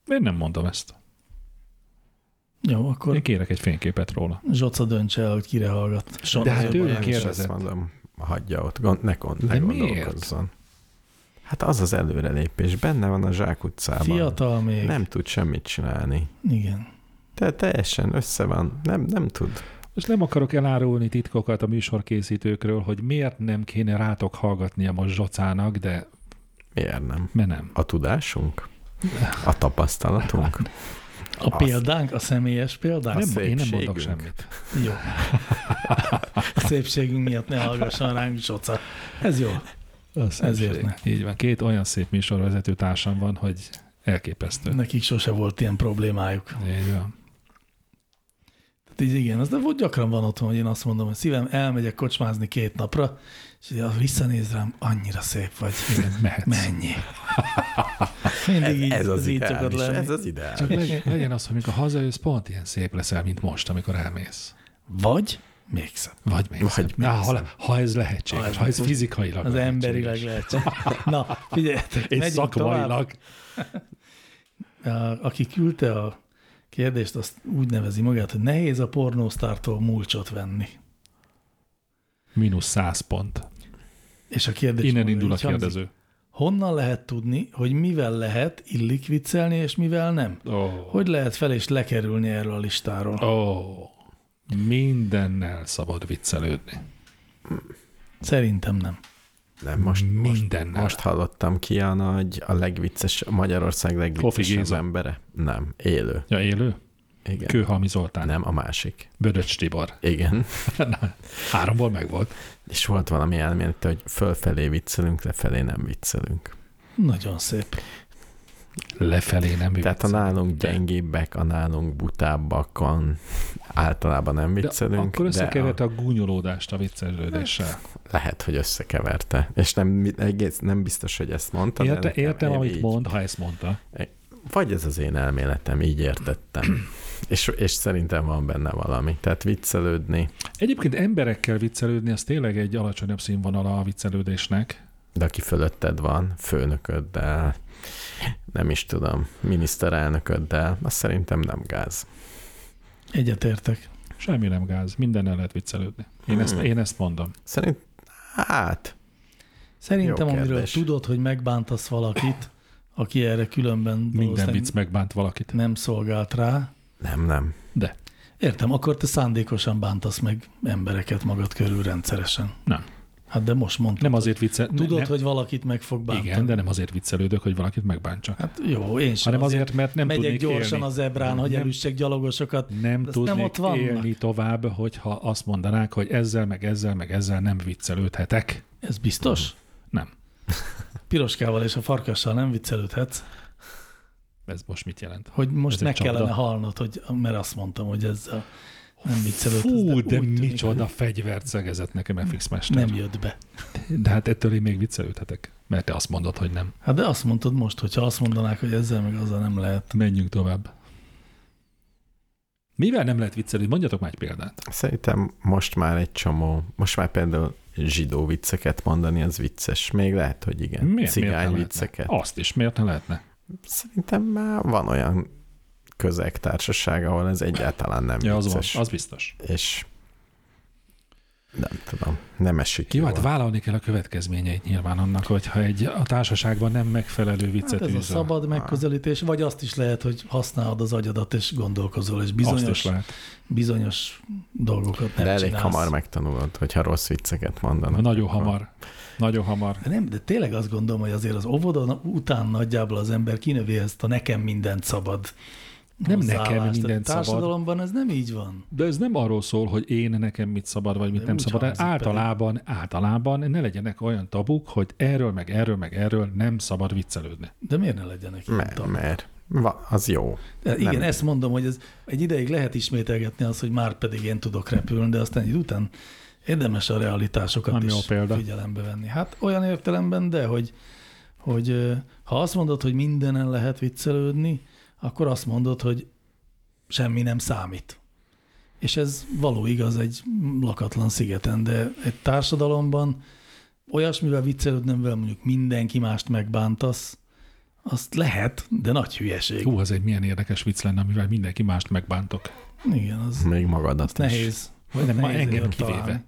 Én nem mondom ezt. Jó, akkor Én kérek egy fényképet róla. Zsoca döntse el, hogy kire hallgat. De hát Én ő is ezt kérdezett. mondom, hagyja ott, ne De gondolkozzon. Hát az az előrelépés, benne van a zsákutcában. Fiatal még. Nem tud semmit csinálni. Igen. De teljesen össze van, nem tud. Most nem akarok elárulni titkokat a műsorkészítőkről, hogy miért nem kéne rátok hallgatnia most Zsocának, de Miért nem? mert nem. A tudásunk? A tapasztalatunk? A példánk, a személyes példánk? Nem, én nem szépségünk. mondok semmit. Jó. A szépségünk miatt ne hallgasson ránk, Zsoca. Ez jó. Ezért ne. Így van. 2 olyan szép műsorvezető társam van, hogy elképesztő. Nekik sose volt ilyen problémájuk. Így van. Tehát így igen, az de volt gyakran van otthon, hogy én azt mondom, hogy szívem, elmegyek kocsmázni 2 napra, és így visszanéz rám, annyira szép vagy. Mehetsz. Mennyi. Mindig így, Ez az így szokott ideális. lenni. Ez az Csak ideális. legyen az, hogy amikor hazajössz, pont ilyen szép leszel, mint most, amikor elmész. Vagy még szebb. Vagy még Vagy szebb. még Ha ez lehetséges, ha ez fizikailag Az lehetséges. emberileg lehetséges. Na, figyeljetek, És megyünk szakmailag. tovább. Aki küldte a kérdést, azt úgy nevezi magát, hogy nehéz a pornósztártól mulcsot venni. -100 pont. És a kérdés Innen maga indul a így hangzik. kérdező. Honnan lehet tudni, hogy mivel lehet illik viccelni, és mivel nem? Hogy lehet fel és lekerülni erről a listáról? Mindennel szabad viccelődni. Szerintem nem. Nem, Mindennel. most hallottam ki a legvicces, Magyarország Kofi legviccesebb Géza. embere. Nem, élő. Ja, élő? Igen. Kőhalmi Zoltán. Nem, a másik. Bödöcs Tibor. Igen. 3-ból megvolt. És volt valami elmélet, hogy fölfelé viccelünk, lefelé nem viccelünk. Nagyon szép. Lefelé nem Tehát a viccelünk. nálunk gyengébbek, a nálunk butábbakon általában nem viccelünk. Akkor összekeverte a gúnyolódást a viccelődéssel. Lehet, hogy összekeverte. És nem biztos, hogy ezt mondta. de nekem Értem, én amit így- mond, ha ezt mondta. Vagy ez az én elméletem, így értettem. és szerintem van benne valami. Tehát viccelődni, Egyébként emberekkel viccelődni, az tényleg egy alacsonyabb színvonala a viccelődésnek. de aki fölötted van, főnököddel, nem is tudom, miniszterelnököddel, az szerintem nem gáz. Egyetértek. Semmi nem gáz, mindennel lehet viccelődni. Én ezt mondom. Szerintem, Jó amiről kérdés. tudod, hogy megbántasz valakit, aki erre különben Minden valószínűleg vicc megbánt valakit. nem szolgált rá. Nem. De Értem, akkor te szándékosan bántasz meg embereket magad körül rendszeresen. nem. Hát de most mondtad. Nem azért Tudod, nem, hogy valakit meg fog bántani. igen, de nem azért viccelődök, hogy valakit megbántsak. Hát jó, én sem. Hanem azért, mert nem megyek tudnék gyorsan élni. a zebrán, hogy Nem- elüssek gyalogosokat. Nem de azt tudnék ott vannak. élni tovább, hogyha azt mondanák, hogy ezzel, meg ezzel, meg ezzel nem viccelődhetek. Ez biztos? Nem. Piroskával és a farkassal nem viccelődhetsz, Ez most mit jelent? hogy most Ez meg egy csapda. kellene halnod, hogy, mert azt mondtam, hogy ezzel nem viccelődhetsz. Fú, de úgy tűnik, micsoda hogy fegyvert szegezett nekem FX Mester. nem jött be. De hát ettől én még viccelődhetek, mert te azt mondod, hogy nem. Hát de azt mondtad most, hogyha azt mondanák, hogy ezzel meg azzal nem lehet. Menjünk tovább. Mivel nem lehet viccelődni? Mondjatok már egy példát. Szerintem most már például zsidó vicceket mondani, az vicces. Még lehet, hogy igen. Miért ne Cigány lehetne? vicceket. Azt is, miért ne lehetne? Szerintem már van olyan közegtársaság, ahol ez egyáltalán nem Ja, az van, vicces. az biztos. És nem tudom, nem esik Jó, jól. hát vállalni kell a következményeit nyilván annak, hogyha a társaságban nem megfelelő viccet Hát ez a űzöl. szabad megközelítés, vagy azt is lehet, hogy használod az agyadat, és gondolkozol, és Azt bizonyos, is lehet. bizonyos dolgokat nem De elég csinálsz. hamar megtanulod, hogyha rossz vicceket mondanak. Nagyon akkor- hamar. Nagyon hamar. De tényleg azt gondolom, hogy azért az óvoda után nagyjából az ember kinövi ezt a nekem mindent szabad Nem nekem hozzáállást. mindent A szabad. társadalomban ez nem így van. De ez nem arról szól, hogy én nekem mit szabad, vagy mit De nem úgy szabad. hangzik Általában ne legyenek olyan tabuk, hogy erről, meg erről nem szabad viccelődni. De miért ne legyenek ilyen tabuk? Mert az jó. De igen, Nem. ezt mondom, hogy ez egy ideig lehet ismételgetni azt, hogy már pedig én tudok repülni, de aztán egy után érdemes a realitásokat Nem is jó példa. figyelembe venni. Hát olyan értelemben, de hogy ha azt mondod, hogy mindenen lehet viccelődni, akkor azt mondod, hogy semmi nem számít. És ez való igaz egy lakatlan szigeten, de egy társadalomban olyasmivel viccelődnöm, mondjuk mindenki mást megbántasz, Azt lehet, de nagy hülyeség. Hú, az egy milyen érdekes vicc lenne, amivel mindenki mást megbántok. Igen, az Még magadat is. nehéz. Vagy nem, ma nehéz engem élet kivéve. találni.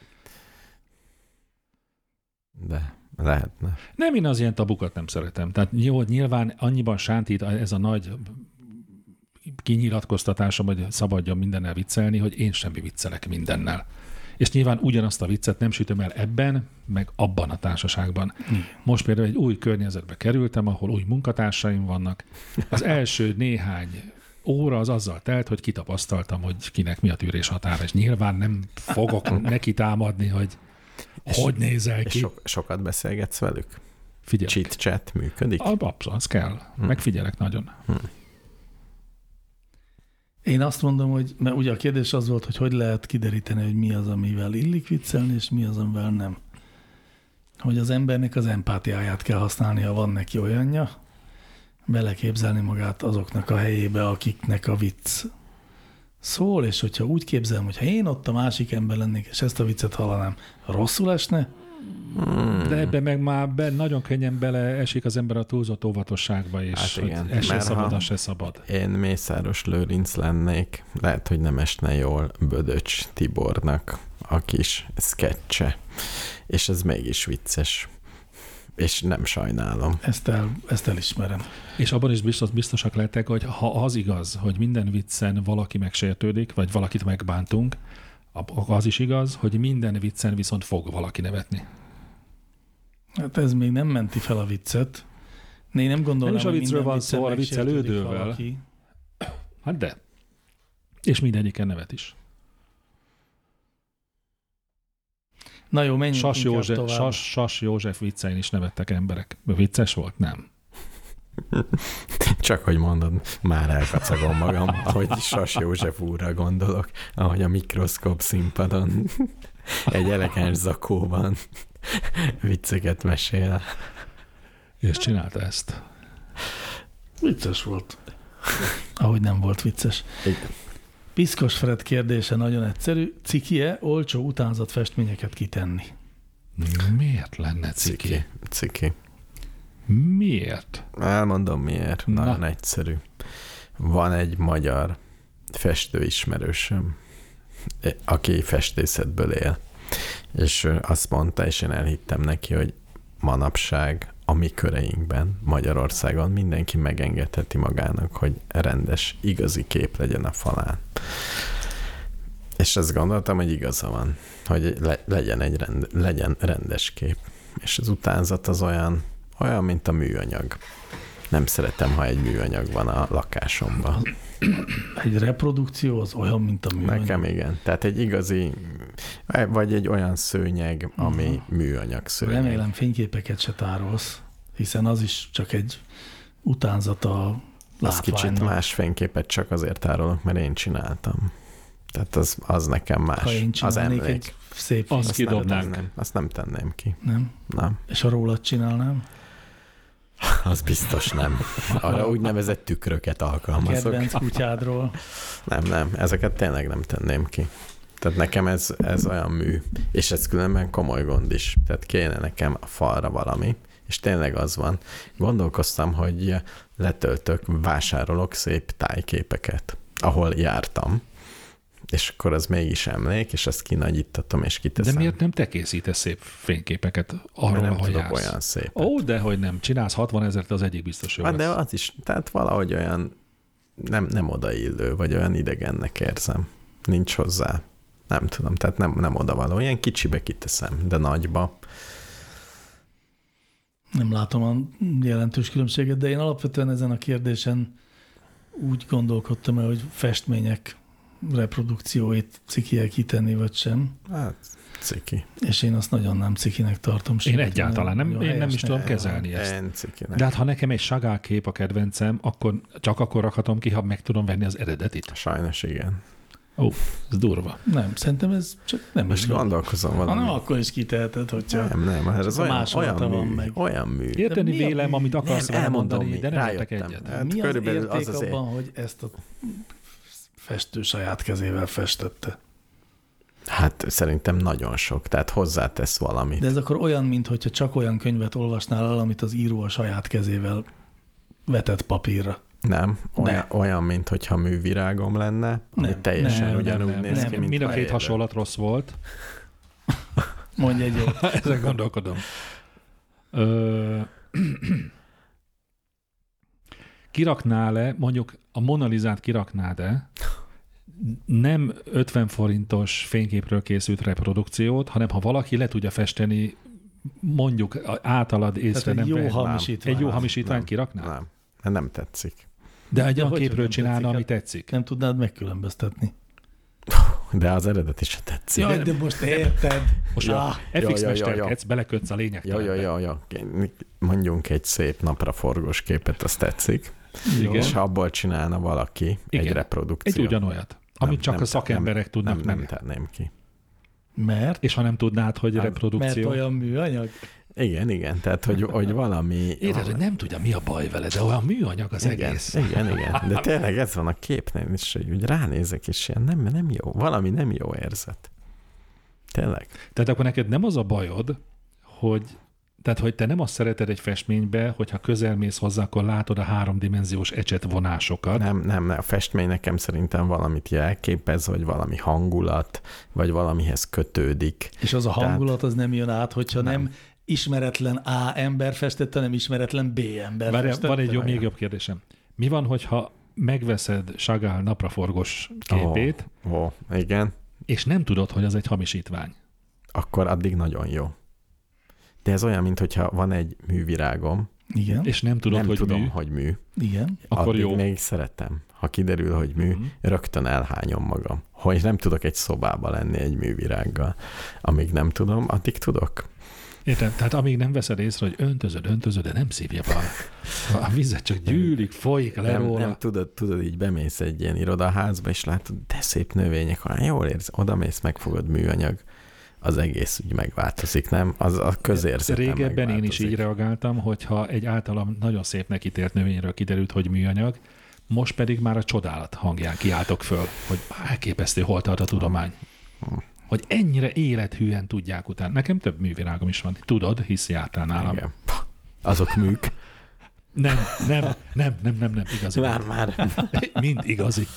De lehetne. Nem, én az ilyen tabukat nem szeretem. Tehát jó, nyilván annyiban sántít ez a nagy kinyilatkoztatásom, hogy szabadjon mindennel viccelni, hogy én semmi viccelek mindennel. És nyilván ugyanazt a viccet nem sütöm el ebben, meg abban a társaságban. Most például egy új környezetbe kerültem, ahol új munkatársaim vannak. Az első néhány óra az azzal telt, hogy kitapasztaltam, hogy kinek mi a tűrés határa, és nyilván nem fogok neki támadni, hogy hogy nézel És ki. sokat beszélgetsz velük? Figyelek. Chit-chat működik? Abszolút, az kell. Megfigyelek nagyon. Én azt mondom, hogy, mert ugye a kérdés az volt, hogy lehet kideríteni, hogy mi az, amivel illik viccelni, és mi az, amivel nem. Hogy az embernek az empátiáját kell használni, ha van neki olyanja, beleképzelni magát azoknak a helyébe, akiknek a vicc szól, és hogyha úgy képzelem, hogy ha én ott a másik ember lennék, és ezt a viccet hallanám, rosszul esne? De ebben meg már nagyon könnyen beleesik az ember a túlzott óvatosságba is. Hát igen, hogy ez se mert szabad, ha az se szabad. Én Mészáros Lőrinc lennék, lehet, hogy nem esne jól Bödöcs Tibornak a kis szketcse. És ez mégis vicces. És nem sajnálom. Ezt elismerem. És abban is biztosak lettek, hogy ha az igaz, hogy minden viccen valaki megsértődik, vagy valakit megbántunk, az is igaz, hogy minden viccen viszont fog valaki nevetni. Hát ez még nem menti fel a viccet. Én nem gondolom, Nem is a hogy viccről minden van viccen szó, a megsértődik viccelődővel. valaki. Hát de. És mindegyiken nevet is. Na jó, menjünk inkább tovább. Sas József viccein is nevettek emberek. Vicces volt? Nem. Csak hogy mondod, már elkacagom magam, ahogy Sas József úrra gondolok, ahogy a mikroszkóp színpadon egy elegáns zakóban vicceket mesél. És csinálta ezt. Vicces volt. Ahogy nem volt vicces. Igen. Piszkos Fred kérdése nagyon egyszerű. Ciki-e olcsó utánzat festményeket kitenni? Miért lenne ciki? Ciki. Miért? Elmondom miért. Na. Nagyon egyszerű. Van egy magyar festőismerősöm, aki festészetből él. És azt mondta, és én elhittem neki, hogy manapság a mi köreinkben, Magyarországon mindenki megengedheti magának, hogy rendes, igazi kép legyen a falán. És azt gondoltam, hogy igaza van, hogy legyen rendes kép. És az utánzat az olyan, mint a műanyag. Nem szeretem, ha egy műanyag van a lakásomban. Egy reprodukció az olyan, mint a műanyag. Nekem igen. Tehát egy igazi, vagy egy olyan szőnyeg, ami műanyag szőnyeg. Remélem fényképeket se tárolsz, hiszen az is csak egy utánzat a Az kicsit látványnak. más fényképet csak azért tárolok, mert én csináltam. Tehát az nekem más. Ha én az csinálnék emlék. egy szép Az film, kidobnánk. Azt nem tenném ki. nem? Nem. És ha rólad csinálnám? Az biztos nem. Arra úgynevezett tükröket alkalmazok. Kedvenc kutyádról. Nem. Ezeket tényleg nem tenném ki. Tehát nekem ez olyan mű. És ez különben komoly gond is. Tehát kéne nekem a falra valami. És tényleg az van. Gondolkoztam, hogy vásárolok szép tájképeket, ahol jártam. És akkor az mégis emlék, és ezt kinagyítatom, és kiteszem. De miért nem te készítesz szép fényképeket arról, nem ahol tudok jársz? olyan szépet. Ó, dehogy nem. Csinálsz 60 000, az egyik biztos jó Hát de lesz. az is, tehát valahogy olyan nem odaillő, vagy olyan idegennek érzem. Nincs hozzá. Nem tudom, tehát nem odavaló. Ilyen kicsibe kiteszem, de nagyba. Nem látom a jelentős különbséget, de én alapvetően ezen a kérdésen úgy gondolkodtam el, hogy festmények reprodukcióit cikiel kitenni, vagy sem. Hát, ciki. És én azt nagyon nem cikinek tartom. Én egyáltalán nem, én nem is tudom kezelni ezt. Én cikinek. De hát ha nekem egy Chagall kép a kedvencem, akkor csak akkor rakhatom ki, ha meg tudom venni az eredetit. Sajnos igen. Ó, ez durva. Nem, szerintem ez csak nem Most is jó. gondolkozom valami. Nem, akkor is kiteheted, hogyha Nem, ez a olyan másolata van meg. Olyan mű. Érteni mi a vélem, mű? amit akarsz vele elmondom mondani, mi. de nem értek Rájöttem. egyet. Hát mi az körülbelül érték az abban, hogy ezt a festő saját kezével festette? Hát szerintem nagyon sok, tehát hozzátesz valamit. De ez akkor olyan, mintha csak olyan könyvet olvasnál el, amit az író a saját kezével vetett papírra. Nem, olyan mint hogyha művirágom lenne, ami teljesen ugyanúgy néz ki, mint mind a két fejében. hasonlat rossz volt. Mondj egy jót. Ezen gondolkodom. Kiraknál-e, mondjuk a Mona Lisát kiraknád-e, nem 50 forintos fényképről készült reprodukciót, hanem ha valaki le tudja festeni, mondjuk általad észre Tehát egy nem jó vehet. hamisítvány. Egy jó hamisítványt kiraknál? Nem tetszik. De egy olyan hogy képről nem csinálna, tetszik? ami tetszik. Nem tudnád megkülönböztetni. De az eredet is tetszik. Jaj, de most érted. Most Ja. FX Ja. mesterkedsz, belekötsz a lényegtelenbe. Ja. Mondjunk egy szép napraforgós képet, az tetszik. Igen. És ha abból csinálna valaki egy reprodukciót. Egy ugyanolyat, amit csak a szakemberek tudnak nem meg. tenném ki. Mert? És ha nem tudnád, hogy Mert reprodukció... olyan műanyag? Igen, tehát hogy valami... Érted, hogy nem tudja, mi a baj vele, de olyan műanyag az egész. Igen. De tényleg ez van a képnél is, hogy úgy ránézek, és ilyen nem jó. Valami nem jó érzet. Tényleg. Tehát akkor neked nem az a bajod, hogy te nem azt szereted egy festménybe, hogyha közelmész hozzá, akkor látod a háromdimenziós ecsetvonásokat. Nem, a festmény nekem szerintem valamit jelképez, vagy valami hangulat, vagy valamihez kötődik. És az a hangulat az nem jön át, hogyha nem ismeretlen A ember festette, hanem ismeretlen B ember festette. Van egy még jobb kérdésem. Mi van, hogyha megveszed Chagall napraforgós képét, Igen. és nem tudod, hogy az egy hamisítvány? Akkor addig nagyon jó. De ez olyan, mintha van egy művirágom, Igen. És nem tudod, nem hogy tudom, mű, hogy mű. Igen. akkor addig jó. még szeretem. Ha kiderül, hogy mű, rögtön elhányom magam. Hogy nem tudok egy szobába lenni egy művirággal. Amíg nem tudom, addig tudok. Érted? Tehát amíg nem veszed észre, hogy öntözöd, de nem szívja be. A vizet csak gyűlik, folyik le róla. Nem tudod, így bemész egy ilyen irodaházba, és látod, de szép növények, olyan jól érz, odamész, megfogod műanyag, az egész úgy megváltozik, nem? Az a közérzetem Régebben én is megváltozik. így reagáltam, hogyha egy általam nagyon szépnek ítélt növényről kiderült, hogy műanyag, most pedig már a csodálat hangján kiáltok föl, hogy elképesztő, hol tart a tudomány. Hogy ennyire élethűen tudják utána. Nekem több művirágom is van. Tudod, hisz jártál nálam. Igen. Azok műk. Nem, igazi. Már. Mind igazi.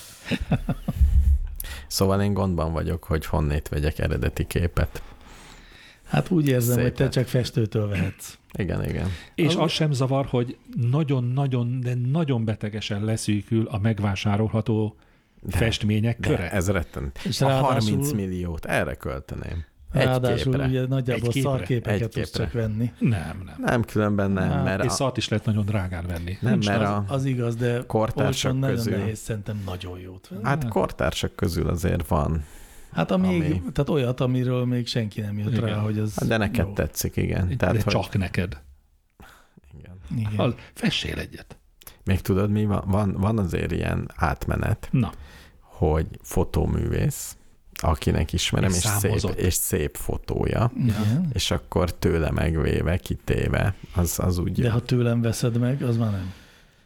Szóval én gondban vagyok, hogy honnét vegyek eredeti képet. Hát úgy érzem, Szépen. hogy te csak festőtől vehetsz. Igen. És az sem zavar, hogy nagyon betegesen leszűkül a megvásárolható festmények De köre. ez rettent. És A ráadásul- 30 milliót erre költeném. Egy Ráadásul képre. ugye nagyjából Egy képre. szarképeket Egy tudsz képre. csak venni. Nem. Nem, különben nem, mert És szart is lehet nagyon drágán venni. nem, mert Az igaz, de kortársak olcsón nagyon közül- nehéz szerintem nagyon jót venni. hát kortársak közül azért van. Hát tehát olyat, amiről még senki nem jött Igen. rá, hogy az De neked jó. tetszik, igen. De hogy, csak neked. igen. Igen. Fessél egyet. Még tudod, mi van azért ilyen átmenet, Na, hogy fotóművész, akinek ismerem, És és számozott. szép fotója, Igen. és akkor tőle megvéve, kitéve, az úgy, De ha tőlem veszed meg, az már nem.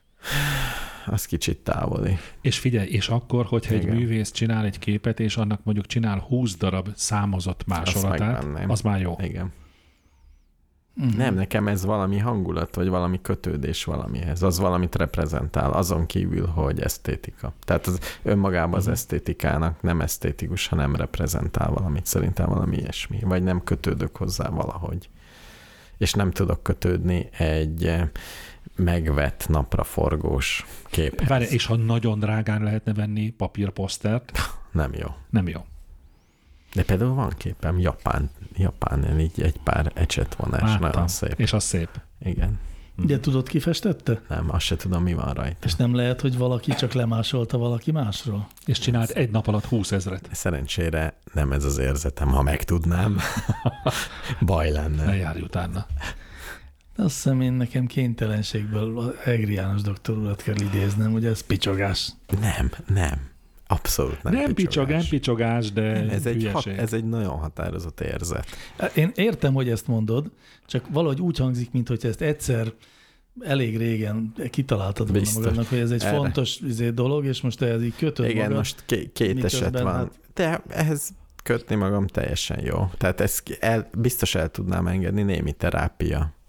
az kicsit távoli. és figyelj, és akkor, hogyha egy Igen. művész csinál egy képet, és annak mondjuk csinál 20 darab számozott másolatát, megvenném. az már jó. Igen. Uh-huh. Nem, nekem ez valami hangulat, vagy valami kötődés valamihez. Az valamit reprezentál, azon kívül, hogy esztétika. Tehát az önmagában az esztétikának nem esztétikus, hanem reprezentál valamit. Szerintem valami ilyesmi. Vagy nem kötődök hozzá valahogy. És nem tudok kötődni egy megvett napraforgós képhez. Várj, és ha nagyon drágán lehetne venni papírposztert, Nem jó. nem jó. De például van képem Japán így egy pár ecsetvonás. Nagyon szép. És az szép. Igen. De tudod, ki festette? Nem, azt se tudom, mi van rajta. És nem lehet, hogy valaki csak lemásolta valaki másról? És csinált egy nap alatt 20 000. Szerencsére nem ez az érzetem, ha megtudnám. Baj Ne lenne. járj utána. De azt hiszem én nekem kénytelenségből a Egri János doktor urat kell idéznem, ugye ez picsogás. Nem. Abszolút nem. Nem picsogás, de hülyeség. Ez egy nagyon határozott érzet. Én értem, hogy ezt mondod, csak valahogy úgy hangzik, mintha ezt egyszer elég régen kitaláltad volna Biztos. magadnak, hogy ez egy Erre. fontos dolog, és most te ez így kötöd Igen, magad. most két miközben eset van. hát- De ehhez kötni magam teljesen jó. Tehát ezt biztos el tudnám engedni, némi terápia.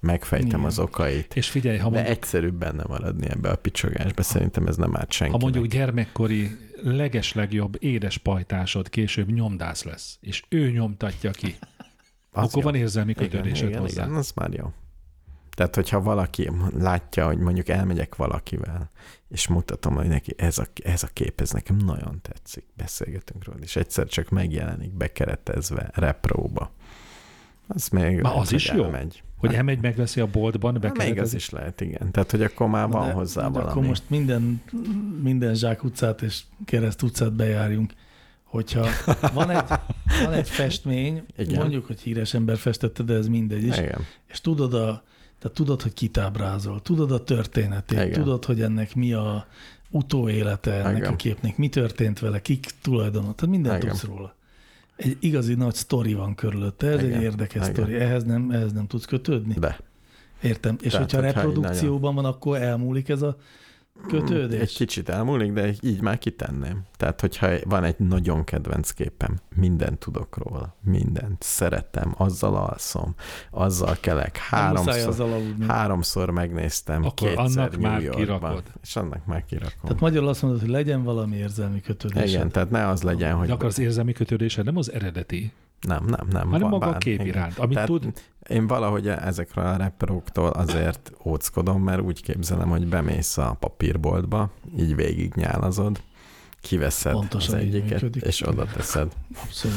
megfejtem Igen. az okait. És figyelj, ha De mondjuk, egyszerűbb benne maradni ebbe a picsogásba, szerintem ez nem árt ha senkinek. mondjuk gyermekkori legeslegjobb édes pajtásod később nyomdász lesz, és ő nyomtatja ki, Az akkor jó. van érzelmi kötődésed igen, hozzá. igen, az már jó. Tehát, hogyha valaki látja, hogy mondjuk elmegyek valakivel, és mutatom, hogy neki ez a kép, ez nekem nagyon tetszik, beszélgetünk róla, és egyszer csak megjelenik bekeretezve repróba. Az még Már az is jó? elmegy. Hogy elmegy, megveszi a boltban, Még az bekeretezik. is lehet, igen. Tehát, hogy akkor már van De- hozzá de valami. Akkor most minden Zsák utcát és Kereszt utcát bejárjunk. Hogyha van egy festmény, Igen. mondjuk, hogy híres ember festette, de ez mindegy is, Igen. és tudod, hogy kit ábrázol, tudod a történetét, Igen. tudod, hogy ennek mi a utóélete ennek Igen. a képnek, mi történt vele, kik tulajdonot, tehát mindent Igen. tudsz róla. Egy igazi nagy sztori van körülötte, ez Igen. egy érdekes Igen. sztori, ehhez nem tudsz kötődni? De. Értem. És Tehát, hogyha hogyha így reprodukcióban van, akkor elmúlik ez a kötődés? Egy kicsit elmúlik, de így már kitenném. Tehát, hogyha van egy nagyon kedvenc képem, mindent tudok róla, mindent szeretem, azzal alszom, azzal kelek, Muszáj azzal aludni. háromszor megnéztem, Akkor kétszer annak már New Yorkban, kirakod. és annak már kirakom. Tehát magyarul azt mondod, hogy legyen valami érzelmi kötődés. Igen, tehát ne az legyen, hogy... De akkor az érzelmi kötődésed nem az eredeti, Nem. hanem van maga a bár- kép igen. iránt. Amit Tehát tud, Én valahogy ezekről a repróktól azért óckodom, mert úgy képzelem, hogy bemész a papírboltba, így végignyálazod, kiveszed Pontosan az így egyiket, működik. és oda teszed. Abszolút.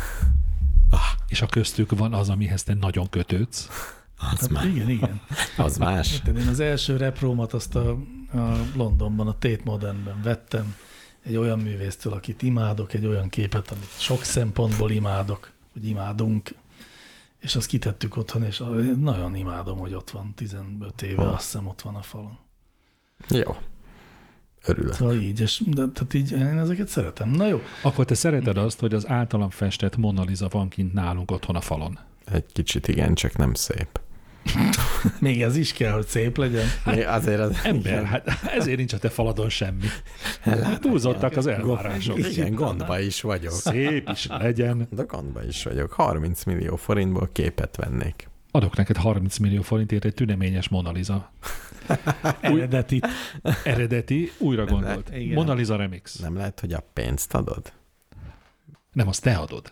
és a köztük van az, amihez te nagyon kötődsz. Az Hát már, igen. az más. Tehát én az első reprómat azt a Londonban, a Tate Modernben vettem egy olyan művésztől, akit imádok, egy olyan képet, amit sok szempontból imádok, vagy imádunk, és azt kitettük otthon, és nagyon imádom, hogy ott van 15 éve, azt hiszem ott van a falon. Jó. Örülök. Szóval így, tehát így én ezeket szeretem. Na jó. Akkor te szereted azt, hogy az általam festett Mona Lisa van kint nálunk otthon a falon. Egy kicsit igen, csak nem szép. Még ez is kell, hogy szép legyen. Azért az... Ember, hát ezért nincs a te faladon semmi. Túlzottak az elvárások. Igen, gondba is vagyok. Szép is legyen. De gondba is vagyok. 30 millió forintból képet vennék. Adok neked 30 millió forintért egy tüneményes Mona Lisa. Eredeti, újra gondolt. Igen. Mona Lisa Remix. Nem lehet, hogy a pénzt adod? Nem, azt te adod.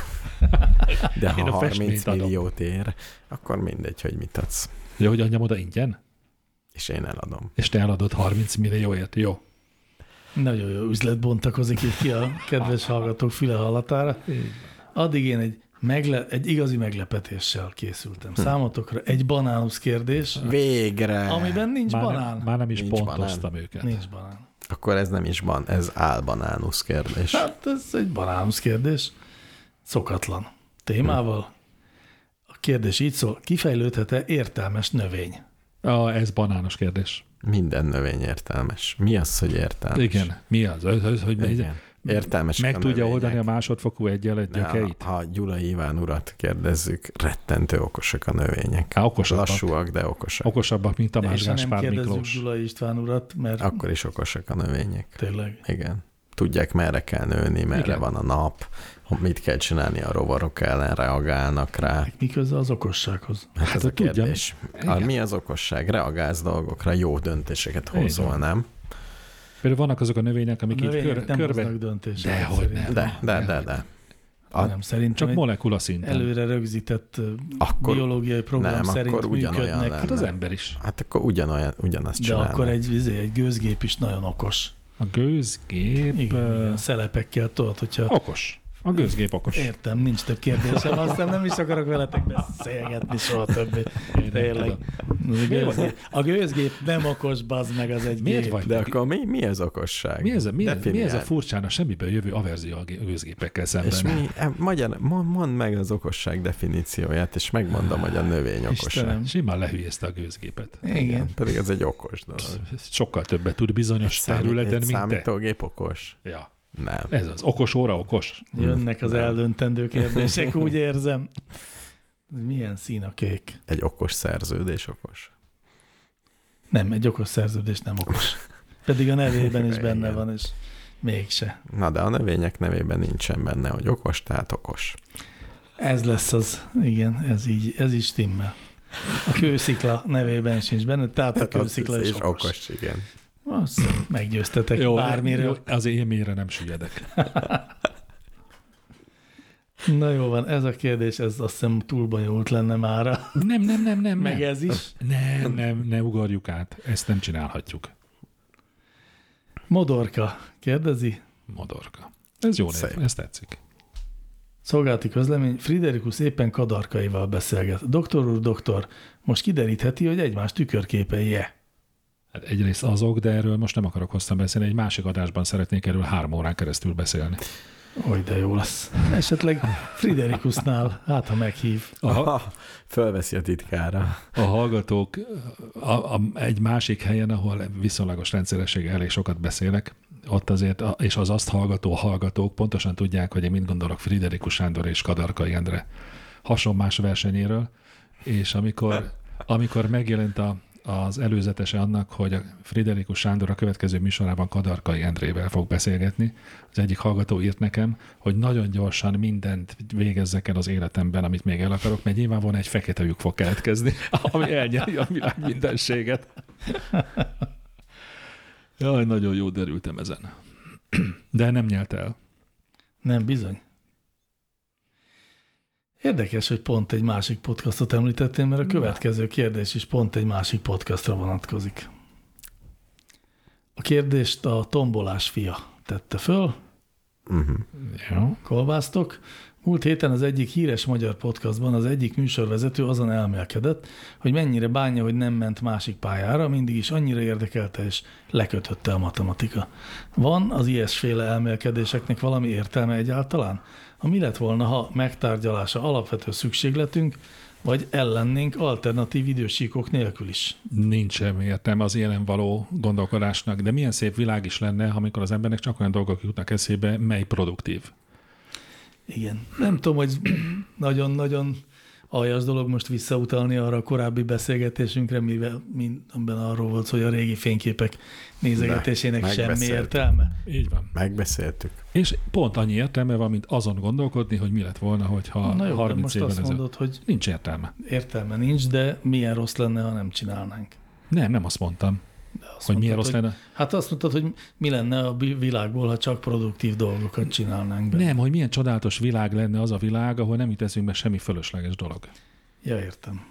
De Én ha a 30 festményt adom. milliót ér, akkor mindegy, hogy mit adsz. Ugye, hogy adjam oda ingyen? És én eladom. És te eladod 30 millióért. Jó. Nagyon jó üzlet bontakozik itt ki a kedves hallgatók füle hallatára. Addig én egy igazi meglepetéssel készültem. Számotokra egy banánusz kérdés, Végre! amiben nincs banán. Már nem is Nincs pontoztam őket. Nincs banán. Akkor ez nem is ez álbanánusz kérdés. Hát ez egy banánusz kérdés. Szokatlan témával. A kérdés így szól, kifejlődhet-e értelmes növény? Ez banános kérdés. Minden növény értelmes. Mi az, hogy értelmes? Igen. Mi az? Hogy Igen. Értelmes meg tudja oldani a másodfokú egyenlet gyökeit? Ha Gyula Iván urat kérdezzük, rettentő okosak a növények. Okosabbak. Lassúak, de okosak. Okosabbak, mint De Tamás és ha nem Gáspár kérdezzük Miklós. Gyula István urat, mert Akkor is okosak a növények. tényleg. Igen. Tudják, merre kell nőni, merre Igen. van a nap, mit kell csinálni, a rovarok ellen reagálnak rá. Mi köze az okossághoz? Hát ez a tudjam. kérdés. Igen. Mi az okosság? Reagálsz dolgokra, jó döntéseket hozol, Igen. nem? Például vannak azok a növények, A amik így növények nem körbe... hoznak döntéseket. Dehogy szerintem. nem. De. Nem, szerintem Csak egy molekula szinten. előre rögzített Akkor- biológiai program nem, szerint akkor ugyanolyan működnek. lenne. Hát az ember is. Hát akkor ugyanazt De csinálnak. akkor egy gőzgép is nagyon okos. A gőzgép... Igen, szelepekkel tudod, hogyha... Okos. A gőzgép okos. Értem, nincs több kérdésem, aztán nem is akarok veletek beszélgetni soha többé. Tényleg. A gőzgép nem okos, bazd meg, az egy Miért gép. vagy? De akkor mi az okosság? Mi ez a Definiáld. furcsán a semmiből jövő averzió a gőzgépekkel szemben? És mondd meg az okosság definícióját, és megmondom, hogy a növény okosság. Istenem. Simán lehülyezte a gőzgépet. Igen. Pedig ez egy okos dolog. Sokkal többet tud bizonyos területen, egy mint te. számítógép okos? Ja. Nem. Ez az. Okos óra, okos. Jönnek az eldöntendő kérdések, úgy érzem. Milyen szín a kék? Egy okos szerződés okos. Nem, egy okos szerződés nem okos. Pedig a nevében is benne Igen. van, és mégse. Na, de a növények nevében nincsen benne, hogy okos, tehát okos. Ez lesz az, igen, ez így stimmel. A kőszikla nevében sincs benne, tehát a kőszikla is okos, igen. Azt meggyőztetek Jó, bármiről. jó, azért én mélyre nem süllyedek. Na jó van, ez a kérdés, ez azt hiszem túl bonyolult lenne mára. Nem. Meg ez is. Nem, ne ugorjuk át. Ezt nem csinálhatjuk. Modorka kérdezi. Modorka. Ez jó név, ez tetszik. Szolgálati közlemény, Friderikus éppen kadarkaival beszélget. Doktor úr, doktor, most kiderítheti, hogy egymás tükörképei-e? Hát egyrészt azok, de erről most nem akarok hosszan beszélni. Egy másik adásban szeretnék erről 3 órán keresztül beszélni. Oly, de jó lesz. Esetleg Friderikusnál, hát ha meghív. Fölveszi a titkára. A hallgatók egy másik helyen, ahol viszonylagos rendszerességgel elég sokat beszélek, ott azért, és az azt hallgató hallgatók pontosan tudják, hogy én mit gondolok Friderikus Sándor és Kadarkai Endre hasonlás versenyéről, és amikor megjelent az előzetese annak, hogy a Friderikus Sándor a következő műsorában Kadarkai Endrével fog beszélgetni, az egyik hallgató írt nekem, hogy nagyon gyorsan mindent végezzek el az életemben, amit még el akarok, mert nyilvánvalóan egy fekete lyuk fog keletkezni, ami elnyeri a világ mindenséget. Jaj, nagyon jó derültem ezen. De nem nyelt el. Nem, bizony. Érdekes, hogy pont egy másik podcastot említettél, mert a következő kérdés is pont egy másik podcastra vonatkozik. A kérdést a tombolás fia tette föl. Jó. Kolbásztok. Múlt héten az egyik híres magyar podcastban az egyik műsorvezető azon elmélkedett, hogy mennyire bánja, hogy nem ment másik pályára, mindig is annyira érdekelte és lekötötte a matematika. Van az ilyesféle elmélkedéseknek valami értelme egyáltalán? Mi lett volna, ha megtárgyalása alapvető szükségletünk, vagy ellennénk alternatív idősíkok nélkül is? Nincs semmi értelme az ilyen való gondolkodásnak, de milyen szép világ is lenne, amikor az embernek csak olyan dolgok jutnak eszébe, mely produktív. Igen. Nem tudom, hogy nagyon-nagyon aljas dolog most visszautalni arra a korábbi beszélgetésünkre, amiben arról volt, hogy a régi fényképek nézegetésének semmi értelme. Így van. Megbeszéltük. És pont annyi értelme van, mint azon gondolkodni, hogy mi lett volna, hogyha Na jó, 30 évvel most azt mondod, hogy nincs értelme. Értelme nincs, de milyen rossz lenne, ha nem csinálnánk. Nem azt mondtam. Hogy milyen rossz lenne? Hát azt mondtad, hogy mi lenne a világból, ha csak produktív dolgokat csinálnánk be. Nem, hogy milyen csodálatos világ lenne az a világ, ahol nem jut eszünkbe semmi fölösleges dolog. Ja, értem.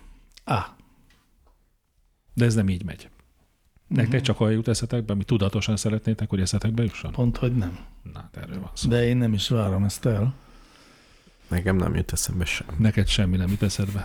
De ez nem így megy. Nektek csak olyan jut eszetekbe, ami tudatosan szeretnétek, hogy eszetekbe jusson? Pont, hogy nem. Na, erről van szó. De én nem is várom ezt el. Nekem nem jut eszembe sem. Neked semmi nem jut eszedbe.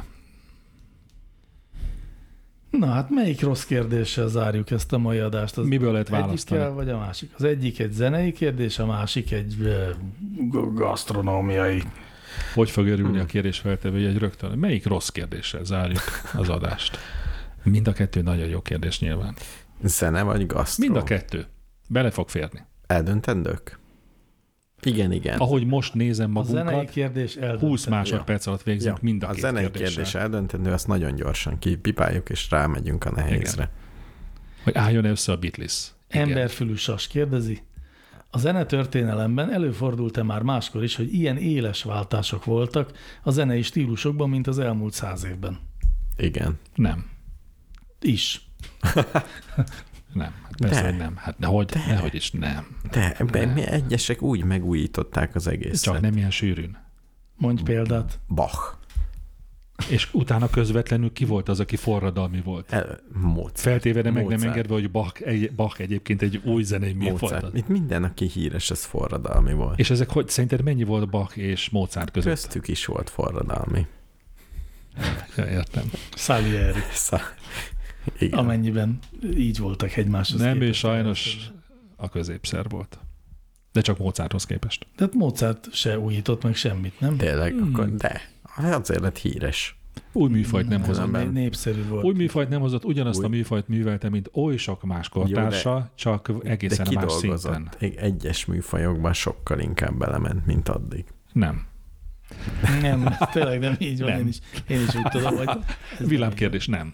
Na hát melyik rossz kérdéssel zárjuk ezt a mai adást? Miből lehet választani? Egyikkel vagy a másik? Az egyik egy zenei kérdés, a másik egy gasztronómiai. Hogy fog örülni a kérdés feltevője egy rögtön? Melyik rossz kérdéssel zárjuk az adást? Mind a kettő nagyon jó kérdés nyilván. Zene vagy gasztró? Mind a kettő. Bele fog férni. Eldöntendők? Igen. Ahogy most nézem A zenei magunkat, kérdés eldöntendő. 20 másodperc alatt végzünk mind a két zenei kérdéssel. kérdés eldöntendő, azt nagyon gyorsan kipipáljuk, és rámegyünk a nehézre. Igen. Hogy álljon össze a Beatles. Igen. Emberfülű sas kérdezi. A zenetörténelemben előfordult-e már máskor is, hogy ilyen éles váltások voltak a zenei stílusokban, mint az elmúlt 100 évben? Igen. Nem. Is. Nem. Persze, hogy nem. Hát nehogy is nem. De egyesek úgy megújították az egészet. Csak nem ilyen sűrűn. Mondj példát. Bach. És utána közvetlenül ki volt az, aki forradalmi volt? Mozart. Feltéve meg Mozart. nem engedve, hogy Bach egyébként egy új zenei műfajt. Itt minden, aki híres, ez forradalmi volt. És ezek hogy szerinted mennyi volt Bach és Mozart között? Köztük is volt forradalmi. Ja, értem. Salieri. Igen. Amennyiben így voltak egymáshoz Nem, képest. és sajnos a középszer volt. De csak Mozarthoz képest. Tehát Mozart se újított meg semmit, nem? Tényleg, akkor de. Azért lett híres. Új műfajt nem Ez hozott. népszerű volt. Új műfajt nem hozott, ugyanazt a műfajt művelte, mint oly sok más kortársa, csak egészen de más szinten. kidolgozott. Egyes műfajokban sokkal inkább belement, mint addig. Nem. Nem, tényleg nem így van. Nem. Én is úgy tudom, hogy... Villámkérdés, nem.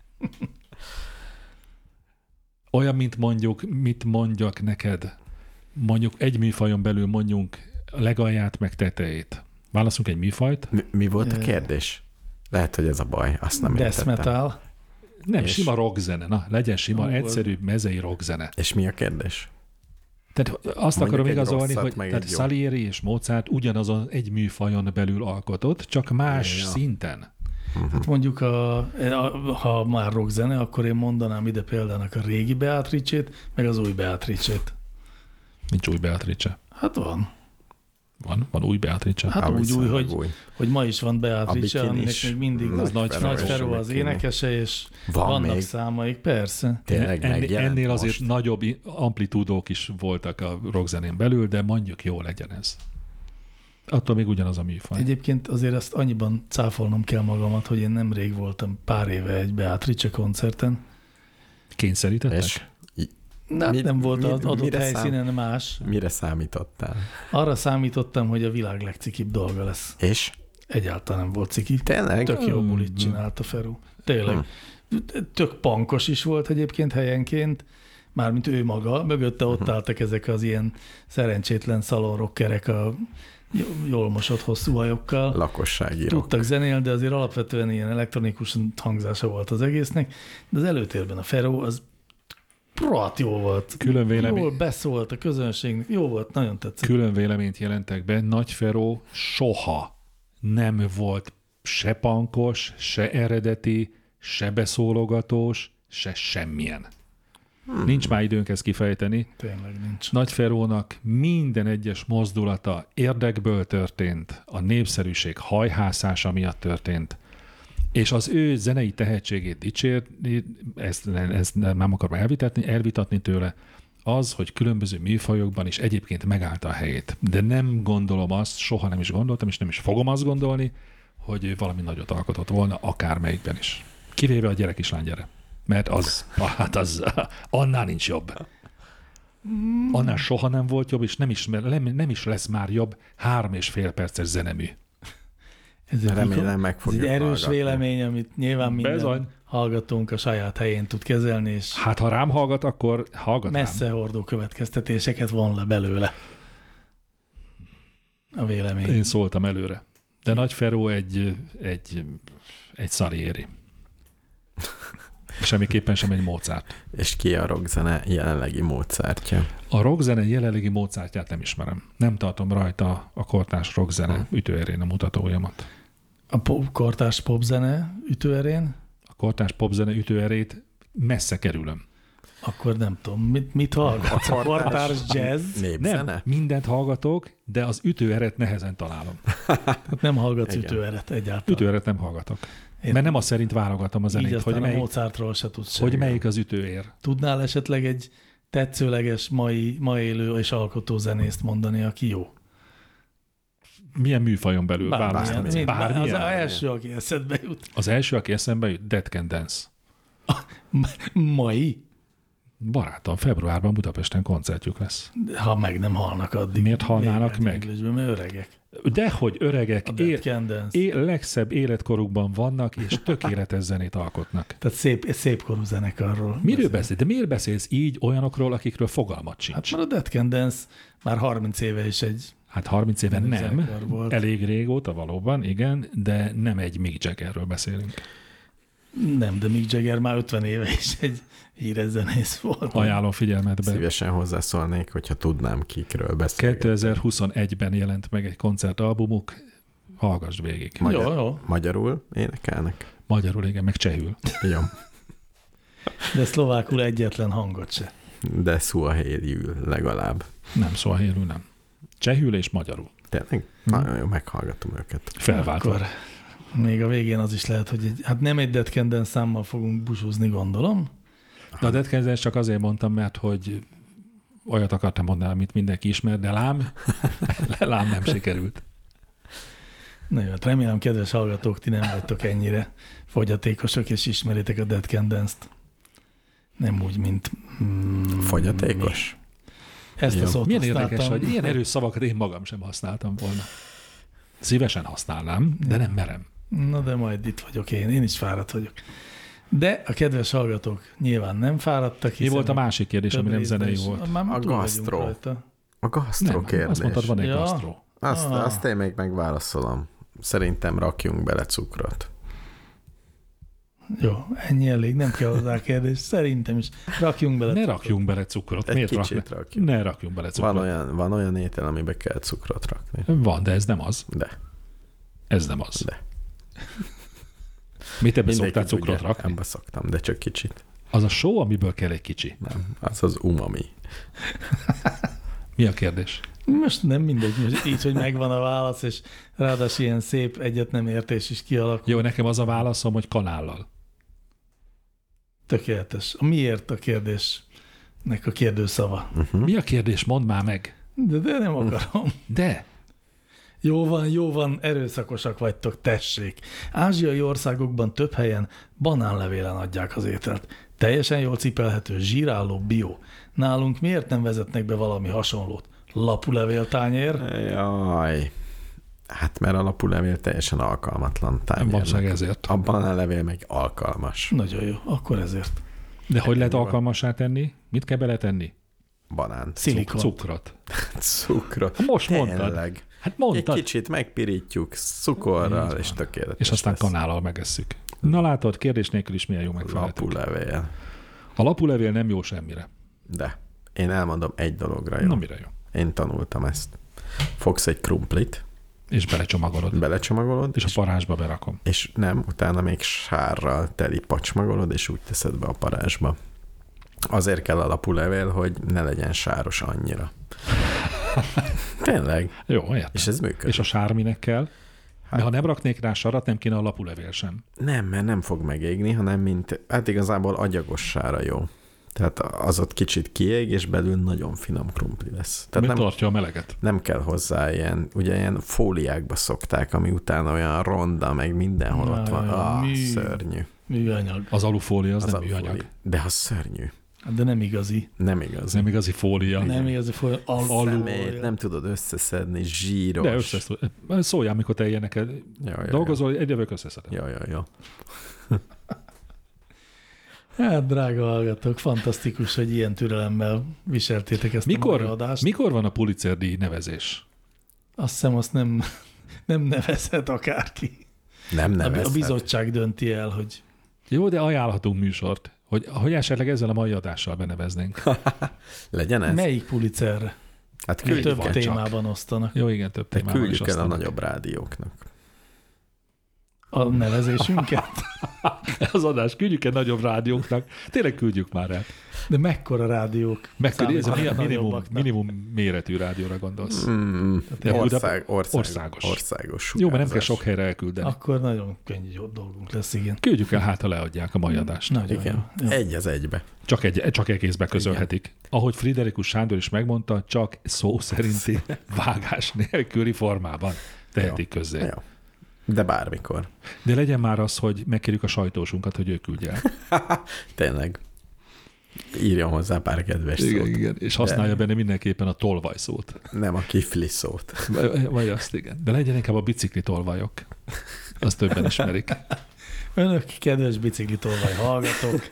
Olyan, mint mondjuk, mit mondjak neked? Mondjuk egy műfajon belül mondjunk legalját, meg tetejét. Válaszunk egy műfajt? Mi volt a kérdés? Lehet, hogy ez a baj, azt nem Death értettem. metal. Nem, És- sima rockzene. Na, legyen sima, Ó, egyszerű, mezei rockzene. És mi a kérdés? Tehát azt Mondjuk akarom egy igazolni, rosszat, hogy meg tehát egy jó. Salieri és Mozart ugyanazon egy műfajon belül alkotott, csak más Ja. szinten. Hát mondjuk, ha már rockzene, akkor én mondanám ide példának a régi Beatrice-t, meg az új Beatrice-t. Nincs új Beatrice. Hát van. Van új Beatrice. Hát úgy új, viszonylag hogy ma is van A Beatrice, Bikin aminek is. még mindig Nagy Nagy Feró és Feró a az Bikini. énekese, és Van vannak még. számaik, persze. Tényleg megjelent Ennél azért most. nagyobb amplitúdók is voltak a rockzenén belül, de mondjuk jó legyen ez. Attól még ugyanaz a műfaj. Egyébként azért ezt annyiban cáfolnom kell magamat, hogy én nemrég voltam pár éve egy Beatrice koncerten. Kényszerítettek? És Nem volt az adott mire helyszínen más. Mire számítottál? Arra számítottam, hogy a világ legcikibb dolga lesz. És? Egyáltalán nem volt ciki. Tényleg? Tök jó bulit csinált a Feró. Tényleg. Tök pankos is volt egyébként helyenként, mármint ő maga. Mögötte ott álltak ezek az ilyen szerencsétlen szalonrokkerek a jól mosott hosszú hajokkal. Lakossági rock. Tudtak zenélni, de azért alapvetően ilyen elektronikus hangzása volt az egésznek. De az előtérben a Feró az rohadt jó volt. Külön vélemény. Jól beszólt a közönségnek. Jó volt, nagyon tetszett. Külön véleményt jelentek be, Nagy Feró soha nem volt se pankos, se eredeti, se beszólogatós, se semmilyen. Nincs már időnk ezt kifejteni. Tényleg nincs. Nagy Ferónak minden egyes mozdulata érdekből történt, a népszerűség hajhászása miatt történt, és az ő zenei tehetségét dicsérni, ezt nem akarom elvitatni tőle, az, hogy különböző műfajokban is egyébként megállta a helyét. De nem gondolom azt, soha nem is gondoltam, és nem is fogom azt gondolni, hogy ő valami nagyot alkotott volna, akármelyikben is. Kivéve a Gyere kislány gyere. Mert az annál nincs jobb. Annál soha nem volt jobb, és nem is lesz már jobb 3,5 perces zenemű. Remélem meg Ez fogjuk egy erős hallgatni. vélemény, amit nyilván minden Bizony. hallgatónk a saját helyén tud kezelni, és Hát ha rám hallgat, akkor hallgat messze hordó következtetéseket von le belőle a vélemény. rám. Én szóltam előre. De Nagy Feró egy Salieri. Semmiképpen sem egy Mozart. És ki a rockzene jelenlegi Mozartja? A rockzene jelenlegi Mozartját nem ismerem. Nem tartom rajta a kortárs rockzene ütőerén a mutatójamat. A kortárs popzene ütőerén, A kortárs popzene ütőerét messze kerülöm. akkor nem tudom, mit hallgatsz? A kortárs jazz? Népzene? Nem, mindent hallgatok, de az ütőeret nehezen találom. Hát nem hallgatsz Igen. ütőeret egyáltalán. Ütőeret nem hallgatok. Mert nem azt szerint válogatom a Így zenét, aztán hogy a melyik, Mozartról se tudsz hogy semmit. melyik az ütőér. Tudnál esetleg egy tetszőleges, ma élő és alkotó zenészt mondani, aki jó? Milyen műfajon belül? Bármilyen. Bármilyen. Az első, aki eszedbe jut. Az első, aki eszembe jut, Dead Can Dance. Mai? Barátom, februárban Budapesten koncertjük lesz. Ha meg nem halnak addig. Miért halnának meg? Englishben, mert öregek. Dehogy öregek, A Dead Can Dance. legszebb életkorukban vannak, és tökéletes zenét alkotnak. Tehát szépkorú zenekarról. Miről beszélsz? De miért beszélsz így olyanokról, akikről fogalmat sincs? Hát mert a Dead Can Dance már 30 éve is egy... Hát 30 éve Menő nem, zenekar volt. elég régóta valóban, igen, de nem egy Mick Jaggerről beszélünk. Nem, de Mick Jagger már 50 éve is egy híres zenész volt. Ajánlom figyelmetbe. Szívesen hozzászólnék, hogyha tudnám, kikről beszélni. 2021-ben jelent meg egy koncertalbumuk, hallgassd végig. Jó. Magyarul énekelnek? Magyarul, igen, meg csehül. Jó. De szlovákul egyetlen hangot se. De szuahéliül legalább. Nem, szóval hírül nem. Csehül és magyarul. Tényleg? Nagyon jó, meghallgatom őket. Felváltva. Akkor még a végén az is lehet, hogy hát nem egy Dead Can Dance számmal fogunk busúzni, gondolom. De a Dead Can Dance csak azért mondtam, mert hogy olyat akartam mondani, amit mindenki ismer, de lám nem sikerült. Na jó, hát remélem, kedves hallgatók, ti nem vagytok ennyire fogyatékosok, és ismeritek a Dead Can Dance-t. Nem úgy, mint... Fogyatékos? Ezt a Jó. szót Milyen használtam. érdekes, hogy ilyen erős szavakat én magam sem használtam volna. Szívesen használnám, de nem merem. Na de majd itt vagyok én is fáradt vagyok. De a kedves hallgatók nyilván nem fáradtak. Mi volt a másik kérdés, ami nem zenei volt? Már A túl vagyunk gasztró. rajta. A gasztro Nem, kérdés. azt mondtad, van egy Ja. gasztró. Azt én még megválaszolom. Szerintem rakjunk bele cukrot. Jó, ennyi elég, nem kell hozzá kérdés. Szerintem is. Rakjunk bele. Ne rakjunk bele cukrot. Egy Miért kicsit rakjuk. Ne rakjunk bele cukrot. Van olyan étel, amiben kell cukrot rakni. Van, de ez nem az. De. Ez nem az. De. Mit ebbe Mindenki szoktál cukrot tudja, rakni? Ebbe szoktam, de csak kicsit. Az a só, amiből kell egy kicsi. Nem, az umami. Mi a kérdés? Most nem mindegy, most így, hogy megvan a válasz, és ráadásul ilyen szép egyet nem értés is kialakul. Jó, nekem az a válaszom, hogy kanállal. Tökéletes. A miért a kérdésnek a kérdőszava? Mi a kérdés? Mondd már meg. De nem akarom. De. Jó van, erőszakosak vagytok, tessék. Ázsiai országokban több helyen banánlevélen adják az ételt. Teljesen jól cipelhető, zsírálló, bio. Nálunk miért nem vezetnek be valami hasonlót? Lapulevéltányér? Jaj. Hát mert a lapulevél teljesen alkalmatlan tányérnak. Valószínűleg ezért. A banánlevél meg alkalmas. Nagyon jó, akkor ezért. De hogy lehet alkalmassá tenni? Mit kell beletenni? Banán. Szilikont. Cukrot. Cukrot. Most mondtad. Tényleg. Hát mondtad. Egy kicsit megpirítjuk cukorral, és tökéletes. És aztán lesz. kanállal megesszük. Na látod, kérdés nélkül is milyen jó megfelelhetünk. Lapulevél. A lapulevél nem jó semmire. De én elmondom egy dologra, jó? Na mire jó? Én tanultam ezt. Fogsz egy krumplit, És belecsomagolod. belecsomagolod, És a parázsba berakom. és nem, utána még sárral teli pacsmagolod, és úgy teszed be a parázsba. Azért kell a lapulevél, hogy ne legyen sáros annyira. Tényleg. Jó, értem. És ez működik. És a sár minek kell? Mert ha nem raknék rá sarat, nem kéne a lapulevél sem. Nem, mert nem fog megégni, hanem hát igazából agyagos sára jó. Tehát az ott kicsit kiég, és belül nagyon finom krumpli lesz. Tehát Mit tartja a meleget? nem kell hozzá ilyen fóliákba szokták, ami utána olyan ronda, meg mindenhol ott van. Szörnyű. Műanyag. Az alufólia az nem alufólia. műanyag. De ha szörnyű. De nem igazi. Nem Ez igaz. nem igazi fólia. Nem igazi Szemét nem tudod összeszedni, zsíros. De szóljál, amikor te ilyeneket dolgozol, egy jövök összeszedem. Ja. Hát, drága hallgatók, fantasztikus, hogy ilyen türelemmel viseltétek ezt a mai adást. Mikor van a Pulitzer-díj nevezés? Azt hiszem, azt nem nevezhet akárki. Nem nevezhet. A bizottság dönti el, hogy... Jó, de ajánlhatunk műsort, hogy esetleg ezzel a mai adással beneveznénk. Legyen ez? Melyik Pulitzerre? Hát Több küldjük el. témában osztanak. Jó, igen, több De témában is küldjük el a osztanak. nagyobb rádióknak. A nevezésünket? Az adást küldjük el nagyobb rádióknak. Tényleg küldjük már el. De mekkora rádiók? Ez a Nagyobbaknak? minimum méretű rádióra gondolsz. Országos. Jó, mert nem kell sugárzás. sok helyre elküldeni. Akkor nagyon könnyű jó dolgunk lesz, igen. Küldjük el, hát ha leadják a mai adást. Nagyon Igen. jó. Egy az egybe. Csak egészbe közölhetik. Ahogy Friderikus Sándor is megmondta, csak szó szerinti vágás nélküli formában tehetik közzé. Jó. De bármikor. De legyen már az, hogy megkérjük a sajtósunkat, hogy ő küldje el. Tényleg. Írjon hozzá pár kedves szót. Igen. És használja benne mindenképpen a tolvaj szót. Nem a kifli szót. Vagy azt, igen. De legyen inkább a bicikli tolvajok. Azt többen ismerik. Önök, kedves biciklitolvaj hallgatók.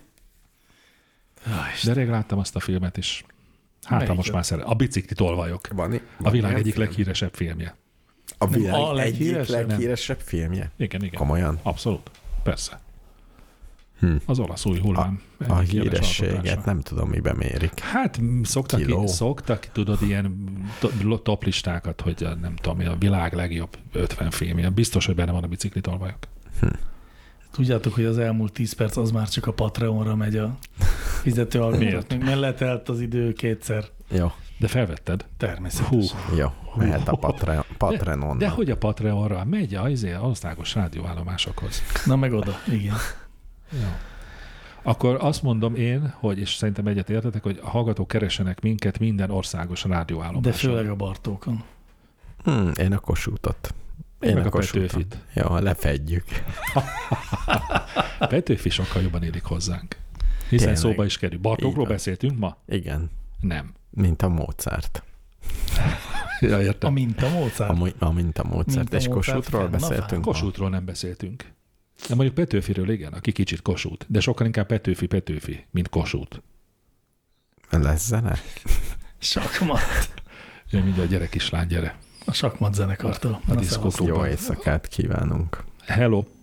De rég láttam azt a filmet is. Hát, most már a bicikli tolvajok. Van A világ ilyen egyik film? leghíresebb filmje. A világ a egyik leghíresebb? leghíresebb filmje? Igen. Komolyan? Abszolút. Persze. Az olasz új hullám. A egyik jeles hírességet alkotása. nem tudom, mibe mérik. Hát Kiló. szoktak, tudod, ilyen top listákat, hogy nem tudom, a világ legjobb 50 filmje. Biztos, hogy benne van a bicikli tolvajok. Tudjátok, hogy az elmúlt 10 perc az már csak a Patreonra megy a fizető hallgatóknak, mert letelt az idő kétszer. Jó. De felvetted? Természetesen. Jó. Mehet a Patreonon. De hogy a Patreonra megy az országos rádióállomásokhoz. Na meg oda, igen. Jó. Akkor azt mondom én, hogy, és szerintem egyet értetek, hogy a hallgatók keressenek minket minden országos rádióállomáson. De főleg a Bartókon. Én a Kossuthot. Én meg a Petőfit. Jó, lefedjük. Petőfi sokkal jobban élik hozzánk. Hiszen Tényleg. szóba is kerül. Bartókról Így van. beszéltünk ma? Igen. Nem. Mint a Mozart. Ja, A értem. minta Mozart. Mint a Mozart. Mint a És Mozart Kossuthról fenn a beszéltünk. fán. Kossuthról nem beszéltünk. De mondjuk Petőfiről igen, aki kicsit Kossuth. De sokkal inkább Petőfi, mint Kossuth. Lesz zene? Sakmat. Jön mindjárt gyere kislány, gyere. A sakmat zenekartól. A Na, diszkóklubban. Jó éjszakát kívánunk. Hello.